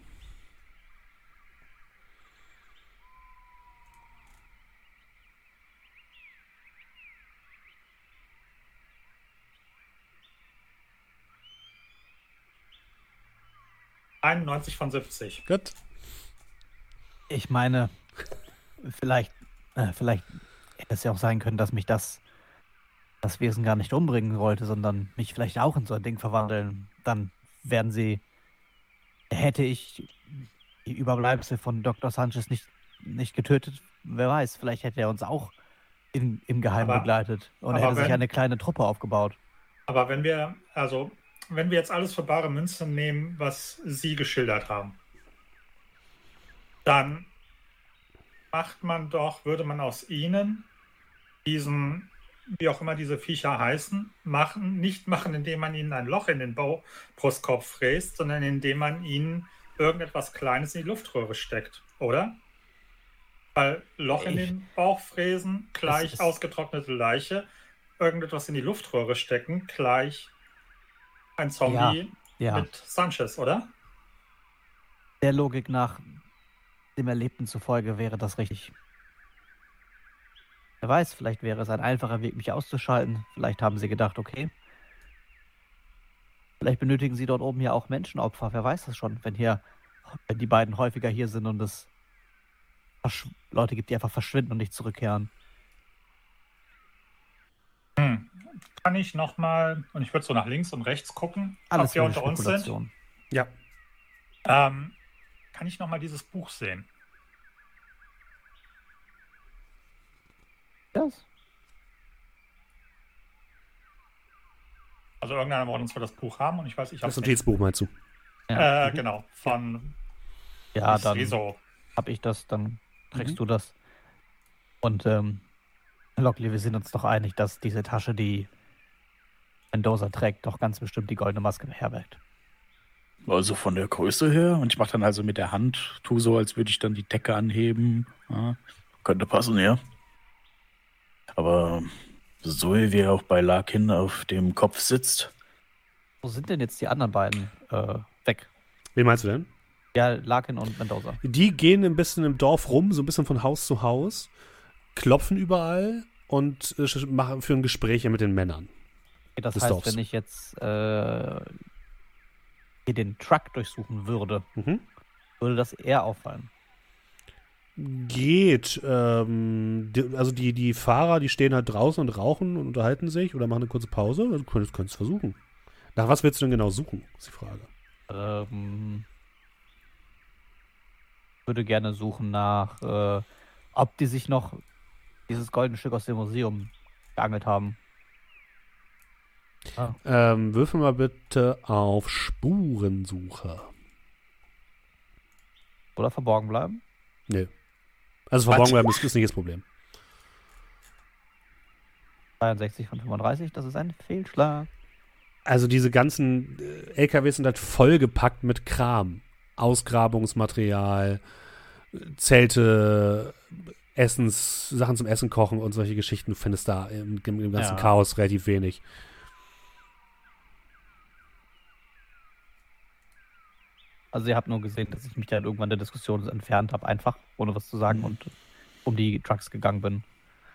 ...91 von 70. Gut. Ich meine, vielleicht hätte es ja auch sein können, dass mich das Wesen gar nicht umbringen wollte, sondern mich vielleicht auch in so ein Ding verwandeln. Dann hätte ich die Überbleibsel von Dr. Sanchez nicht nicht getötet. Wer weiß, vielleicht hätte er uns auch im Geheimen Aber- begleitet und aber hätte sich wenn- eine kleine Truppe aufgebaut. Aber wenn wir jetzt alles für bare Münze nehmen, was Sie geschildert haben, dann würde man aus ihnen diesen, wie auch immer diese Viecher heißen, nicht machen, indem man ihnen ein Loch in den Brustkorb fräst, sondern indem man ihnen irgendetwas Kleines in die Luftröhre steckt, oder? Weil Loch in den Bauch fräsen, gleich ausgetrocknete Leiche, irgendetwas in die Luftröhre stecken, gleich ein Zombie Ja, mit Sanchez, oder? der Logik nach dem Erlebten zufolge wäre das richtig. Wer weiß, vielleicht wäre es ein einfacher Weg, mich auszuschalten. Vielleicht haben sie gedacht, okay, vielleicht benötigen sie dort oben ja auch Menschenopfer. Wer weiß das schon, wenn die beiden häufiger hier sind und es Leute gibt, die einfach verschwinden und nicht zurückkehren. Kann ich nochmal, und ich würde so nach links und rechts gucken, Alles ob wir wilde unter uns sind. Spekulation. Ja. Kann ich nochmal dieses Buch sehen? Das? Also irgendeiner von uns wird das Buch haben und ich weiß, ich habe Das es nicht. Notizbuch meinst du? Ja, Genau, von ja dann Rezo. hab ich das, dann trägst du das. Und Lockley, wir sind uns doch einig, dass diese Tasche, die Mendoza trägt, doch ganz bestimmt die goldene Maske beherbergt. Also von der Größe her. Und ich mache dann also mit der Hand, tu so, als würde ich dann die Decke anheben. Ja, könnte passen, ja. Aber so wie er auch bei Larkin auf dem Kopf sitzt, Wo sind denn jetzt die anderen beiden weg? Wen meinst du denn? Ja, Larkin und Mendoza. Die gehen ein bisschen im Dorf rum, so ein bisschen von Haus zu Haus, klopfen überall und führen Gespräche mit den Männern. Das des heißt, Dorfs. wenn ich jetzt hier den Truck durchsuchen würde, Mhm. würde das eher auffallen. Geht. Also die Fahrer, die stehen halt draußen und rauchen und unterhalten sich oder machen eine kurze Pause. Also könntest es versuchen. Nach was willst du denn genau suchen, ist die Frage. Würde gerne suchen nach, ob die sich noch dieses goldene Stück aus dem Museum geangelt haben. Würfel mal bitte auf Spurensuche. Oder verborgen bleiben. Nee. Also verborgen bleiben ist nicht das Problem. 63 von 35, das ist ein Fehlschlag. Also diese ganzen LKWs sind halt vollgepackt mit Kram. Ausgrabungsmaterial, Zelte, Sachen zum Essen kochen und solche Geschichten. Du findest da im ganzen Chaos relativ wenig. Also ihr habt nur gesehen, dass ich mich dann irgendwann der Diskussion entfernt habe, einfach, ohne was zu sagen und um die Trucks gegangen bin.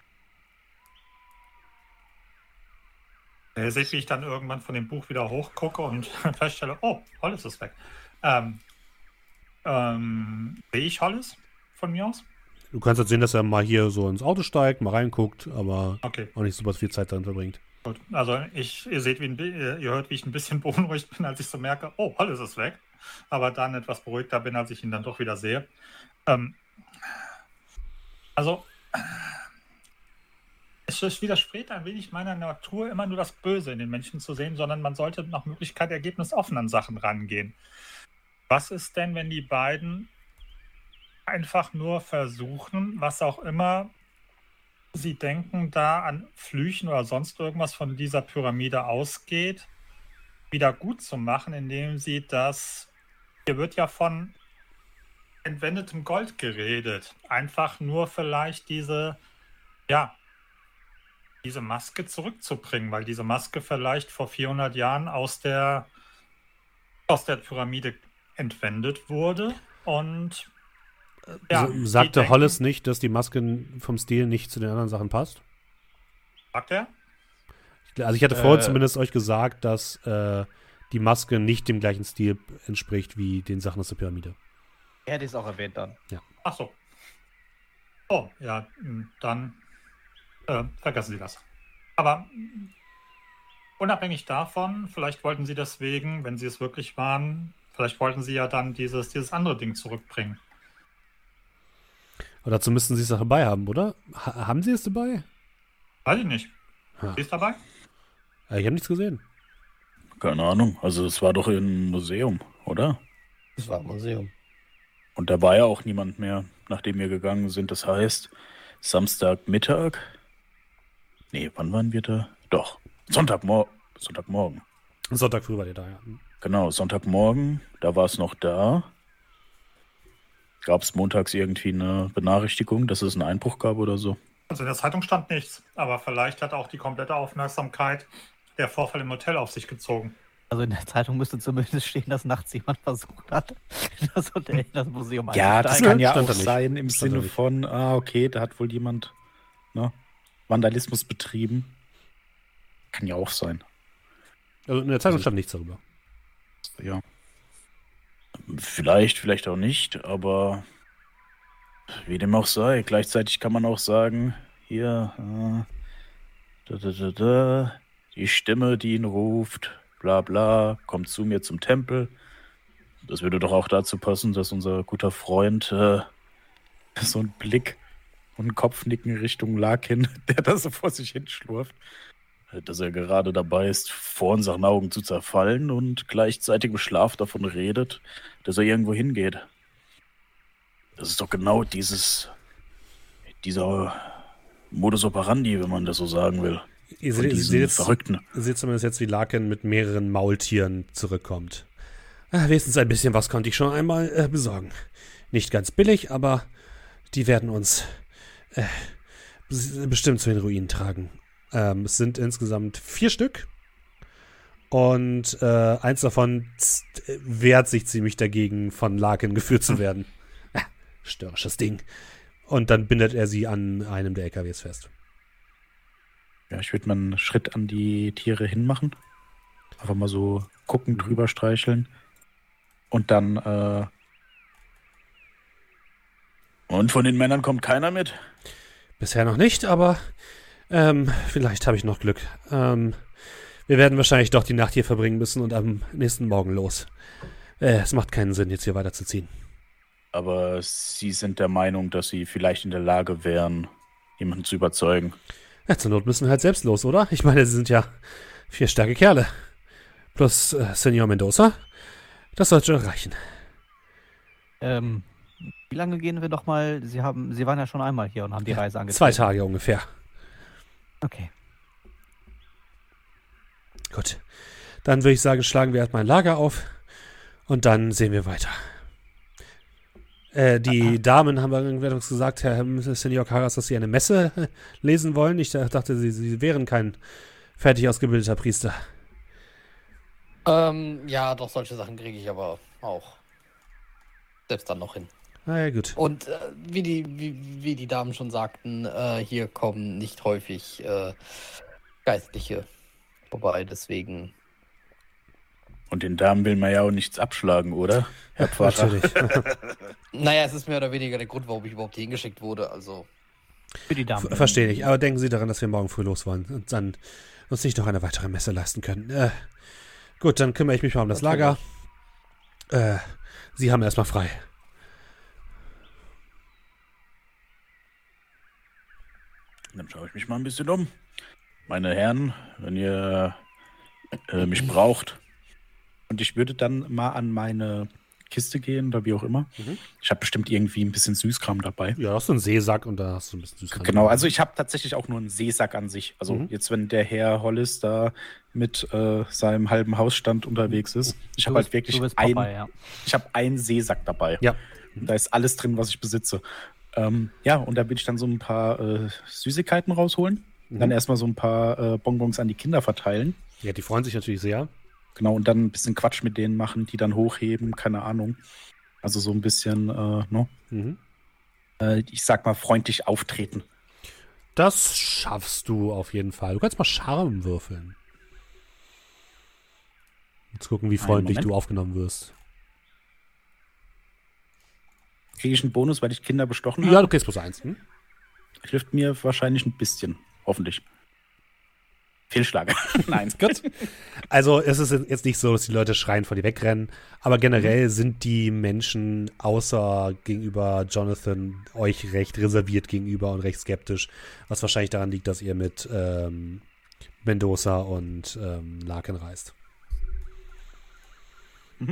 Ihr seht, wie ich dann irgendwann von dem Buch wieder hochgucke und feststelle, oh, Hollis ist weg. Sehe ich Hollis von mir aus? Du kannst halt sehen, dass er mal hier so ins Auto steigt, mal reinguckt, aber Okay, auch nicht super viel Zeit darin verbringt. gut. Also ihr seht, ihr hört, wie ich ein bisschen beunruhigt bin, als ich so merke, oh, Hollis ist weg. Aber dann etwas beruhigter bin, als ich ihn dann doch wieder sehe. Es widerspricht ein wenig meiner Natur, immer nur das Böse in den Menschen zu sehen, sondern man sollte nach Möglichkeit ergebnisoffen an Sachen rangehen. Was ist denn, wenn die beiden einfach nur versuchen, was auch immer sie denken, da an Flüchen oder sonst irgendwas von dieser Pyramide ausgeht, wieder gut zu machen, indem sie hier wird ja von entwendetem Gold geredet. Einfach nur vielleicht diese Maske zurückzubringen, weil diese Maske vielleicht vor 400 Jahren aus der Pyramide entwendet wurde und Sagte die Hollis nicht, dass die Maske vom Stil nicht zu den anderen Sachen passt? Sagt er? Also ich hatte vorhin zumindest euch gesagt, dass die Maske nicht dem gleichen Stil entspricht wie den Sachen aus der Pyramide. Er hätte es auch erwähnt dann. Ach so. Oh, ja, dann vergessen Sie das. Aber unabhängig davon, vielleicht wollten Sie deswegen, wenn Sie es wirklich waren, vielleicht wollten Sie ja dann dieses andere Ding zurückbringen. Aber dazu müssten sie es doch dabei haben, oder? Haben sie es dabei? Weiß ich nicht. Ha. Sie ist dabei? Ich habe nichts gesehen. Keine Ahnung. Also es war doch im Museum, oder? Das war ein Museum. Und da war ja auch niemand mehr, nachdem wir gegangen sind. Das heißt, Samstagmittag. Nee, wann waren wir da? Doch, Sonntagmorgen. Sonntag früh war der da, ja. Genau, Sonntagmorgen, da war es noch da. Gab es montags irgendwie eine Benachrichtigung, dass es einen Einbruch gab oder so? Also in der Zeitung stand nichts, aber vielleicht hat auch die komplette Aufmerksamkeit der Vorfall im Hotel auf sich gezogen. Also in der Zeitung müsste zumindest stehen, dass nachts jemand versucht hat, das Hotel, das Museum Ja, das einzusteigen. kann ja Stand auch da nicht. sein im Stand da Sinne nicht. von, okay, da hat wohl jemand Vandalismus betrieben. Kann ja auch sein. Also in der Zeitung stand nichts darüber. Ja. Vielleicht auch nicht, aber wie dem auch sei. Gleichzeitig kann man auch sagen, hier, die Stimme, die ihn ruft, bla bla, kommt zu mir zum Tempel. Das würde doch auch dazu passen, dass unser guter Freund so einen Blick und einen Kopfnicken Richtung Larkin, der da so vor sich hinschlurft, dass er gerade dabei ist, vor unseren Augen zu zerfallen und gleichzeitig im Schlaf davon redet, dass er irgendwo hingeht. Das ist doch genau dieser Modus operandi, wenn man das so sagen will. Ihr Von seht, diesen jetzt, Verrückten. ihr seht zumindest jetzt, wie Larkin mit mehreren Maultieren zurückkommt. Wenigstens ein bisschen was konnte ich schon einmal besorgen. Nicht ganz billig, aber die werden uns bestimmt zu den Ruinen tragen. Es sind insgesamt 4 Stück. Und eins davon wehrt sich ziemlich dagegen, von Larkin geführt zu werden. Störrisches Ding. Und dann bindet er sie an einem der LKWs fest. Ja, ich würde mal einen Schritt an die Tiere hinmachen. Einfach mal so gucken, drüber streicheln. Und dann, Und von den Männern kommt keiner mit? Bisher noch nicht, aber vielleicht habe ich noch Glück. Wir werden wahrscheinlich doch die Nacht hier verbringen müssen und am nächsten Morgen los. Es macht keinen Sinn, jetzt hier weiterzuziehen. Aber Sie sind der Meinung, dass Sie vielleicht in der Lage wären, jemanden zu überzeugen. Ja, zur Not müssen wir halt selbst los, oder? Ich meine, sie sind ja 4 starke Kerle. Plus Senor Mendoza. Das sollte schon reichen. Wie lange gehen wir noch mal? Sie waren ja schon einmal hier und haben die Reise angetreten. 2 Tage ungefähr. Okay. Gut. Dann würde ich sagen, schlagen wir erstmal ein Lager auf und dann sehen wir weiter. Die Damen haben irgendwas gesagt, Herr Senor Karas, dass sie eine Messe lesen wollen. Ich dachte, sie wären kein fertig ausgebildeter Priester. Ja, doch, solche Sachen kriege ich aber auch selbst dann noch hin. Na ja, gut. Und wie die Damen schon sagten, hier kommen nicht häufig Geistliche vorbei, deswegen. Und den Damen will man ja auch nichts abschlagen, oder, Herr Pfarrer? Natürlich. Naja, es ist mehr oder weniger der Grund, warum ich überhaupt hier hingeschickt wurde, also. Für die Damen. Verstehe ich. Aber denken Sie daran, dass wir morgen früh los wollen und dann uns nicht noch eine weitere Messe leisten können. Gut, dann kümmere ich mich mal um das Lager. Sie haben erstmal frei. Dann schaue ich mich mal ein bisschen um. Meine Herren, wenn ihr mich braucht. Und ich würde dann mal an meine Kiste gehen oder wie auch immer. Mhm. Ich habe bestimmt irgendwie ein bisschen Süßkram dabei. Ja, hast du einen Seesack und da hast du ein bisschen süß dran. Genau, also ich habe tatsächlich auch nur einen Seesack an sich. Also jetzt, wenn der Herr Hollis da mit seinem halben Hausstand unterwegs ist. Ich habe halt wirklich ich habe einen Seesack dabei. Ja. Und da ist alles drin, was ich besitze. Ja, und da will ich dann so ein paar Süßigkeiten rausholen. Dann erstmal so ein paar Bonbons an die Kinder verteilen. Ja, die freuen sich natürlich sehr. Genau, und dann ein bisschen Quatsch mit denen machen, die dann hochheben, keine Ahnung. Also so ein bisschen, ich sag mal, freundlich auftreten. Das schaffst du auf jeden Fall. Du kannst mal Charme würfeln. Jetzt gucken, wie freundlich Moment. du aufgenommen wirst. Kriege ich einen Bonus, weil ich Kinder bestochen habe? Ja, du kriegst plus 1. Hilft mir wahrscheinlich ein bisschen, hoffentlich. Fehlschlag. Nein. Gut. Also es ist jetzt nicht so, dass die Leute schreien vor dir wegrennen, aber generell sind die Menschen außer gegenüber Jonathan euch recht reserviert gegenüber und recht skeptisch, was wahrscheinlich daran liegt, dass ihr mit Mendoza und Larkin reist. Mhm.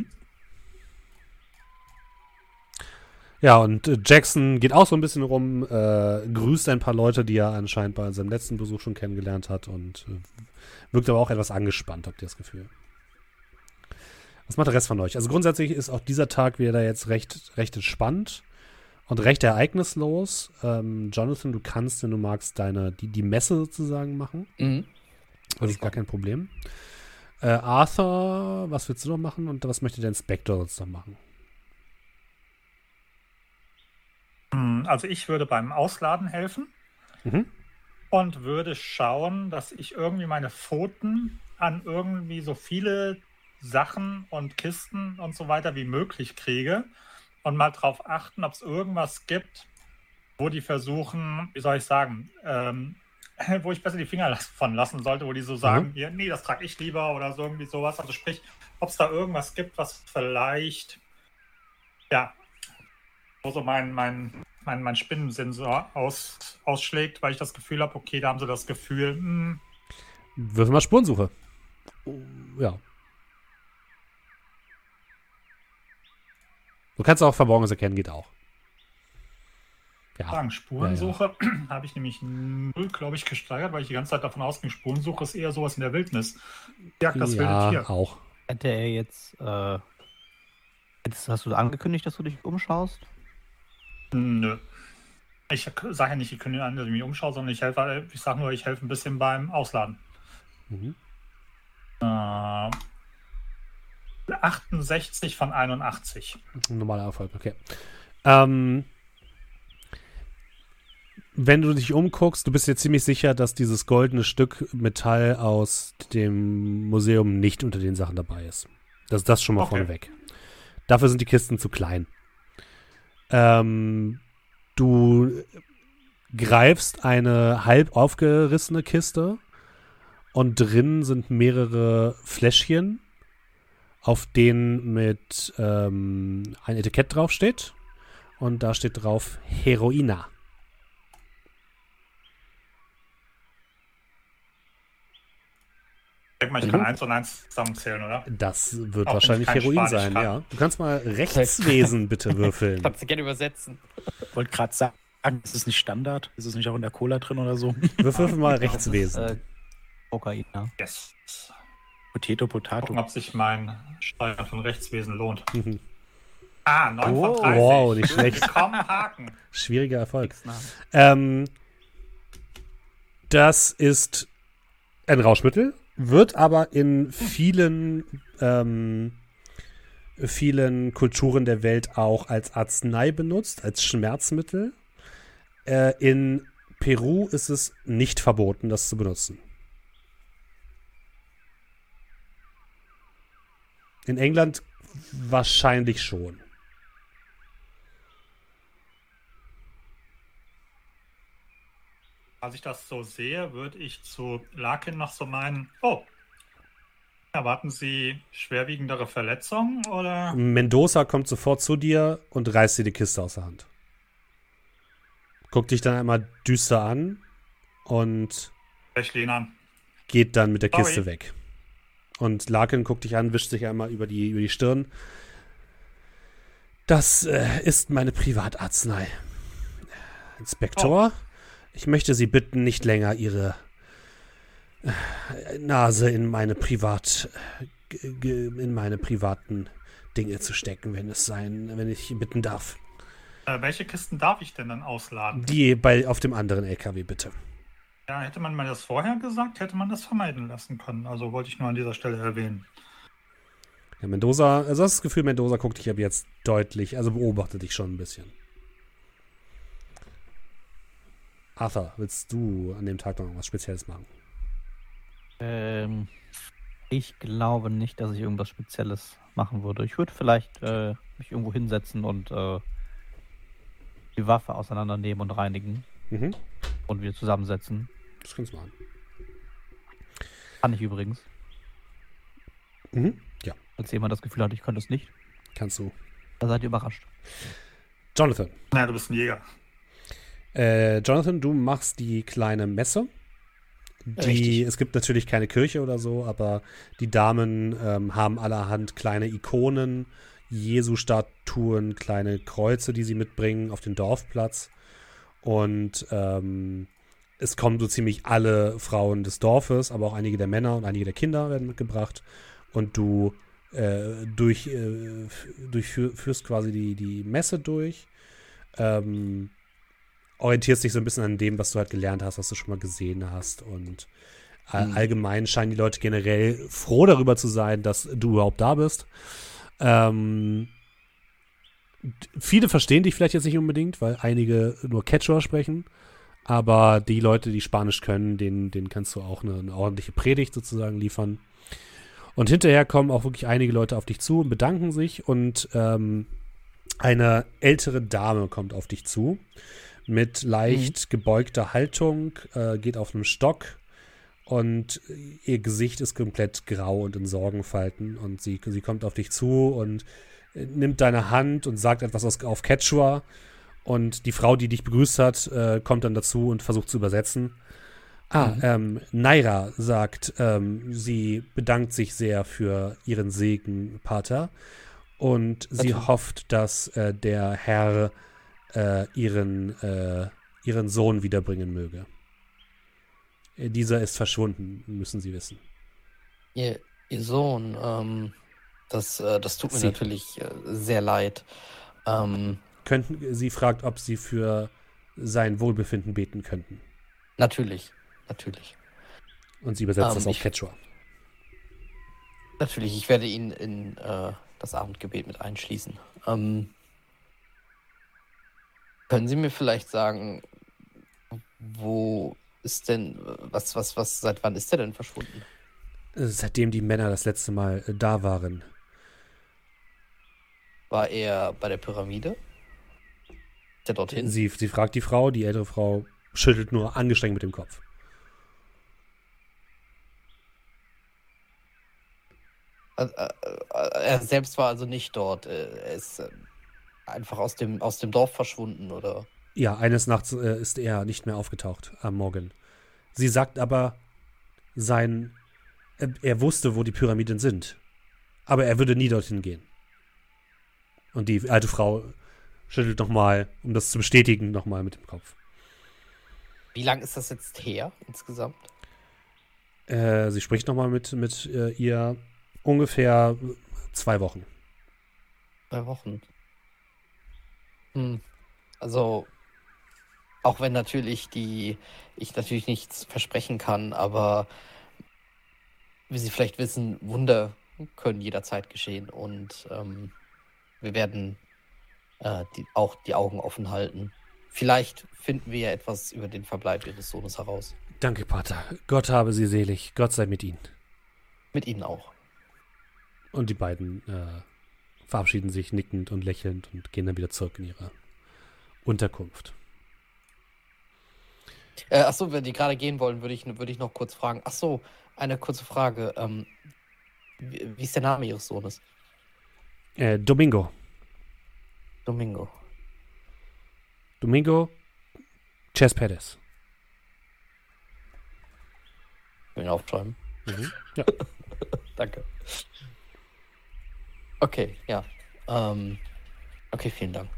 Ja, und Jackson geht auch so ein bisschen rum, grüßt ein paar Leute, die er anscheinend bei seinem letzten Besuch schon kennengelernt hat und wirkt aber auch etwas angespannt, habt ihr das Gefühl. Was macht der Rest von euch? Also grundsätzlich ist auch dieser Tag wieder jetzt recht entspannt und recht ereignislos. Jonathan, du kannst, wenn du magst, die Messe sozusagen machen. Mhm. Das ist gar kein Problem. Arthur, was willst du noch machen und was möchte der Inspektor sonst noch machen? Also ich würde beim Ausladen helfen und würde schauen, dass ich irgendwie meine Pfoten an irgendwie so viele Sachen und Kisten und so weiter wie möglich kriege und mal drauf achten, ob es irgendwas gibt, wo die versuchen, wie soll ich sagen, wo ich besser die Finger von lassen sollte, wo die so sagen, hier, nee, das trage ich lieber oder so irgendwie sowas. Also sprich, ob es da irgendwas gibt, was vielleicht, ja, wo so mein Spinnensensor ausschlägt, weil ich das Gefühl habe, okay, da haben sie das Gefühl, Würfel mal Spurensuche. Ja. Du kannst auch Verborgenes erkennen, geht auch. Ja. sagen, Spurensuche habe ich nämlich 0, glaube ich, gesteigert, weil ich die ganze Zeit davon ausging, Spurensuche ist eher sowas in der Wildnis. Jagd das wilde Tier. Auch. Hätte er jetzt hast du angekündigt, dass du dich umschaust? Nö. Ich sage ja nicht, ich kündige an, dass ich mich umschaue, sondern ich sage nur, ich helfe ein bisschen beim Ausladen. 68 von 81. Ein normaler Erfolg, okay. Wenn du dich umguckst, du bist dir ziemlich sicher, dass dieses goldene Stück Metall aus dem Museum nicht unter den Sachen dabei ist. Das schon mal vorneweg. Dafür sind die Kisten zu klein. Du greifst eine halb aufgerissene Kiste und drin sind mehrere Fläschchen, auf denen mit ein Etikett draufsteht. Und da steht drauf Heroina. Ich denke mal, ich kann 1 und 1 zusammenzählen, oder? Das wird Auch wenn wahrscheinlich ich kein Heroin Spanisch sein, kann. ja. Du kannst mal Rechtswesen bitte würfeln. Kannst du gerne übersetzen. Ich wollte gerade sagen, ist es nicht Standard? Ist es nicht auch in der Cola drin oder so? Würfel mal Rechtswesen. Kokain, ja. Yes. Potato. Gucken, ob sich mein Steuern von Rechtswesen lohnt. 9 von 30. Wow, nicht schlecht. Komm, Haken. Schwieriger Erfolg. Nix Das ist ein Rauschmittel, wird aber in vielen Kulturen der Welt auch als Arznei benutzt, als Schmerzmittel. In Peru ist es nicht verboten, das zu benutzen. In England wahrscheinlich schon. Als ich das so sehe, würde ich zu Larkin noch so meinen, erwarten Sie schwerwiegendere Verletzungen oder? Mendoza kommt sofort zu dir und reißt dir die Kiste aus der Hand. Guckt dich dann einmal düster an und Ich lehne an. geht dann mit der Kiste Sorry. weg. Und Larkin guckt dich an, wischt sich einmal über die Stirn. Das ist meine Privatarznei. Inspektor, ich möchte Sie bitten, nicht länger Ihre Nase in meine privaten Dinge zu stecken, wenn ich bitten darf. Welche Kisten darf ich denn dann ausladen? Die auf dem anderen LKW, bitte. Ja, hätte man mir das vorher gesagt, hätte man das vermeiden lassen können. Also wollte ich nur an dieser Stelle erwähnen. Ja, Mendoza, also hast das Gefühl, Mendoza guckt dich ab jetzt deutlich, also beobachtet dich schon ein bisschen. Arthur, willst du an dem Tag noch was Spezielles machen? Ich glaube nicht, dass ich irgendwas Spezielles machen würde. Ich würde vielleicht mich irgendwo hinsetzen und die Waffe auseinandernehmen und reinigen Mhm. und wieder zusammensetzen. Das kannst du machen. Kann ich übrigens. Ja, Als jemand das Gefühl hat, ich könnte es nicht, kannst du. da seid ihr überrascht. Jonathan. Ja, du bist ein Jäger. Jonathan, du machst die kleine Messe. Richtig. Es gibt natürlich keine Kirche oder so, aber die Damen haben allerhand kleine Ikonen, Jesu-Statuen, kleine Kreuze, die sie mitbringen auf den Dorfplatz. Und es kommen so ziemlich alle Frauen des Dorfes, aber auch einige der Männer und einige der Kinder werden mitgebracht. Und du führst quasi die Messe durch. Orientierst dich so ein bisschen an dem, was du halt gelernt hast, was du schon mal gesehen hast. Und allgemein scheinen die Leute generell froh darüber zu sein, dass du überhaupt da bist. Viele verstehen dich vielleicht jetzt nicht unbedingt, weil einige nur Quechua sprechen. Aber die Leute, die Spanisch können, denen kannst du auch eine ordentliche Predigt sozusagen liefern. Und hinterher kommen auch wirklich einige Leute auf dich zu und bedanken sich. Und eine ältere Dame kommt auf dich zu mit leicht gebeugter Haltung, geht auf einem Stock und ihr Gesicht ist komplett grau und in Sorgenfalten. Und sie kommt auf dich zu und nimmt deine Hand und sagt etwas auf Quechua. Und die Frau, die dich begrüßt hat, kommt dann dazu und versucht zu übersetzen. Naira sagt, sie bedankt sich sehr für ihren Segen, Pater. Und sie hofft, dass der Herr ihren Sohn wiederbringen möge. Dieser ist verschwunden, müssen Sie wissen. Ihr Sohn, das tut mir natürlich sehr leid. Sie fragt, ob Sie für sein Wohlbefinden beten könnten. Natürlich. Und sie übersetzt das auf Quechua. Natürlich, ich werde ihn in das Abendgebet mit einschließen. Können Sie mir vielleicht sagen, wo ist denn, seit wann ist er denn verschwunden? Seitdem die Männer das letzte Mal da waren. War er bei der Pyramide? Ist er dorthin? Sie fragt die Frau, die ältere Frau schüttelt nur angestrengt mit dem Kopf. Er selbst war also nicht dort. Er ist einfach aus dem Dorf verschwunden, oder? Ja, eines Nachts ist er nicht mehr aufgetaucht am Morgen. Sie sagt aber, er wusste, wo die Pyramiden sind. Aber er würde nie dorthin gehen. Und die alte Frau schüttelt nochmal, um das zu bestätigen, nochmal mit dem Kopf. Wie lang ist das jetzt her, insgesamt? Sie spricht nochmal mit ihr ungefähr 2 Wochen. 2 Wochen. Also, auch wenn natürlich ich natürlich nichts versprechen kann, aber wie Sie vielleicht wissen, Wunder können jederzeit geschehen und wir werden auch die Augen offen halten. Vielleicht finden wir ja etwas über den Verbleib Ihres Sohnes heraus. Danke, Pater. Gott habe Sie selig. Gott sei mit Ihnen. Mit Ihnen auch. Und die beiden verabschieden sich nickend und lächelnd und gehen dann wieder zurück in ihre Unterkunft. Achso, wenn die gerade gehen wollen, würde ich noch kurz fragen. Achso, eine kurze Frage. Wie ist der Name Ihres Sohnes? Domingo. Domingo Cespedes. Will ich aufschreiben? Ja. Danke. Okay, ja. Okay, vielen Dank.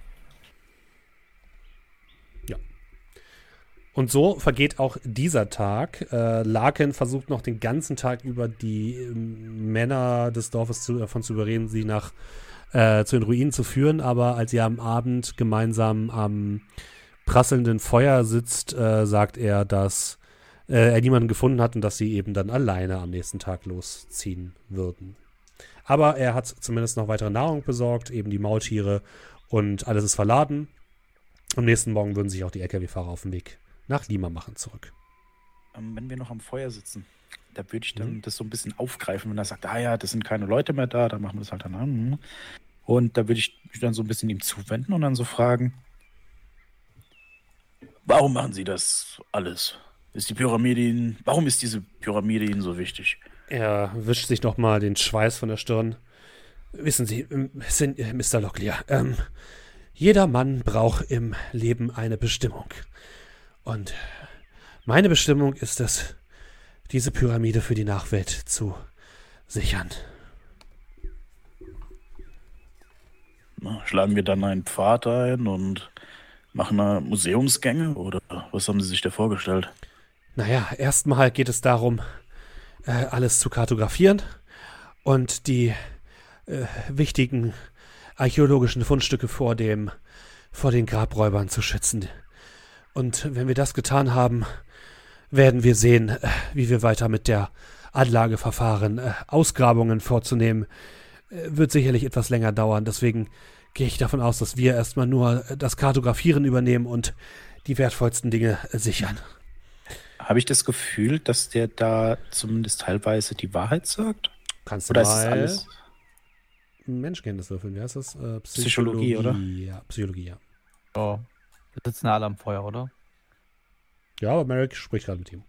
Ja. Und so vergeht auch dieser Tag. Larkin versucht noch den ganzen Tag über die Männer des Dorfes davon zu überreden, sie zu den Ruinen zu führen, aber als ihr am Abend gemeinsam am prasselnden Feuer sitzt, sagt er, dass er niemanden gefunden hat und dass sie eben dann alleine am nächsten Tag losziehen würden. Aber er hat zumindest noch weitere Nahrung besorgt, eben die Maultiere, und alles ist verladen. Am nächsten Morgen würden sich auch die LKW-Fahrer auf den Weg nach Lima machen zurück. Wenn wir noch am Feuer sitzen, da würde ich dann das so ein bisschen aufgreifen, wenn er sagt, ja, das sind keine Leute mehr da, dann machen wir das halt dann an. Und da würde ich mich dann so ein bisschen ihm zuwenden und dann so fragen, Warum machen Sie das alles? Warum ist diese Pyramide Ihnen so wichtig? Er wischt sich nochmal den Schweiß von der Stirn. Wissen Sie, Mr. Locklear, jeder Mann braucht im Leben eine Bestimmung. Und meine Bestimmung ist es, diese Pyramide für die Nachwelt zu sichern. Na, schlagen wir dann einen Pfad ein und machen da Museumsgänge? Oder was haben Sie sich da vorgestellt? Naja, erstmal geht es darum, alles zu kartografieren und die wichtigen archäologischen Fundstücke vor den Grabräubern zu schützen. Und wenn wir das getan haben, werden wir sehen, wie wir weiter mit der Anlage verfahren. Ausgrabungen vorzunehmen, wird sicherlich etwas länger dauern. Deswegen gehe ich davon aus, dass wir erstmal nur das Kartografieren übernehmen und die wertvollsten Dinge sichern. Habe ich das Gefühl, dass der da zumindest teilweise die Wahrheit sagt? Kannst du Oder mal ist das alles Menschkenntnis würfeln? Wie heißt das? Psychologie, oder? Ja, Psychologie, ja. Oh. Wir sitzen alle am Feuer, oder? Ja, aber Merrick spricht gerade mit ihm.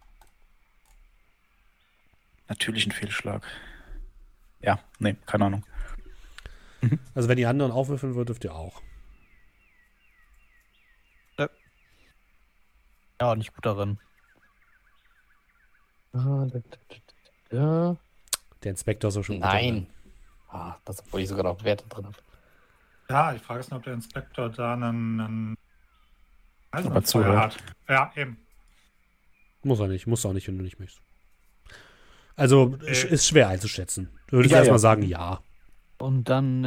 natürlich ein Fehlschlag? Ja, nee, keine Ahnung. Also wenn die anderen aufwürfeln würdet, dürft ihr auch. Ja, nicht gut darin. Ja. Der Inspektor so schon. Nein. Ah, das, obwohl ich sogar noch Werte drin habe. Ja, ich frage es nur, ob der Inspektor da einen Aber zuhört. hat. Ja, eben. Muss er nicht, muss auch nicht, wenn du nicht möchtest. Also ist schwer einzuschätzen. Du würdest Ja, erstmal ja. sagen, ja. Und dann,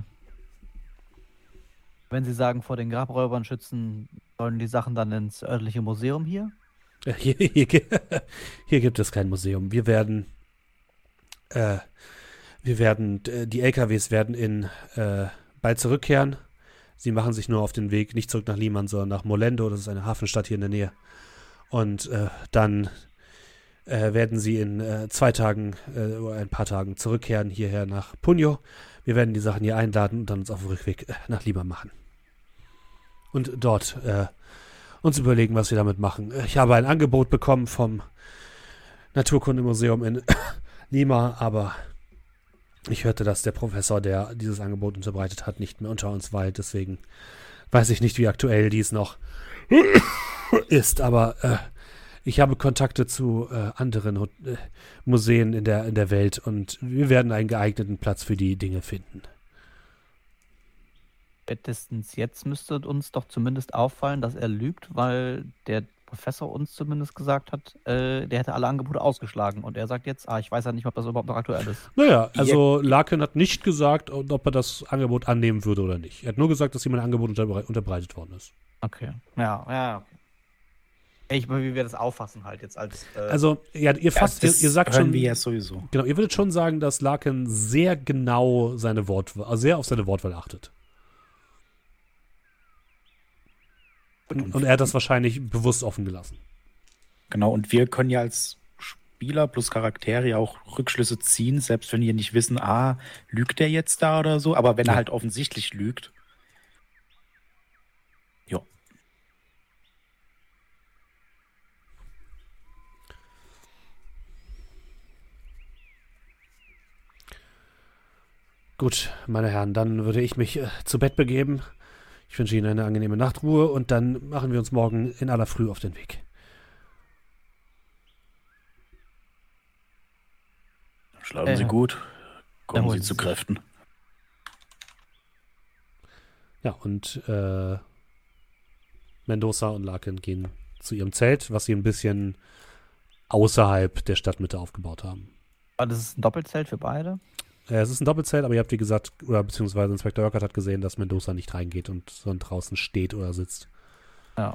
wenn Sie sagen, vor den Grabräubern schützen, sollen die Sachen dann ins örtliche Museum hier? Hier gibt es kein Museum. Wir werden, die LKWs werden bald zurückkehren. Sie machen sich nur auf den Weg, nicht zurück nach Liman, sondern nach Molendo. Das ist eine Hafenstadt hier in der Nähe. Und dann werden sie in 2 Tagen oder ein paar Tagen zurückkehren hierher nach Puño. Wir werden die Sachen hier einladen und dann uns auf dem Rückweg nach Liman machen. Und dort uns überlegen, was wir damit machen. Ich habe ein Angebot bekommen vom Naturkundemuseum in Lima, aber ich hörte, dass der Professor, der dieses Angebot unterbreitet hat, nicht mehr unter uns weilt. Deswegen weiß ich nicht, wie aktuell dies noch ist. Aber ich habe Kontakte zu anderen Museen in der Welt und wir werden einen geeigneten Platz für die Dinge finden. Spätestens jetzt müsste uns doch zumindest auffallen, dass er lügt, weil der Professor uns zumindest gesagt hat, der hätte alle Angebote ausgeschlagen. Und er sagt jetzt, ich weiß ja nicht, ob das überhaupt noch aktuell ist. Naja, also Larkin hat nicht gesagt, ob er das Angebot annehmen würde oder nicht. Er hat nur gesagt, dass ihm ein Angebot unterbreitet worden ist. Okay. Ja, okay. Wie wir das auffassen halt jetzt als... Also, ja, ihr sagt hören schon... wir ja sowieso. Genau, ihr würdet schon sagen, dass Larkin sehr genau sehr auf seine Wortwahl achtet. Und er hat das wahrscheinlich bewusst offen gelassen. Genau, und wir können ja als Spieler plus Charaktere ja auch Rückschlüsse ziehen, selbst wenn wir nicht wissen, lügt der jetzt da oder so, aber wenn Ja. er halt offensichtlich lügt. Ja. Gut, meine Herren, dann würde ich mich zu Bett begeben. Ich wünsche Ihnen eine angenehme Nachtruhe und dann machen wir uns morgen in aller Früh auf den Weg. Schlafen Sie gut, kommen erholen Sie Sie zu sich. Kräften. Ja, und Mendoza und Larkin gehen zu ihrem Zelt, was sie ein bisschen außerhalb der Stadtmitte aufgebaut haben. das ist ein Doppelzelt für beide? Es ist ein Doppelzelt, aber ihr habt, wie gesagt, oder beziehungsweise Inspektor Urquhart hat gesehen, dass Mendoza nicht reingeht und so draußen steht oder sitzt. Ja.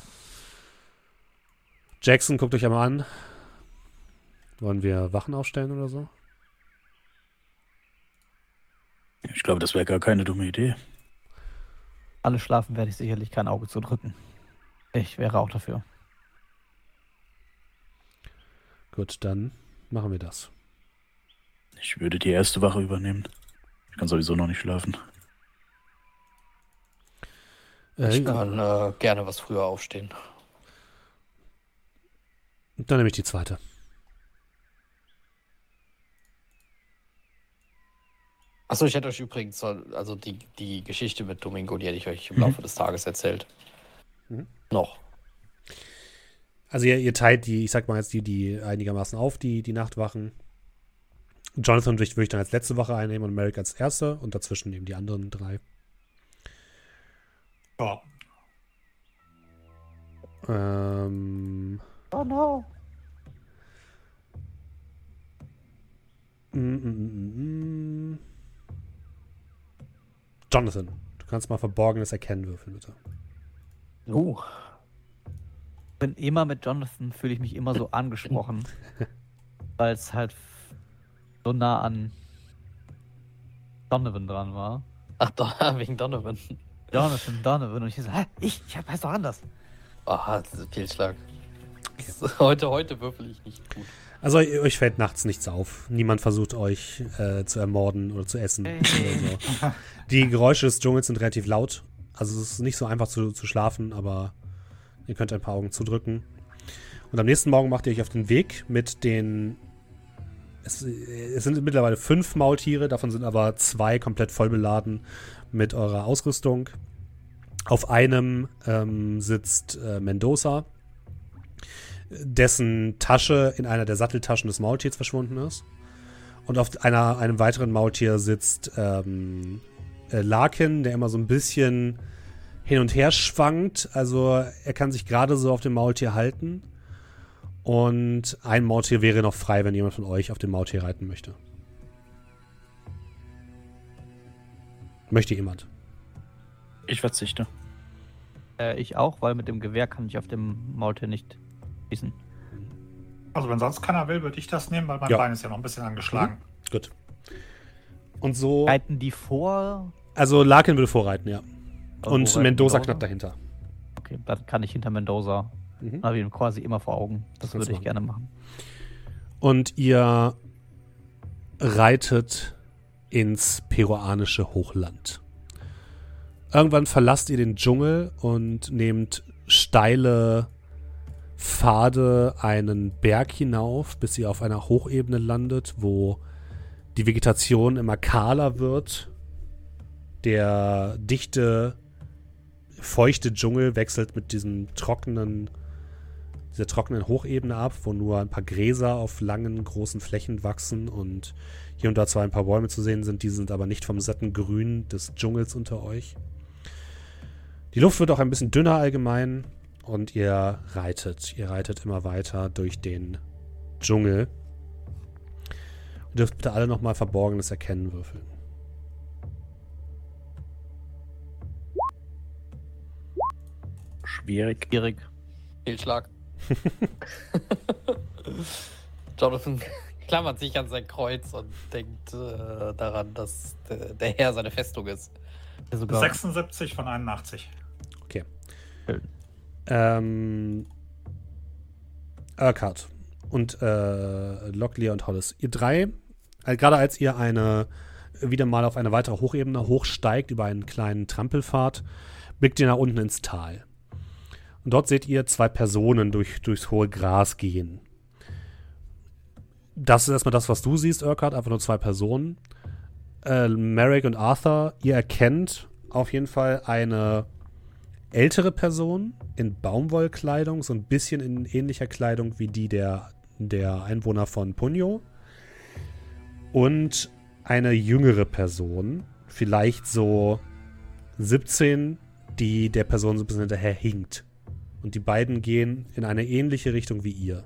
Jackson, guckt euch einmal an. Wollen wir Wachen aufstellen oder so? Ich glaube, das wäre gar keine dumme Idee. Alle schlafen werde ich sicherlich kein Auge zu drücken. Ich wäre auch dafür. Gut, dann machen wir das. Ich würde die erste Wache übernehmen. Ich kann sowieso noch nicht schlafen. Ich kann gerne was früher aufstehen. Dann nehme ich die zweite. Achso, ich hätte euch übrigens, also die Geschichte mit Domingo, die hätte ich euch im Laufe des Tages erzählt. Noch. Also ihr teilt die, ich sag mal jetzt die einigermaßen auf, die Nachtwachen. Jonathan würde ich dann als letzte Wache einnehmen und Merrick als erste und dazwischen eben die anderen 3. Ja. Oh no. Jonathan, du kannst mal Verborgenes erkennen würfeln, bitte. Bin immer mit Jonathan, fühle ich mich immer so angesprochen. Weil es halt so nah an Donovan dran war. Ach, wegen Donovan. Donovan. Und ich so, ich weiß doch anders. Ah, das ist ein Fehlschlag. Okay. Heute würfel ich nicht gut. Also euch fällt nachts nichts auf. Niemand versucht euch zu ermorden oder zu essen. Oder so. Die Geräusche des Dschungels sind relativ laut. Also es ist nicht so einfach zu schlafen, aber ihr könnt ein paar Augen zudrücken. Und am nächsten Morgen macht ihr euch auf den Weg mit den... Es sind mittlerweile 5 Maultiere, davon sind aber 2 komplett voll beladen mit eurer Ausrüstung. Auf einem sitzt Mendoza, dessen Tasche in einer der Satteltaschen des Maultiers verschwunden ist. Und auf einem weiteren Maultier sitzt Larkin, der immer so ein bisschen hin und her schwankt. Also er kann sich gerade so auf dem Maultier halten. Und ein Maultier wäre noch frei, wenn jemand von euch auf dem Maultier reiten möchte. Möchte jemand? Ich verzichte. Ich auch, weil mit dem Gewehr kann ich auf dem Maultier nicht schießen. Also wenn sonst keiner will, würde ich das nehmen, weil mein Bein ist ja noch ein bisschen angeschlagen. Gut. Und so... Reiten die vor? Also Larkin würde vorreiten, ja. Und Wo Mendoza reitet knapp dahinter. Okay, dann kann ich hinter Mendoza. Habe ich ihn quasi immer vor Augen. Das würde ich gerne machen. Und ihr reitet ins peruanische Hochland. Irgendwann verlasst ihr den Dschungel und nehmt steile Pfade einen Berg hinauf, bis ihr auf einer Hochebene landet, wo die Vegetation immer kahler wird. Der dichte, feuchte Dschungel wechselt mit dieser trockenen Hochebene ab, wo nur ein paar Gräser auf langen, großen Flächen wachsen und hier und da zwar ein paar Bäume zu sehen sind, die sind aber nicht vom satten Grün des Dschungels unter euch. Die Luft wird auch ein bisschen dünner allgemein und ihr reitet immer weiter durch den Dschungel. Ihr dürft bitte alle nochmal Verborgenes erkennen würfeln. Schwierig. Fehlschlag. Jonathan klammert sich an sein Kreuz und denkt daran, dass der Herr seine Festung ist. 76 von 81. Okay. Urquhart und Locklear und Hollis. Ihr 3, gerade als ihr wieder mal auf eine weitere Hochebene hochsteigt über einen kleinen Trampelpfad, blickt ihr nach unten ins Tal. Und dort seht ihr 2 Personen durchs hohe Gras gehen. Das ist erstmal das, was du siehst, Urquhart, einfach nur 2 Personen. Merrick und Arthur, ihr erkennt auf jeden Fall eine ältere Person in Baumwollkleidung, so ein bisschen in ähnlicher Kleidung wie die der Einwohner von Puño. Und eine jüngere Person, vielleicht so 17, die der Person so ein bisschen hinterher hinkt. Und die beiden gehen in eine ähnliche Richtung wie ihr.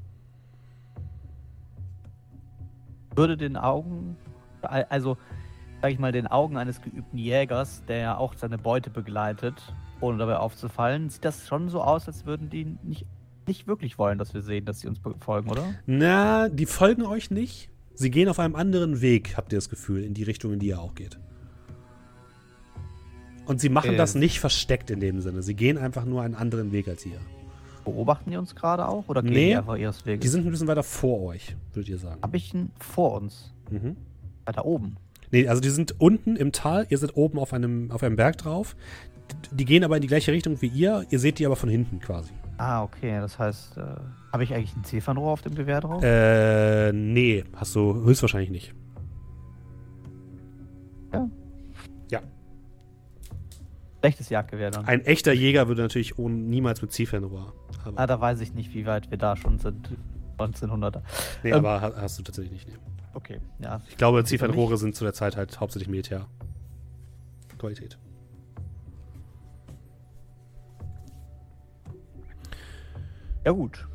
Würde den Augen, also sag ich mal, den Augen eines geübten Jägers, der ja auch seine Beute begleitet, ohne dabei aufzufallen, sieht das schon so aus, als würden die nicht wirklich wollen, dass wir sehen, dass sie uns folgen, oder? Na, die folgen euch nicht. Sie gehen auf einem anderen Weg, habt ihr das Gefühl, in die Richtung, in die ihr auch geht. Und sie machen das nicht versteckt in dem Sinne. Sie gehen einfach nur einen anderen Weg als ihr. Beobachten die uns gerade auch? Oder gehen Nee, die einfach ihres Weges? Die sind ein bisschen weiter vor euch, würdet ihr sagen. Hab ich einen vor uns? Weiter oben? Nee, also die sind unten im Tal, ihr seid oben auf einem Berg drauf. Die gehen aber in die gleiche Richtung wie ihr seht die aber von hinten quasi. Ah, okay. Das heißt, habe ich eigentlich ein Zielfernrohr auf dem Gewehr drauf? Nee, hast du höchstwahrscheinlich nicht. Ja. Ja. Schlechtes Jagdgewehr dann. Ein echter Jäger würde natürlich niemals mit Zielfernrohr. Aber, Da weiß ich nicht, wie weit wir da schon sind. 1900er. nee, aber hast du tatsächlich nicht. Nee. Okay, ja. Ich glaube, Zielfernrohre sind zu der Zeit halt hauptsächlich Militärqualität. Ja, gut.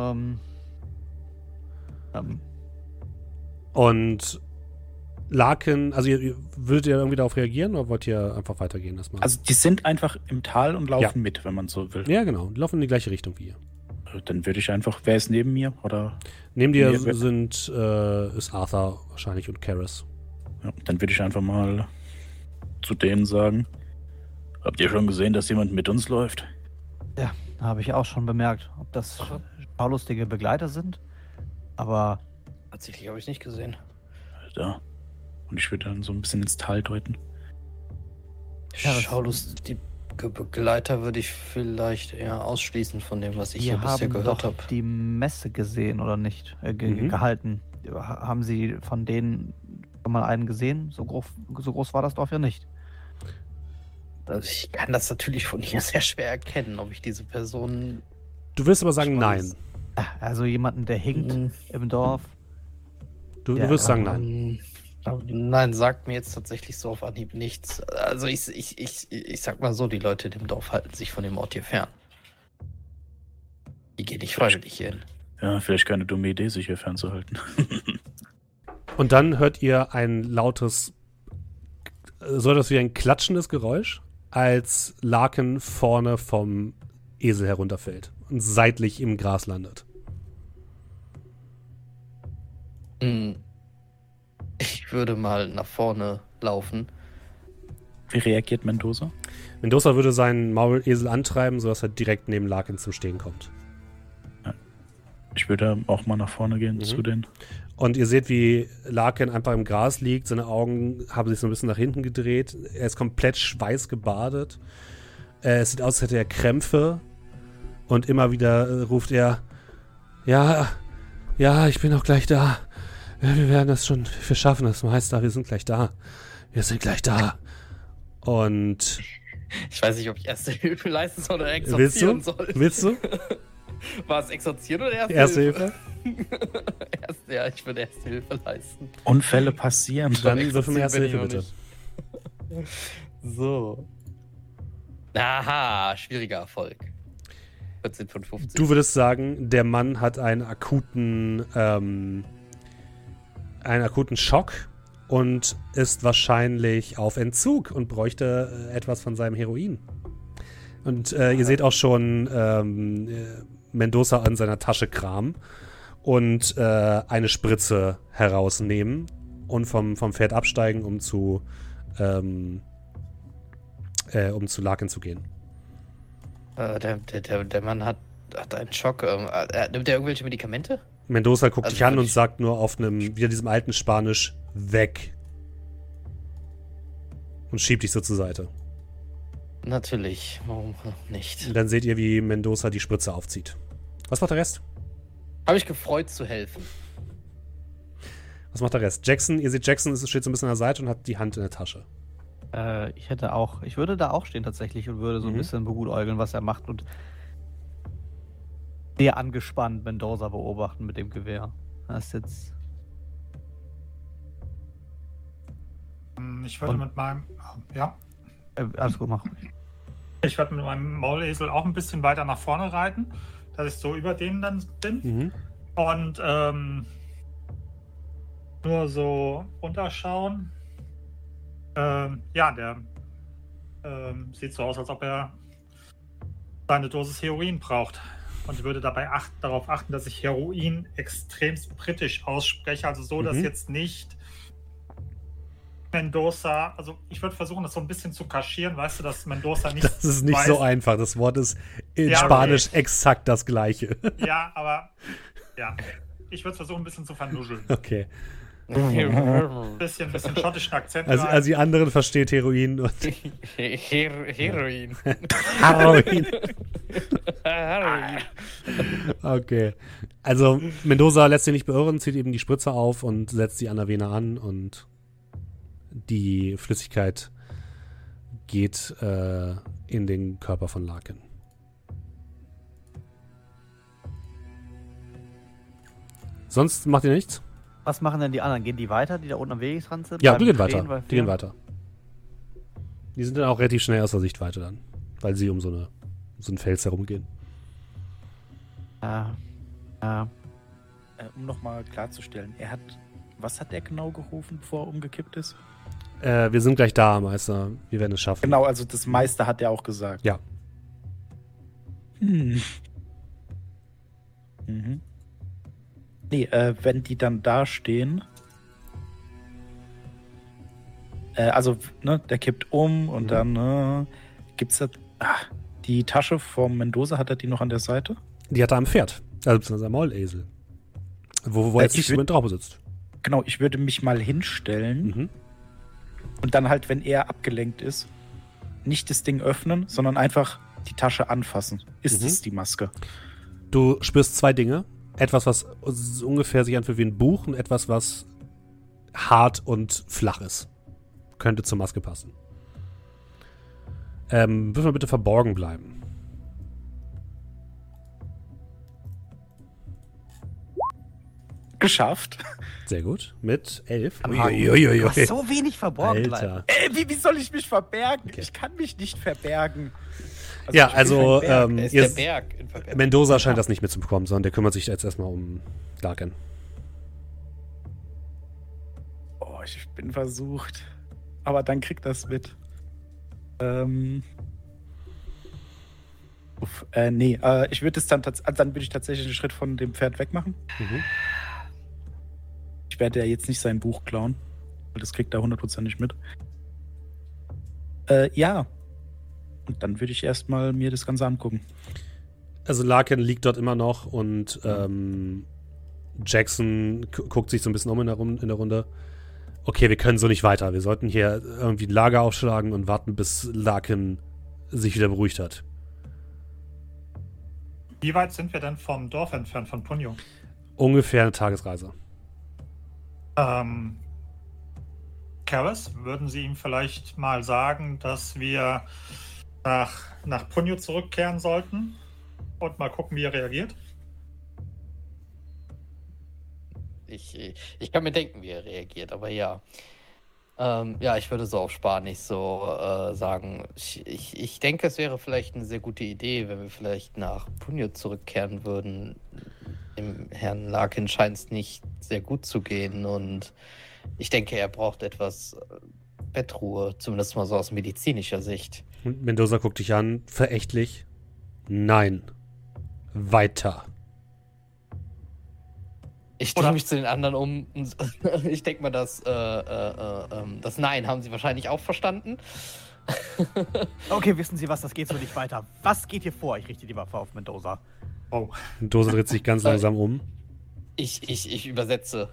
Und Larkin, also würdet ihr irgendwie darauf reagieren oder wollt ihr einfach weitergehen erstmal? Also die sind einfach im Tal und laufen Ja. mit, wenn man so will. ja, genau. Die laufen in die gleiche Richtung wie ihr. Dann würde ich einfach, wer ist neben mir? Oder Neben dir Nee, ist Arthur wahrscheinlich und Karis. ja, dann würde ich einfach mal zu denen sagen, habt ihr schon gesehen, dass jemand mit uns läuft? Ja, habe ich auch schon bemerkt, ob das schaulustige Begleiter sind. Aber Tatsächlich habe ich nicht gesehen. Da. Und ich würde dann so ein bisschen ins Tal deuten. Ja, das- Schaulustige Begleiter würde ich vielleicht eher ausschließen von dem, was ich hier wir bisher haben gehört doch habe. die Messe gesehen, oder nicht? Mhm. Gehalten. Haben Sie von denen schon mal einen gesehen? So groß war das Dorf ja nicht. Also ich kann das natürlich von hier sehr schwer erkennen, ob ich diese Person. Du willst aber sagen Ich nein. weiß. Also jemanden, der hinkt Mhm. im Dorf. Du Ja, wirst sagen nein. Nein, sagt mir jetzt tatsächlich so auf Anhieb nichts. Also ich sag mal so, die Leute in dem Dorf halten sich von dem Ort hier fern. Die gehen nicht freiwillig hier hin. Ja, vielleicht keine dumme Idee, sich hier fernzuhalten. Und dann hört ihr ein lautes, so etwas wie ein klatschendes Geräusch, als Larkin vorne vom Esel herunterfällt und seitlich im Gras landet. Ich würde mal nach vorne laufen. Wie reagiert Mendoza? Mendoza würde seinen Maulesel antreiben, sodass er direkt neben Larkin zum Stehen kommt. Ich würde auch mal nach vorne gehen Mhm. zu denen. Und ihr seht, wie Larkin einfach im Gras liegt. Seine Augen haben sich so ein bisschen nach hinten gedreht. Er ist komplett schweißgebadet. Es sieht aus, als hätte er Krämpfe. Und immer wieder ruft er: Ja, ich bin auch gleich da. Wir werden das schon, wir schaffen das, Meister. Wir sind gleich da. Wir sind gleich da. Und Ich weiß nicht, ob ich Erste Hilfe leisten soll oder willst exorzieren du? soll. Willst du? War es exorzieren oder Erste, Erste Hilfe? Ja, ich würde Erste Hilfe leisten. Unfälle passieren. Dann exorzieren würfel mir Erste bin ich Hilfe, noch bitte. So. Aha, schwieriger Erfolg. 14 von 15. Du würdest sagen, der Mann hat einen akuten Schock und ist wahrscheinlich auf Entzug und bräuchte etwas von seinem Heroin. Und ihr seht auch schon Mendoza an seiner Tasche kramen und eine Spritze herausnehmen und vom Pferd absteigen, um zu Larkin zu gehen. Der Mann hat einen Schock. Nimmt er irgendwelche Medikamente? Mendoza guckt Also dich an würde und ich- sagt nur auf wieder diesem alten Spanisch: weg. Und schiebt dich so zur Seite. Natürlich. Warum nicht? Und dann seht ihr, wie Mendoza die Spritze aufzieht. Was macht der Rest? Habe ich gefreut zu helfen. Was macht der Rest? Jackson, ihr seht, Jackson steht so ein bisschen an der Seite und hat die Hand in der Tasche. Ich würde da auch stehen tatsächlich und würde so ein Mhm. bisschen begutäugeln, was er macht und sehr angespannt Mendoza beobachten mit dem Gewehr. Das ist jetzt. Ich würde Und- mit meinem, ja, Alles gut, mach. ich würde mit meinem Maulesel auch ein bisschen weiter nach vorne reiten, dass ich so über denen dann bin Mhm. und nur so runterschauen. Ja, der sieht so aus, als ob er seine Dosis Heroin braucht. Und ich würde dabei darauf achten, dass ich Heroin extremst britisch ausspreche. Also so, dass Mhm. jetzt nicht Mendoza, also ich würde versuchen, das so ein bisschen zu kaschieren, weißt du, dass Mendoza nicht Das ist nicht weiß, so einfach. Das Wort ist in Ja, okay. Spanisch exakt das gleiche. Ja, aber ja, ich würde es versuchen, ein bisschen zu vernuscheln. Okay. Bisschen schottischen Akzent. Also die anderen versteht Heroin und Heroin. Heroin. Heroin. Okay. Also Mendoza lässt sich nicht beirren, zieht eben die Spritze auf und setzt die an der Vene an und die Flüssigkeit geht in den Körper von Larkin. Sonst macht ihr nichts? Was machen denn die anderen? Gehen die weiter, die da unten am Wegesrand sind? Ja, die Bleiben gehen stehen, weiter. weil Die gehen wir- weiter. Die sind dann auch relativ schnell aus der Sichtweite dann, weil sie um so einen Fels herumgehen. Ja. Um nochmal klarzustellen, was hat er genau gerufen, bevor er umgekippt ist? Wir sind gleich da, Meister. Wir werden es schaffen. Genau, also das meiste hat er auch gesagt. Ja. Mhm. Nee, wenn die dann da stehen, also, ne, der kippt um und dann gibt's da, die Tasche vom Mendoza, hat er die noch an der Seite? Die hat er am Pferd, also beziehungsweise am Maulesel. Wo er jetzt nicht so mit drauf sitzt. Genau, ich würde mich mal hinstellen und dann halt, wenn er abgelenkt ist, nicht das Ding öffnen, sondern einfach die Tasche anfassen. Ist es die Maske? Du spürst zwei Dinge. Etwas, was ungefähr sich anfühlt wie ein Buch und etwas, was hart und flach ist. Könnte zur Maske passen. Würfel mal bitte verborgen bleiben. Geschafft. Sehr gut. Mit 11. Du Uiuiui. hast so wenig verborgen bleiben. Alter. Wie soll ich mich verbergen? Okay. Ich kann mich nicht verbergen. Ja, ich bin also kein Berg. Er ist ihr- der Berg in Verbergen. Mendoza scheint das nicht mitzubekommen, sondern der kümmert sich jetzt erstmal um Larkin. Oh, ich bin versucht. Aber dann kriegt das mit. Ich würde es dann dann würde ich tatsächlich einen Schritt von dem Pferd wegmachen. Mhm. Ich werde ja jetzt nicht sein Buch klauen, weil das kriegt er 100% nicht mit. Ja. Und dann würde ich erstmal mir das Ganze angucken. Also Larkin liegt dort immer noch und Jackson guckt sich so ein bisschen um in der Runde. Okay, wir können so nicht weiter. Wir sollten hier irgendwie ein Lager aufschlagen und warten, bis Larkin sich wieder beruhigt hat. Wie weit sind wir denn vom Dorf entfernt, von Punyo? Ungefähr eine Tagesreise. Karis, würden Sie ihm vielleicht mal sagen, dass wir nach Punyo zurückkehren sollten und mal gucken, wie er reagiert? Ich kann mir denken, wie er reagiert, aber ja. Ja, ich würde so auf Spanisch so sagen. Ich denke, es wäre vielleicht eine sehr gute Idee, wenn wir vielleicht nach Punyo zurückkehren würden. Dem Herrn Larkin scheint es nicht sehr gut zu gehen und ich denke, er braucht etwas Bettruhe, zumindest mal so aus medizinischer Sicht. Und Mendoza guckt dich an, verächtlich. Nein. Weiter. Ich drehe mich zu den anderen um. Und ich denke mal, das Nein haben sie wahrscheinlich auch verstanden. Okay, wissen Sie was, das geht so nicht weiter. Was geht hier vor? Ich richte die Waffe auf Mendoza. Oh, Mendoza dreht sich ganz langsam um. Ich übersetze.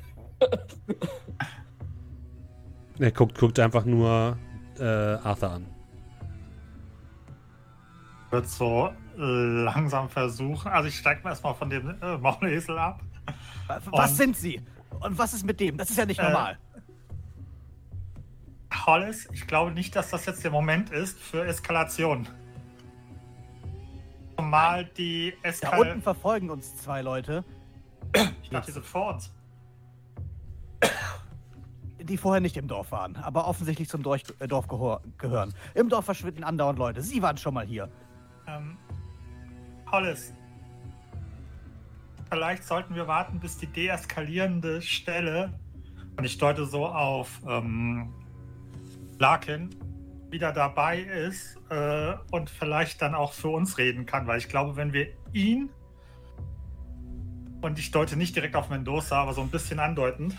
Er guckt einfach nur Arthur an. wird so langsam versuchen. Also ich steige mal erstmal von dem Maulesel ab. Was Und- sind Sie? Und was ist mit dem? Das ist ja nicht normal. Hollis, ich glaube nicht, dass das jetzt der Moment ist für Eskalation. Zumal die Da Eskalation. unten verfolgen uns zwei Leute, Ich dachte, die sind vor uns. die vorher nicht im Dorf waren, aber offensichtlich zum Dorf gehören. Im Dorf verschwinden andauernd Leute. Sie waren schon mal hier. Hollis, vielleicht sollten wir warten, bis die deeskalierende Stelle, und ich deute so auf Larkin, wieder dabei ist und vielleicht dann auch für uns reden kann, weil ich glaube, wenn wir ihn, und ich deute nicht direkt auf Mendoza, aber so ein bisschen andeutend,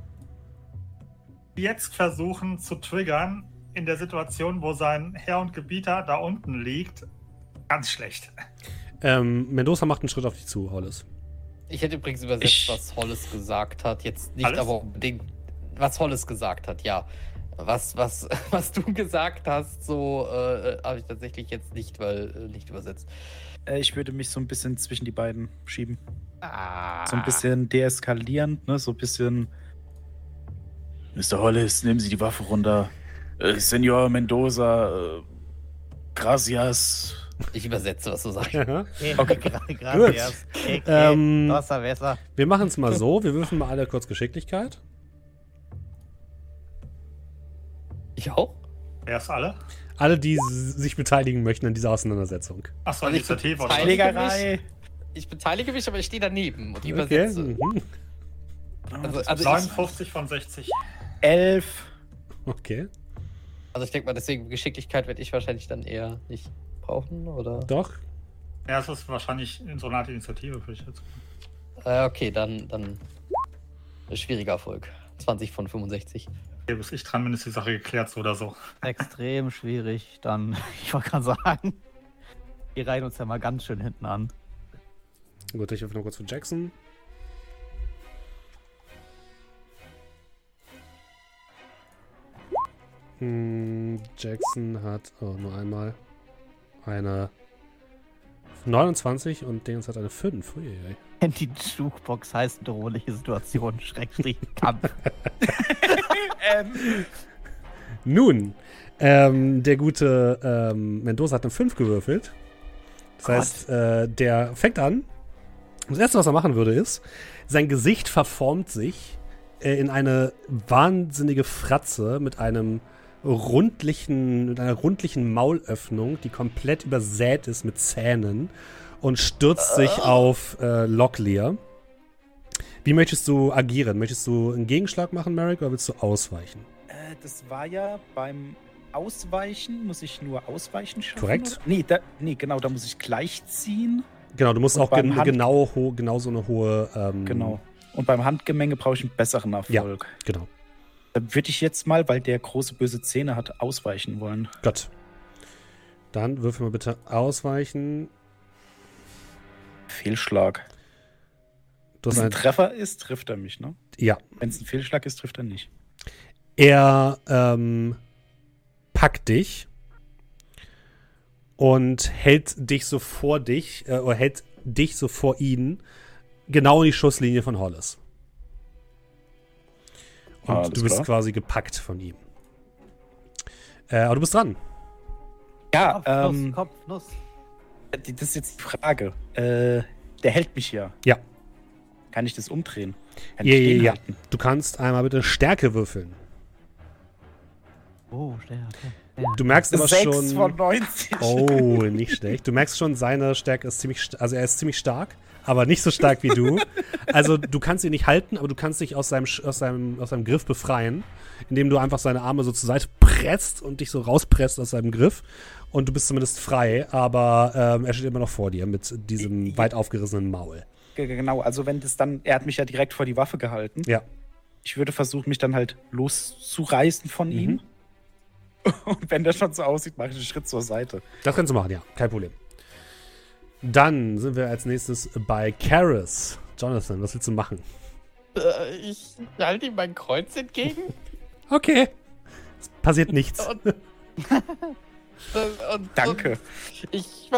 jetzt versuchen zu triggern in der Situation, wo sein Herr und Gebieter da unten liegt, ganz schlecht. Mendoza macht einen Schritt auf dich zu, Hollis. Ich hätte übrigens übersetzt, was Hollis gesagt hat. Jetzt nicht, Alles? aber unbedingt, was Hollis gesagt hat, ja. Was du gesagt hast, so habe ich tatsächlich jetzt nicht, nicht übersetzt. Ich würde mich so ein bisschen zwischen die beiden schieben. Ah. So ein bisschen deeskalierend, ne? So ein bisschen. Mr. Hollis, nehmen Sie die Waffe runter. Senor Mendoza, gracias. Ich übersetze, was du sagst. Okay. Gracias. Wasser, Wasser. Wir machen es mal so. Wir würfeln mal alle kurz Geschicklichkeit. Ich auch? Wer ist alle? Alle, die sich beteiligen möchten an dieser Auseinandersetzung. Achso, Also ich Initiative oder was? Schlägerei. Ich beteilige mich, aber ich stehe daneben und Okay. übersetze. Mhm. Also 59 von 60. 11. Okay. ich denke mal, deswegen Geschicklichkeit werde ich wahrscheinlich dann eher nicht brauchen, oder? Doch. Ja, es ist wahrscheinlich in so einer Art Initiative, würde ich jetzt. Okay, dann schwieriger Erfolg. 20 von 65. Okay, bis ich dran bin, ist die Sache geklärt, so oder so. Extrem schwierig. Dann, ich wollte gerade sagen, wir reihen uns ja mal ganz schön hinten an. Gut, ich würfel noch kurz für Jackson. Jackson hat nur einmal eine 29 und Dingens hat eine 5. Uiuiui. Die Jukebox heißt drohliche Situation, Schrägstrich Kampf. Nun, der gute Mendoza hat eine 5 gewürfelt. Das heißt, der fängt an. Das Erste, was er machen würde, ist, sein Gesicht verformt sich in eine wahnsinnige Fratze mit einer rundlichen Maulöffnung, die komplett übersät ist mit Zähnen und stürzt sich auf Locklear. Wie möchtest du agieren? Möchtest du einen Gegenschlag machen, Merrick, oder willst du ausweichen? Das war ja beim Ausweichen, muss ich nur Ausweichen schaffen? Korrekt. Oder? Nee, genau, da muss ich gleich ziehen. Genau, du musst Und auch beim genau so eine hohe... Genau. Und beim Handgemenge brauche ich einen besseren Erfolg. Genau. Dann würde ich jetzt mal, weil der große böse Zähne hat, ausweichen wollen. Gott. Dann würfel mal bitte ausweichen. Fehlschlag. Du Wenn hast es ein eine, Treffer ist, trifft er mich, ne? ja. Wenn es ein Fehlschlag ist, trifft er nicht. Er packt dich und hält dich so vor oder hält dich so vor ihn, genau in die Schusslinie von Hollis. Und Alles du bist klar. quasi gepackt von ihm. Aber du bist dran. Ja, Kopfnuss. das ist jetzt die Frage. Der hält mich ja. Ja. Kann ich das umdrehen? Kann Ja, ich den ja. halten? Du kannst einmal bitte Stärke würfeln. Oh, Stärke. Du merkst aber 6 schon... von 90. Oh, nicht schlecht. Du merkst schon, seine Stärke ist also er ist ziemlich stark, aber nicht so stark wie du. Also du kannst ihn nicht halten, aber du kannst dich aus seinem Griff befreien, indem du einfach seine Arme so zur Seite presst und dich so rauspresst aus seinem Griff. Und du bist zumindest frei, aber er steht immer noch vor dir mit diesem weit aufgerissenen Maul. Genau, also wenn das dann, er hat mich ja direkt vor die Waffe gehalten. Ja. Ich würde versuchen, mich dann halt loszureißen von ihm. Und wenn der schon so aussieht, mache ich einen Schritt zur Seite. Das kannst du machen, ja. Kein Problem. Dann sind wir als nächstes bei Karis. Jonathan, was willst du machen? Ich halte ihm mein Kreuz entgegen. Okay. Es passiert nichts. Danke. Ich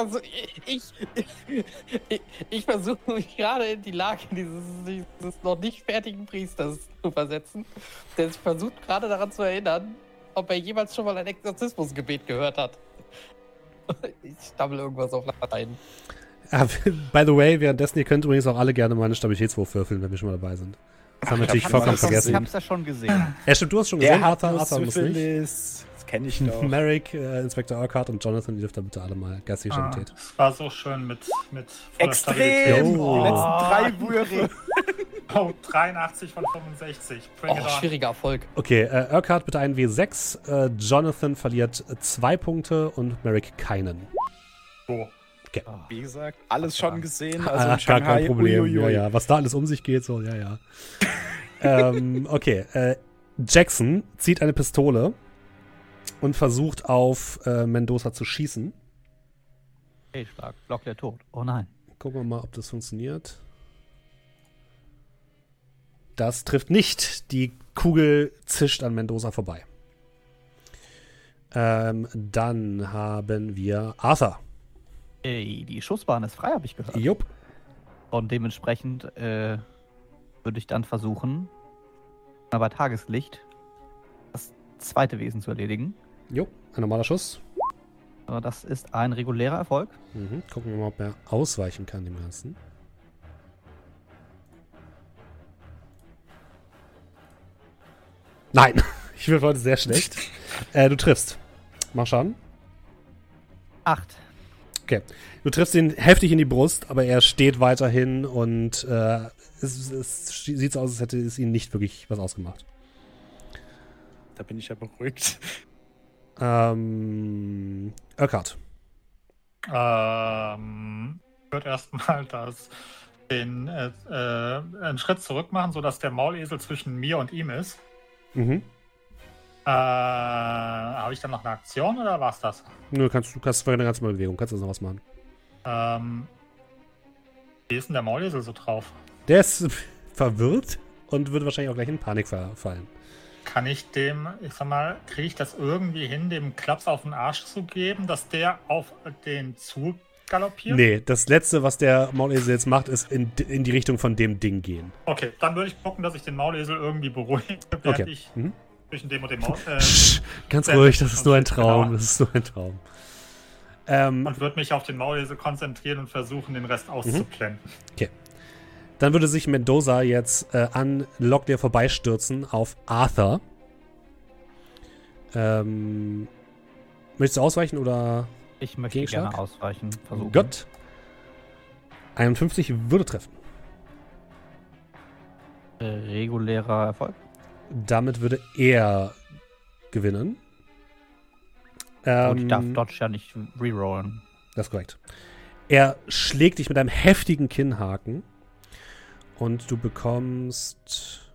versuche mich gerade in die Lage dieses noch nicht fertigen Priesters zu versetzen, der sich versucht gerade daran zu erinnern, ob er jemals schon mal ein Exorzismusgebet gehört hat. Ich stammel irgendwas auf Latein. By the way, währenddessen, ihr könnt übrigens auch alle gerne mal einen Stabilitätswurf würfeln, wenn wir schon mal dabei sind. Das haben wir natürlich vollkommen Ich vergessen. hab's ja schon gesehen. Ja, stimmt, du hast schon gesehen, Der hat Arthur muss nicht. Syphilis. Das kenne ich doch. Merrick, Inspector Urquhart und Jonathan, die dürft ihr bitte alle mal geistige Stabilität. Es war so schön mit voller Extrem! Stabilität. Oh. Die letzten 3 Würfe. Oh, 83 von 65. Bring it on. Schwieriger Erfolg. Okay, Urquhart bitte einen W6, Jonathan verliert 2 Punkte und Merrick keinen. So. Wie gesagt, alles schon gesehen. Also Also in Shanghai, gar kein Problem. uiuiui. Ja, was da alles um sich geht, so, ja. Okay, Jackson zieht eine Pistole und versucht auf Mendoza zu schießen. Fehlschlag. Block der Tod. Oh nein. Gucken wir mal, ob das funktioniert. Das trifft nicht. Die Kugel zischt an Mendoza vorbei. Dann haben wir Arthur. Ey, die Schussbahn ist frei, habe ich gehört. Jupp. Und dementsprechend würde ich dann versuchen, mal bei Tageslicht das zweite Wesen zu erledigen. Jupp, ein normaler Schuss. Aber das ist ein regulärer Erfolg. Gucken wir mal, ob er ausweichen kann dem Ganzen. Nein, ich bin heute sehr schlecht. Du triffst. Mach Schaden. 8. Okay. Du triffst ihn heftig in die Brust, aber er steht weiterhin und es sieht so aus, als hätte es ihn nicht wirklich was ausgemacht. Da bin ich ja beruhigt. Urquhart. Ich würde erstmal einen Schritt zurück machen, sodass der Maulesel zwischen mir und ihm ist. Habe ich dann noch eine Aktion oder war's das? Nö, du kannst für eine ganze Bewegung, kannst du noch was machen. Wie ist denn der Maulesel so drauf? Der ist verwirrt und würde wahrscheinlich auch gleich in Panik verfallen. Kann ich kriege ich das irgendwie hin, dem Klaps auf den Arsch zu geben, dass der auf den Zug galoppiert? Nee, das Letzte, was der Maulesel jetzt macht, ist in die Richtung von dem Ding gehen. Okay, dann würde ich gucken, dass ich den Maulesel irgendwie beruhige, während ich zwischen dem und dem Ganz ruhig, das ist nur ein Traum. Genau. Das ist nur ein Traum. Und würde mich auf den Maulesel konzentrieren und versuchen, den Rest auszublenden. Okay. Dann würde sich Mendoza jetzt an Locklear vorbeistürzen auf Arthur. Möchtest du ausweichen oder Ich möchte Gegenschlag? gerne ausweichen. Versuchen. Gott. 51 würde treffen. Regulärer Erfolg. Damit würde er gewinnen. Und ich darf Dodge ja nicht rerollen. Das ist korrekt. Er schlägt dich mit einem heftigen Kinnhaken und du bekommst...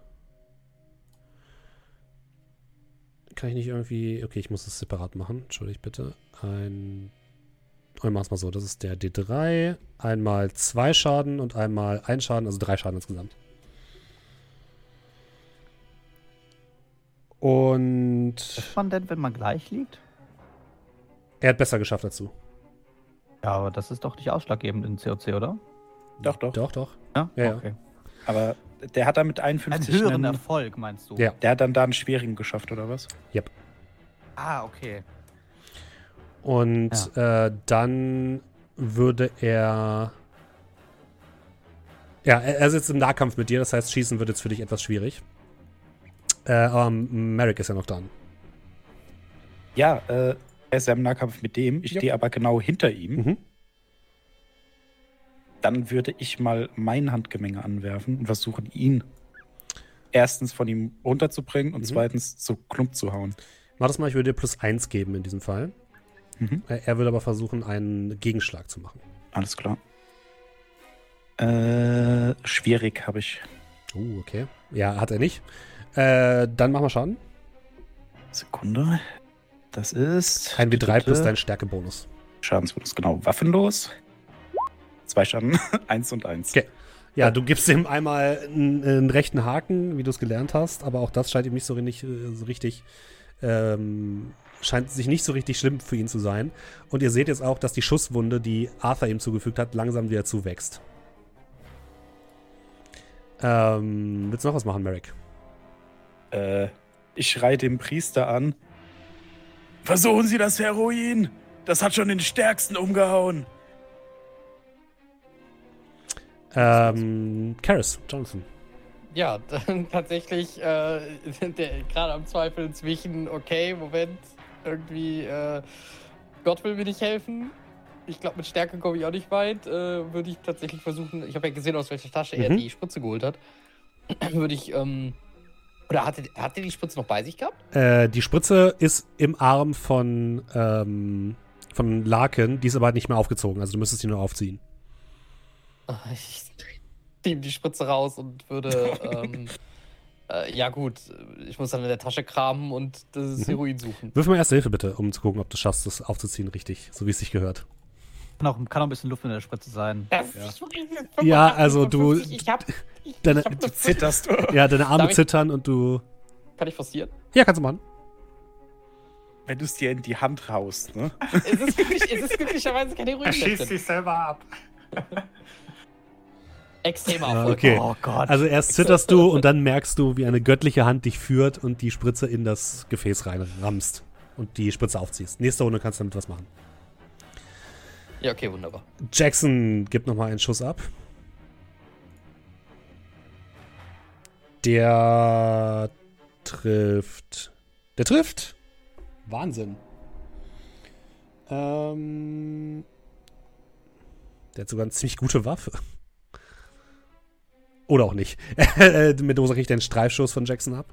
Kann ich nicht irgendwie... Okay, ich muss es separat machen. Entschuldigt bitte. Ich mach's mal so. Das ist der D3. Einmal 2 Schaden und einmal 1 Schaden, also 3 Schaden insgesamt. Und... Was man denn, wenn man gleich liegt? Er hat besser geschafft als du. Ja, aber das ist doch nicht ausschlaggebend in COC, oder? Doch. Doch. Ja? Ja, Okay. Aber der hat da mit Einen 51 höheren Erfolg, meinst du? Ja. Der hat dann da einen schwierigen geschafft, oder was? Ah, okay. Und dann würde er... Ja, er ist jetzt im Nahkampf mit dir, das heißt, Schießen wird jetzt für dich etwas schwierig. Aber Merrick ist ja noch dran. Ja, er ist ja im Nahkampf mit dem. Ich stehe aber genau hinter ihm. Dann würde ich mal mein Handgemenge anwerfen und versuchen, ihn erstens von ihm runterzubringen und zweitens zu Klump zu hauen. Mach das mal, ich würde dir +1 geben in diesem Fall. Er würde aber versuchen, einen Gegenschlag zu machen. Alles klar. Schwierig habe ich. Okay. Ja, hat er nicht. Dann machen wir Schaden. Sekunde. Das ist... Ein W3 plus dein Stärkebonus. Schadensbonus, genau. Waffenlos. 2 Schaden, 1 und 1. Okay. Ja, du gibst ihm einmal einen rechten Haken, wie du es gelernt hast, aber auch das scheint ihm nicht so richtig scheint sich nicht so richtig schlimm für ihn zu sein. Und ihr seht jetzt auch, dass die Schusswunde, die Arthur ihm zugefügt hat, langsam wieder zuwächst. Willst du noch was machen, Merrick? Ich schreie den Priester an. Versuchen Sie das Heroin! Das hat schon den Stärksten umgehauen! Karis, Jonathan. Ja, dann tatsächlich gerade am Zweifel zwischen, okay, Moment, irgendwie, Gott will mir nicht helfen. Ich glaube, mit Stärke komme ich auch nicht weit. Würde ich tatsächlich versuchen, ich habe ja gesehen, aus welcher Tasche er die Spritze geholt hat. Würde ich, oder hat er die Spritze noch bei sich gehabt? Die Spritze ist im Arm von Larkin, die ist aber nicht mehr aufgezogen, also du müsstest die nur aufziehen. Ich nehme die Spritze raus und würde, ja gut, ich muss dann in der Tasche kramen und das Heroin suchen. Wirf mal Erste Hilfe bitte, um zu gucken, ob du schaffst, das aufzuziehen richtig, so wie es sich gehört. Kann auch ein bisschen Luft in der Spritze sein. Ja, also du Du zitterst. ja, deine Arme Darf ich- zittern und du. Kann ich forcieren? Ja, kannst du machen. Wenn du es dir in die Hand haust, ne? Es ist glücklicherweise keine Er schießt Heroin. sich selber ab. Extremer Ja, Erfolg. okay. Oh Gott. Also erst zitterst du und dann merkst du, wie eine göttliche Hand dich führt und die Spritze in das Gefäß reinrammst und die Spritze aufziehst. Nächste Runde kannst du damit was machen. Ja, okay, wunderbar. Jackson gibt nochmal einen Schuss ab. Der trifft. Der trifft! Wahnsinn. Der hat sogar eine ziemlich gute Waffe. Oder auch nicht. Mendoza kriegt einen Streifschuss von Jackson ab.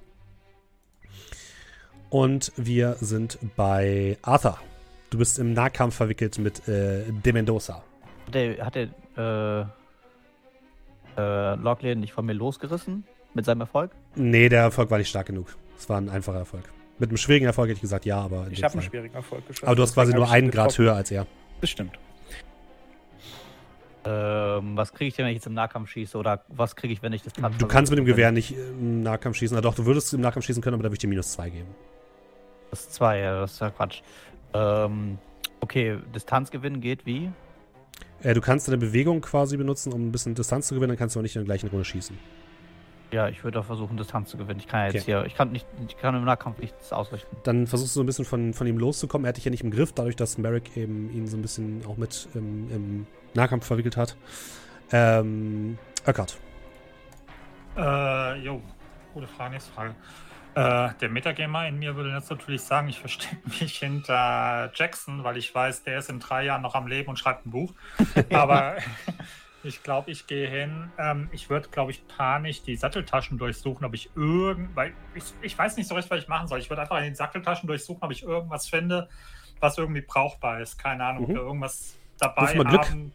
Und wir sind bei Arthur. Du bist im Nahkampf verwickelt mit De Mendoza. Hat der Locklear nicht von mir losgerissen mit seinem Erfolg? Nee, der Erfolg war nicht stark genug. Es war ein einfacher Erfolg. Mit einem schwierigen Erfolg hätte ich gesagt, ja, aber. Ich habe einen schwierigen Erfolg geschafft. Aber du hast quasi deswegen nur hab ich ihn einen Grad getroffen. höher als er. Das stimmt. Was kriege ich denn, wenn ich jetzt im Nahkampf schieße? Oder was kriege ich, wenn ich das Tanz Du kannst mit dem Gewehr nicht im Nahkampf schießen. Na doch, du würdest im Nahkampf schießen können, aber da würde ich dir -2 geben. Das ist 2, ja, das ist ja Quatsch. Okay, Distanzgewinn geht wie? Du kannst deine Bewegung quasi benutzen, um ein bisschen Distanz zu gewinnen, dann kannst du auch nicht in der gleichen Runde schießen. Ja, ich würde auch versuchen, Distanz zu gewinnen. Ich kann ja jetzt Okay. hier, ich kann im Nahkampf nichts ausrichten. Dann versuchst du so ein bisschen von ihm loszukommen. Er hat dich ja nicht im Griff, dadurch, dass Merrick eben ihn so ein bisschen auch mit im Nahkampf verwickelt hat. Urquhart. Gute Frage, nächste Frage. Der Metagamer in mir würde jetzt natürlich sagen, ich verstecke mich hinter Jackson, weil ich weiß, der ist in 3 Jahren noch am Leben und schreibt ein Buch. Aber ich glaube, ich gehe hin. Ich würde, glaube ich, panisch die Satteltaschen durchsuchen, ob ich weil ich weiß nicht so recht, was ich machen soll. Ich würde einfach in den Satteltaschen durchsuchen, ob ich irgendwas finde, was irgendwie brauchbar ist. Keine Ahnung, ob wir irgendwas dabei Wirf mal Glück. haben.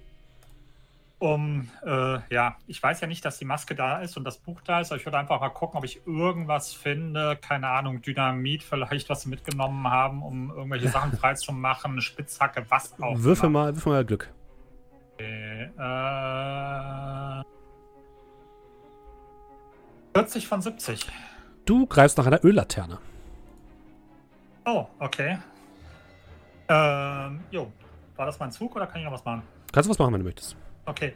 Ich weiß ja nicht, dass die Maske da ist und das Buch da ist, aber ich würde einfach mal gucken, ob ich irgendwas finde, keine Ahnung, Dynamit vielleicht, was sie mitgenommen haben, um irgendwelche Sachen freizumachen, eine Spitzhacke, was auch Würfel immer. mal Glück. Okay, 40 von 70. Du greifst nach einer Öllaterne. Oh, okay. War das mein Zug oder kann ich noch was machen? Kannst du was machen, wenn du möchtest. Okay.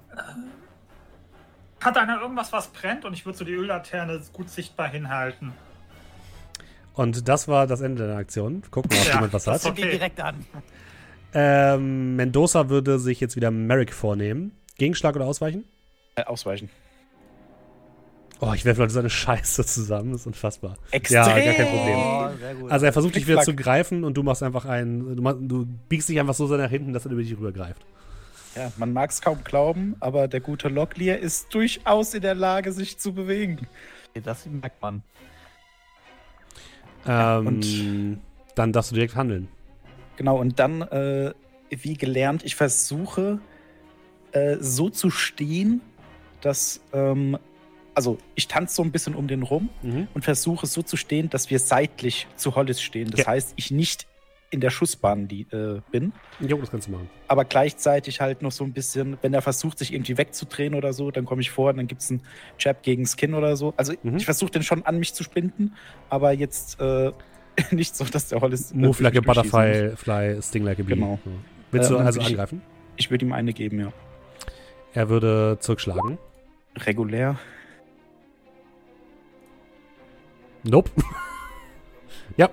Hat einer irgendwas, was brennt? Und ich würde so die Öllaterne gut sichtbar hinhalten. Und das war das Ende der Aktion. Gucken wir, ob Ja, jemand was das hat. Okay. Geht direkt an. Mendoza würde sich jetzt wieder Merrick vornehmen. Gegenschlag oder ausweichen? Ausweichen. Oh, ich werfe Leute so eine Scheiße zusammen. Das ist unfassbar. Extrem. Ja, gar kein Problem. Oh, sehr gut. Also er versucht dich wieder Flick, zu greifen und du machst einfach du biegst dich einfach so sehr nach hinten, dass er über dich rübergreift. Ja, man mag es kaum glauben, aber der gute Locklear ist durchaus in der Lage, sich zu bewegen. Das merkt man. und- Dann darfst du direkt handeln. Genau, und dann, wie gelernt, ich versuche so zu stehen, dass, also ich tanze so ein bisschen um den rum und versuche so zu stehen, dass wir seitlich zu Hollis stehen. Das Ja. heißt, ich nicht in der Schussbahn bin, Jo, das kannst du machen. aber gleichzeitig halt noch so ein bisschen, wenn er versucht, sich irgendwie wegzudrehen oder so, dann komme ich vor und dann gibt es einen Jab gegen Skin oder so. Also ich versuche den schon an mich zu spinden, aber jetzt nicht so, dass der Hollis Move like a mich durchschießen muss. butterfly, sting like a bee. Genau. So. Willst du dann also würde ich- angreifen? Ich würde ihm eine geben, ja. Er würde zurückschlagen. Regulär. Nope. Ja.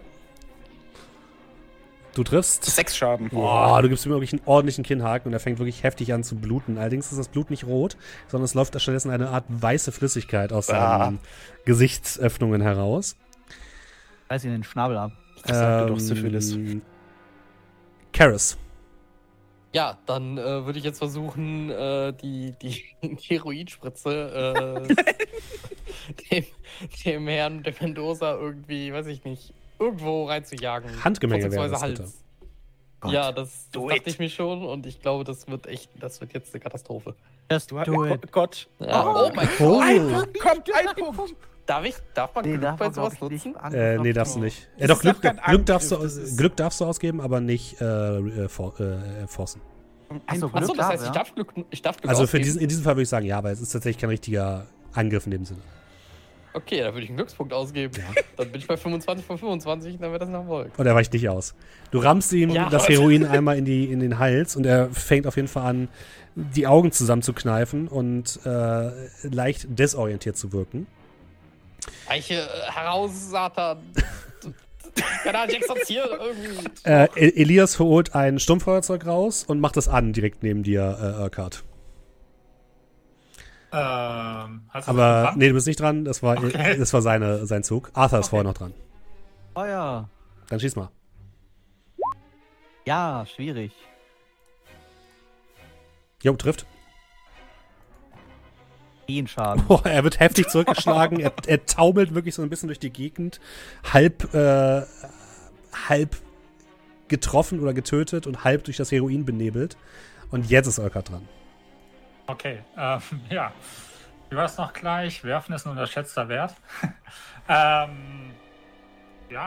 Du triffst. 6 Schaden. Boah, du gibst ihm wirklich einen ordentlichen Kinnhaken und er fängt wirklich heftig an zu bluten. Allerdings ist das Blut nicht rot, sondern es läuft stattdessen eine Art weiße Flüssigkeit aus seinen Gesichtsöffnungen heraus. Reiß ihn den Schnabel ab. Das sagte doch Syphilis. Karis. Ja, dann würde ich jetzt versuchen, die Heroinspritze dem Herrn de Mendoza irgendwie, weiß ich nicht, irgendwo reinzujagen. Handgemenge wäre Vorzugsweise das, Hals. Gott. Ja, das Do dachte it. ich mir schon und ich glaube, das wird jetzt eine Katastrophe. Just Du hast do it. Gott. Ja, oh mein Oh. Gott. Kommt ein Punkt. Darf man Glück bei sowas nutzen? Nee, darfst du nicht. Das doch, ist doch kein Glück darfst Angriff, das ist- Glück darfst du ausgeben, aber nicht forcen. Achso, Achso, das heißt, ich darf Glück Also ausgeben. in diesem Fall würde ich sagen, ja, aber es ist tatsächlich kein richtiger Angriff in dem Sinne. Okay, da würde ich einen Glückspunkt ausgeben. Ja. Dann bin ich bei 25 von 25 und dann wird das ein Erfolg. Und er weicht nicht aus. Du rammst ihm Ja, das aber- Heroin einmal in den Hals und er fängt auf jeden Fall an, die Augen zusammenzukneifen und leicht desorientiert zu wirken. Eiche, heraus, Satan. Keine Ahnung, ich exorziere irgendwie. Elias holt ein Stummfeuerzeug raus und macht das an, direkt neben dir, Urquhart. Hast du Aber das nee, du bist nicht dran, das war sein Zug. Arthur ist vorher noch dran. Feuer. Dann schieß mal. Ja, schwierig. Jo, trifft. 10 Schaden. Boah, er wird heftig zurückgeschlagen. Er taumelt wirklich so ein bisschen durch die Gegend. Halb getroffen oder getötet und halb durch das Heroin benebelt. Und jetzt ist Urquhart dran. Okay, ja. Wie war es noch gleich? Werfen ist ein unterschätzter Wert. Ja,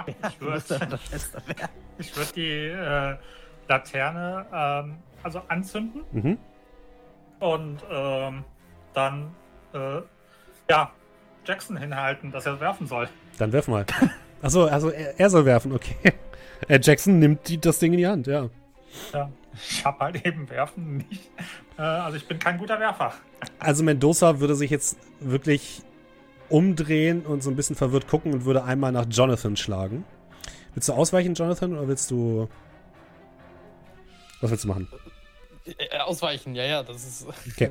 ich würde die Laterne also anzünden Mhm. und dann ja, Jackson hinhalten, dass er werfen soll. Dann werf mal. Achso, also er soll werfen, okay. Jackson nimmt das Ding in die Hand, ja. Ja, ich habe halt eben Werfen nicht. Also ich bin kein guter Werfer. Also Mendoza würde sich jetzt wirklich umdrehen und so ein bisschen verwirrt gucken und würde einmal nach Jonathan schlagen. Willst du ausweichen, Jonathan, oder willst du... Was willst du machen? Ausweichen, ja, das ist. Okay,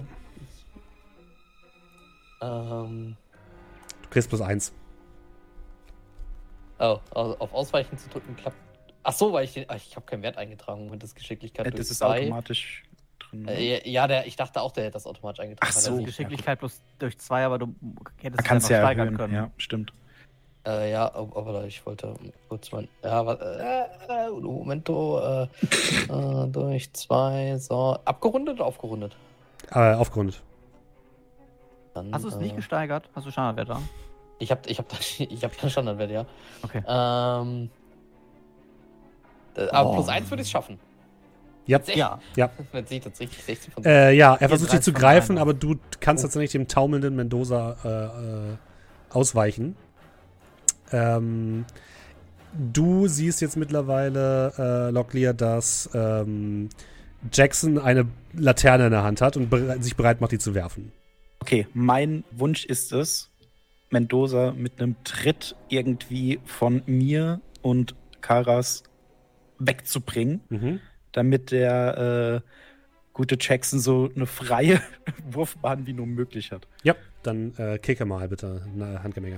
Ähm, du kriegst +1. oh, also auf Ausweichen zu drücken klappt. Ach so, weil ich habe keinen Wert eingetragen und das Geschicklichkeit durch Das ist 2. automatisch drin. Ich dachte auch, der hätte das automatisch eingetragen. Ach hat er so. nicht. Geschicklichkeit plus durch 2, aber du hättest Man kann es ja steigern erhöhen. können. Ja, stimmt. Ja, aber ich wollte kurz mal. Ja, Momento. Durch 2. So. Abgerundet oder aufgerundet? Aufgerundet. Dann, Hast du es nicht gesteigert? Hast du Standardwert da? Ich hab den Standardwert, ja. Okay. Aber +1 würde ich es schaffen. Ja. Ja. Wenn sie tatsächlich 16 von Ja, er Ihr versucht dich 13 zu von greifen, einer. aber du kannst tatsächlich dem taumelnden Mendoza ausweichen. Du siehst jetzt mittlerweile, Locklear, dass Jackson eine Laterne in der Hand hat und sich bereit macht, die zu werfen. Okay, mein Wunsch ist es, Mendoza mit einem Tritt irgendwie von mir und Karas wegzubringen, Mhm. damit der gute Jackson so eine freie Wurfbahn wie nur möglich hat. Ja, dann kicke mal bitte, Handgemenge.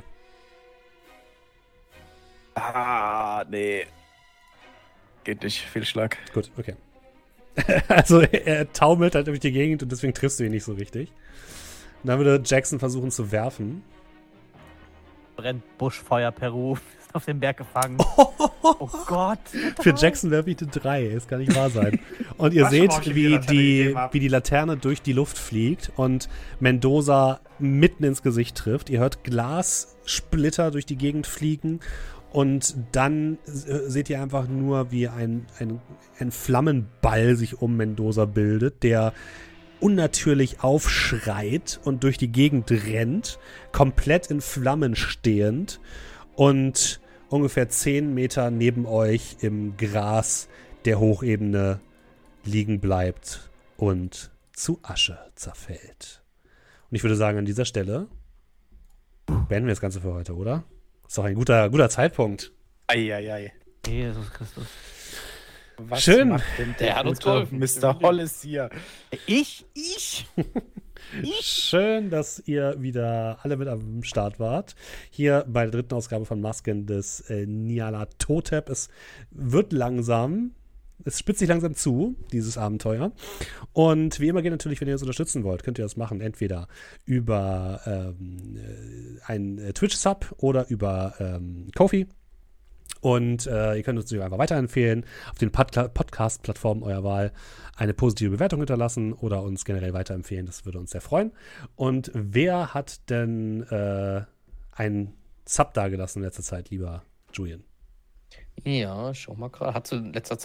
Ah, nee. Geht nicht, Fehlschlag. Gut, okay. Also er taumelt halt durch die Gegend und deswegen triffst du ihn nicht so richtig. Und dann würde Jackson versuchen zu werfen. Brennt Buschfeuer, Peru. Ist auf den Berg gefangen. Oh Gott. Für Jackson werfe ich eine 3. Es kann nicht wahr sein. Und ihr Weiß schon, seht, warum ich wie die Laterne gegeben hab. wie die Laterne durch die Luft fliegt und Mendoza mitten ins Gesicht trifft. Ihr hört Glassplitter durch die Gegend fliegen. Und dann seht ihr einfach nur, wie ein Flammenball sich um Mendoza bildet, der unnatürlich aufschreit und durch die Gegend rennt, komplett in Flammen stehend und ungefähr 10 Meter neben euch im Gras der Hochebene liegen bleibt und zu Asche zerfällt. Und ich würde sagen, an dieser Stelle beenden wir das Ganze für heute, oder? Ist doch ein guter Zeitpunkt. Eieiei. Jesus Christus. Was Schön. macht denn Der hat uns gute geholfen. Mr. Hollis hier. Ich? Schön, dass ihr wieder alle mit am Start wart. Hier bei der dritten Ausgabe von Masken des Nyarlathotep. Es wird langsam, es spitzt sich langsam zu, dieses Abenteuer. Und wie immer geht natürlich, wenn ihr uns unterstützen wollt, könnt ihr das machen. Entweder über einen Twitch-Sub oder über Ko-fi. Und ihr könnt uns einfach weiterempfehlen, auf den Podcast-Plattformen eurer Wahl eine positive Bewertung hinterlassen oder uns generell weiterempfehlen. Das würde uns sehr freuen. Und wer hat denn einen Sub dagelassen in letzter Zeit, lieber Julian? Ja, schau mal gerade. Hast du in letzter Zeit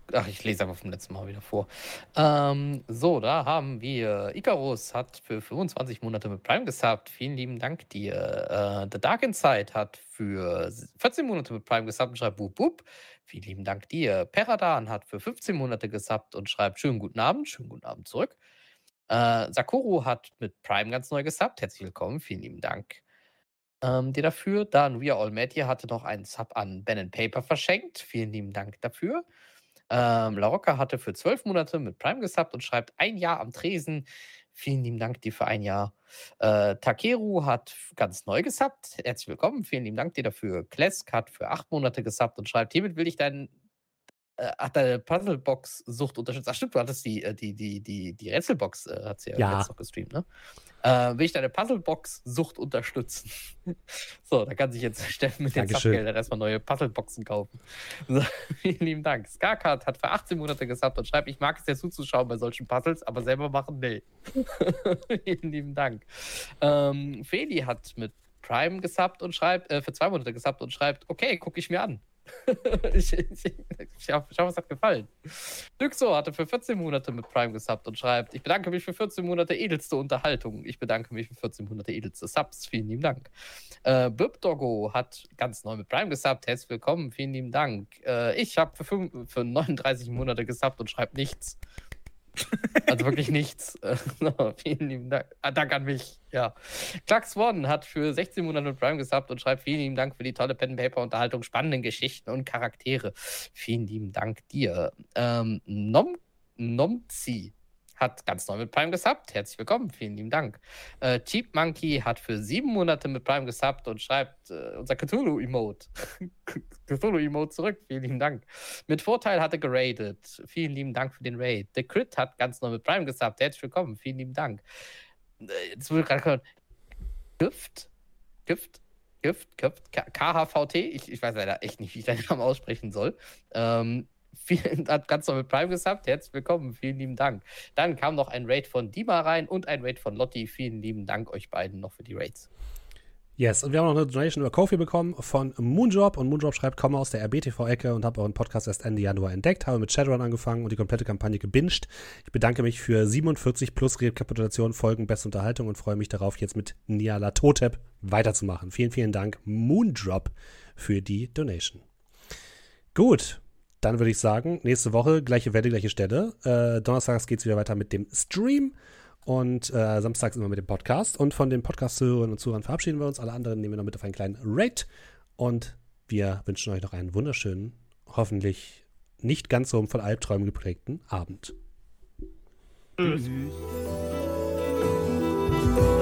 Ach, ich lese einfach vom letzten Mal wieder vor. So, da haben wir Icarus hat für 25 Monate mit Prime gesubbt. Vielen lieben Dank dir. The Dark Inside hat für 14 Monate mit Prime gesubbt und schreibt Wup Wup. Vielen lieben Dank dir. Peradan hat für 15 Monate gesubbt und schreibt schönen guten Abend zurück. Sakuro hat mit Prime ganz neu gesubbt. Herzlich willkommen, vielen lieben Dank dir dafür. Dann We Are All Mad hier hatte noch einen Sub an Ben & Paper verschenkt. Vielen lieben Dank dafür. Larocca hatte für 12 Monate mit Prime gesubbt und schreibt 1 Jahr am Tresen. Vielen lieben Dank dir für 1 Jahr. Takeru hat ganz neu gesubbt. Herzlich willkommen. Vielen lieben Dank dir dafür. Klesk hat für 8 Monate gesubbt und schreibt, hiermit will ich deine Puzzlebox-Sucht unterstützen. Ach stimmt, du hattest die Rätselbox, hat sie ja jetzt noch gestreamt, ne? Will ich deine Puzzlebox-Sucht unterstützen? So, da kann sich jetzt Steffen mit den Subgeldern erstmal neue Puzzleboxen kaufen. So, vielen lieben Dank. Skarkart hat für 18 Monate gesubbt und schreibt, ich mag es ja zuzuschauen bei solchen Puzzles, aber selber machen, nee. Vielen lieben Dank. Feli hat mit Prime gesubbt und schreibt, für 2 Monate gesubbt und schreibt, okay, gucke ich mir an. Ich hoffe, es hat gefallen. Düxo hatte für 14 Monate mit Prime gesubbt und schreibt, ich bedanke mich für 14 Monate edelste Unterhaltung. Ich bedanke mich für 14 Monate edelste Subs. Vielen lieben Dank. Birdoggo hat ganz neu mit Prime gesubbt. Herzlich willkommen. Vielen lieben Dank. Ich habe für 39 Monate gesubbt und schreibt nichts. Also wirklich nichts. Vielen lieben Dank. Dank an mich. Ja. Klax One hat für 16 Monate mit Prime gesubbt und schreibt, vielen lieben Dank für die tolle Pen-Paper-Unterhaltung, spannenden Geschichten und Charaktere. Vielen lieben Dank dir. Nomzi hat ganz neu mit Prime gesubbt. Herzlich willkommen. Vielen lieben Dank. Cheap Monkey hat für 7 Monate mit Prime gesubbt und schreibt unser Cthulhu-Emote. Cthulhu-Emote zurück. Vielen lieben Dank. Mit Vorteil hatte geradet. Vielen lieben Dank für den Raid. The Crit hat ganz neu mit Prime gesubbt. Herzlich willkommen. Vielen lieben Dank. Jetzt wurde gerade gehört. Gift, KHVT. Ich weiß leider echt nicht, wie ich deinen Namen aussprechen soll. Hat ganz neu mit Prime gesubbt. Herzlich willkommen. Vielen lieben Dank. Dann kam noch ein Raid von Dima rein und ein Raid von Lotti. Vielen lieben Dank euch beiden noch für die Raids. Yes, und wir haben noch eine Donation über Ko-fi bekommen von Moondrop. Und Moondrop schreibt, komme aus der RBTV-Ecke und habe euren Podcast erst Ende Januar entdeckt, habe mit Shadowrun angefangen und die komplette Kampagne gebinged. Ich bedanke mich für 47 plus Rekapitulationen, Folgen, beste Unterhaltung und freue mich darauf, jetzt mit Nyarlathotep weiterzumachen. Vielen, vielen Dank, Moondrop, für die Donation. Gut. Dann würde ich sagen, nächste Woche, gleiche Welle, gleiche Stelle. Donnerstags geht es wieder weiter mit dem Stream und samstags immer mit dem Podcast. Und von den Podcast-Zuhörern und Zuhörern verabschieden wir uns. Alle anderen nehmen wir noch mit auf einen kleinen Raid. Und wir wünschen euch noch einen wunderschönen, hoffentlich nicht ganz so von Albträumen geprägten Abend. Tschüss.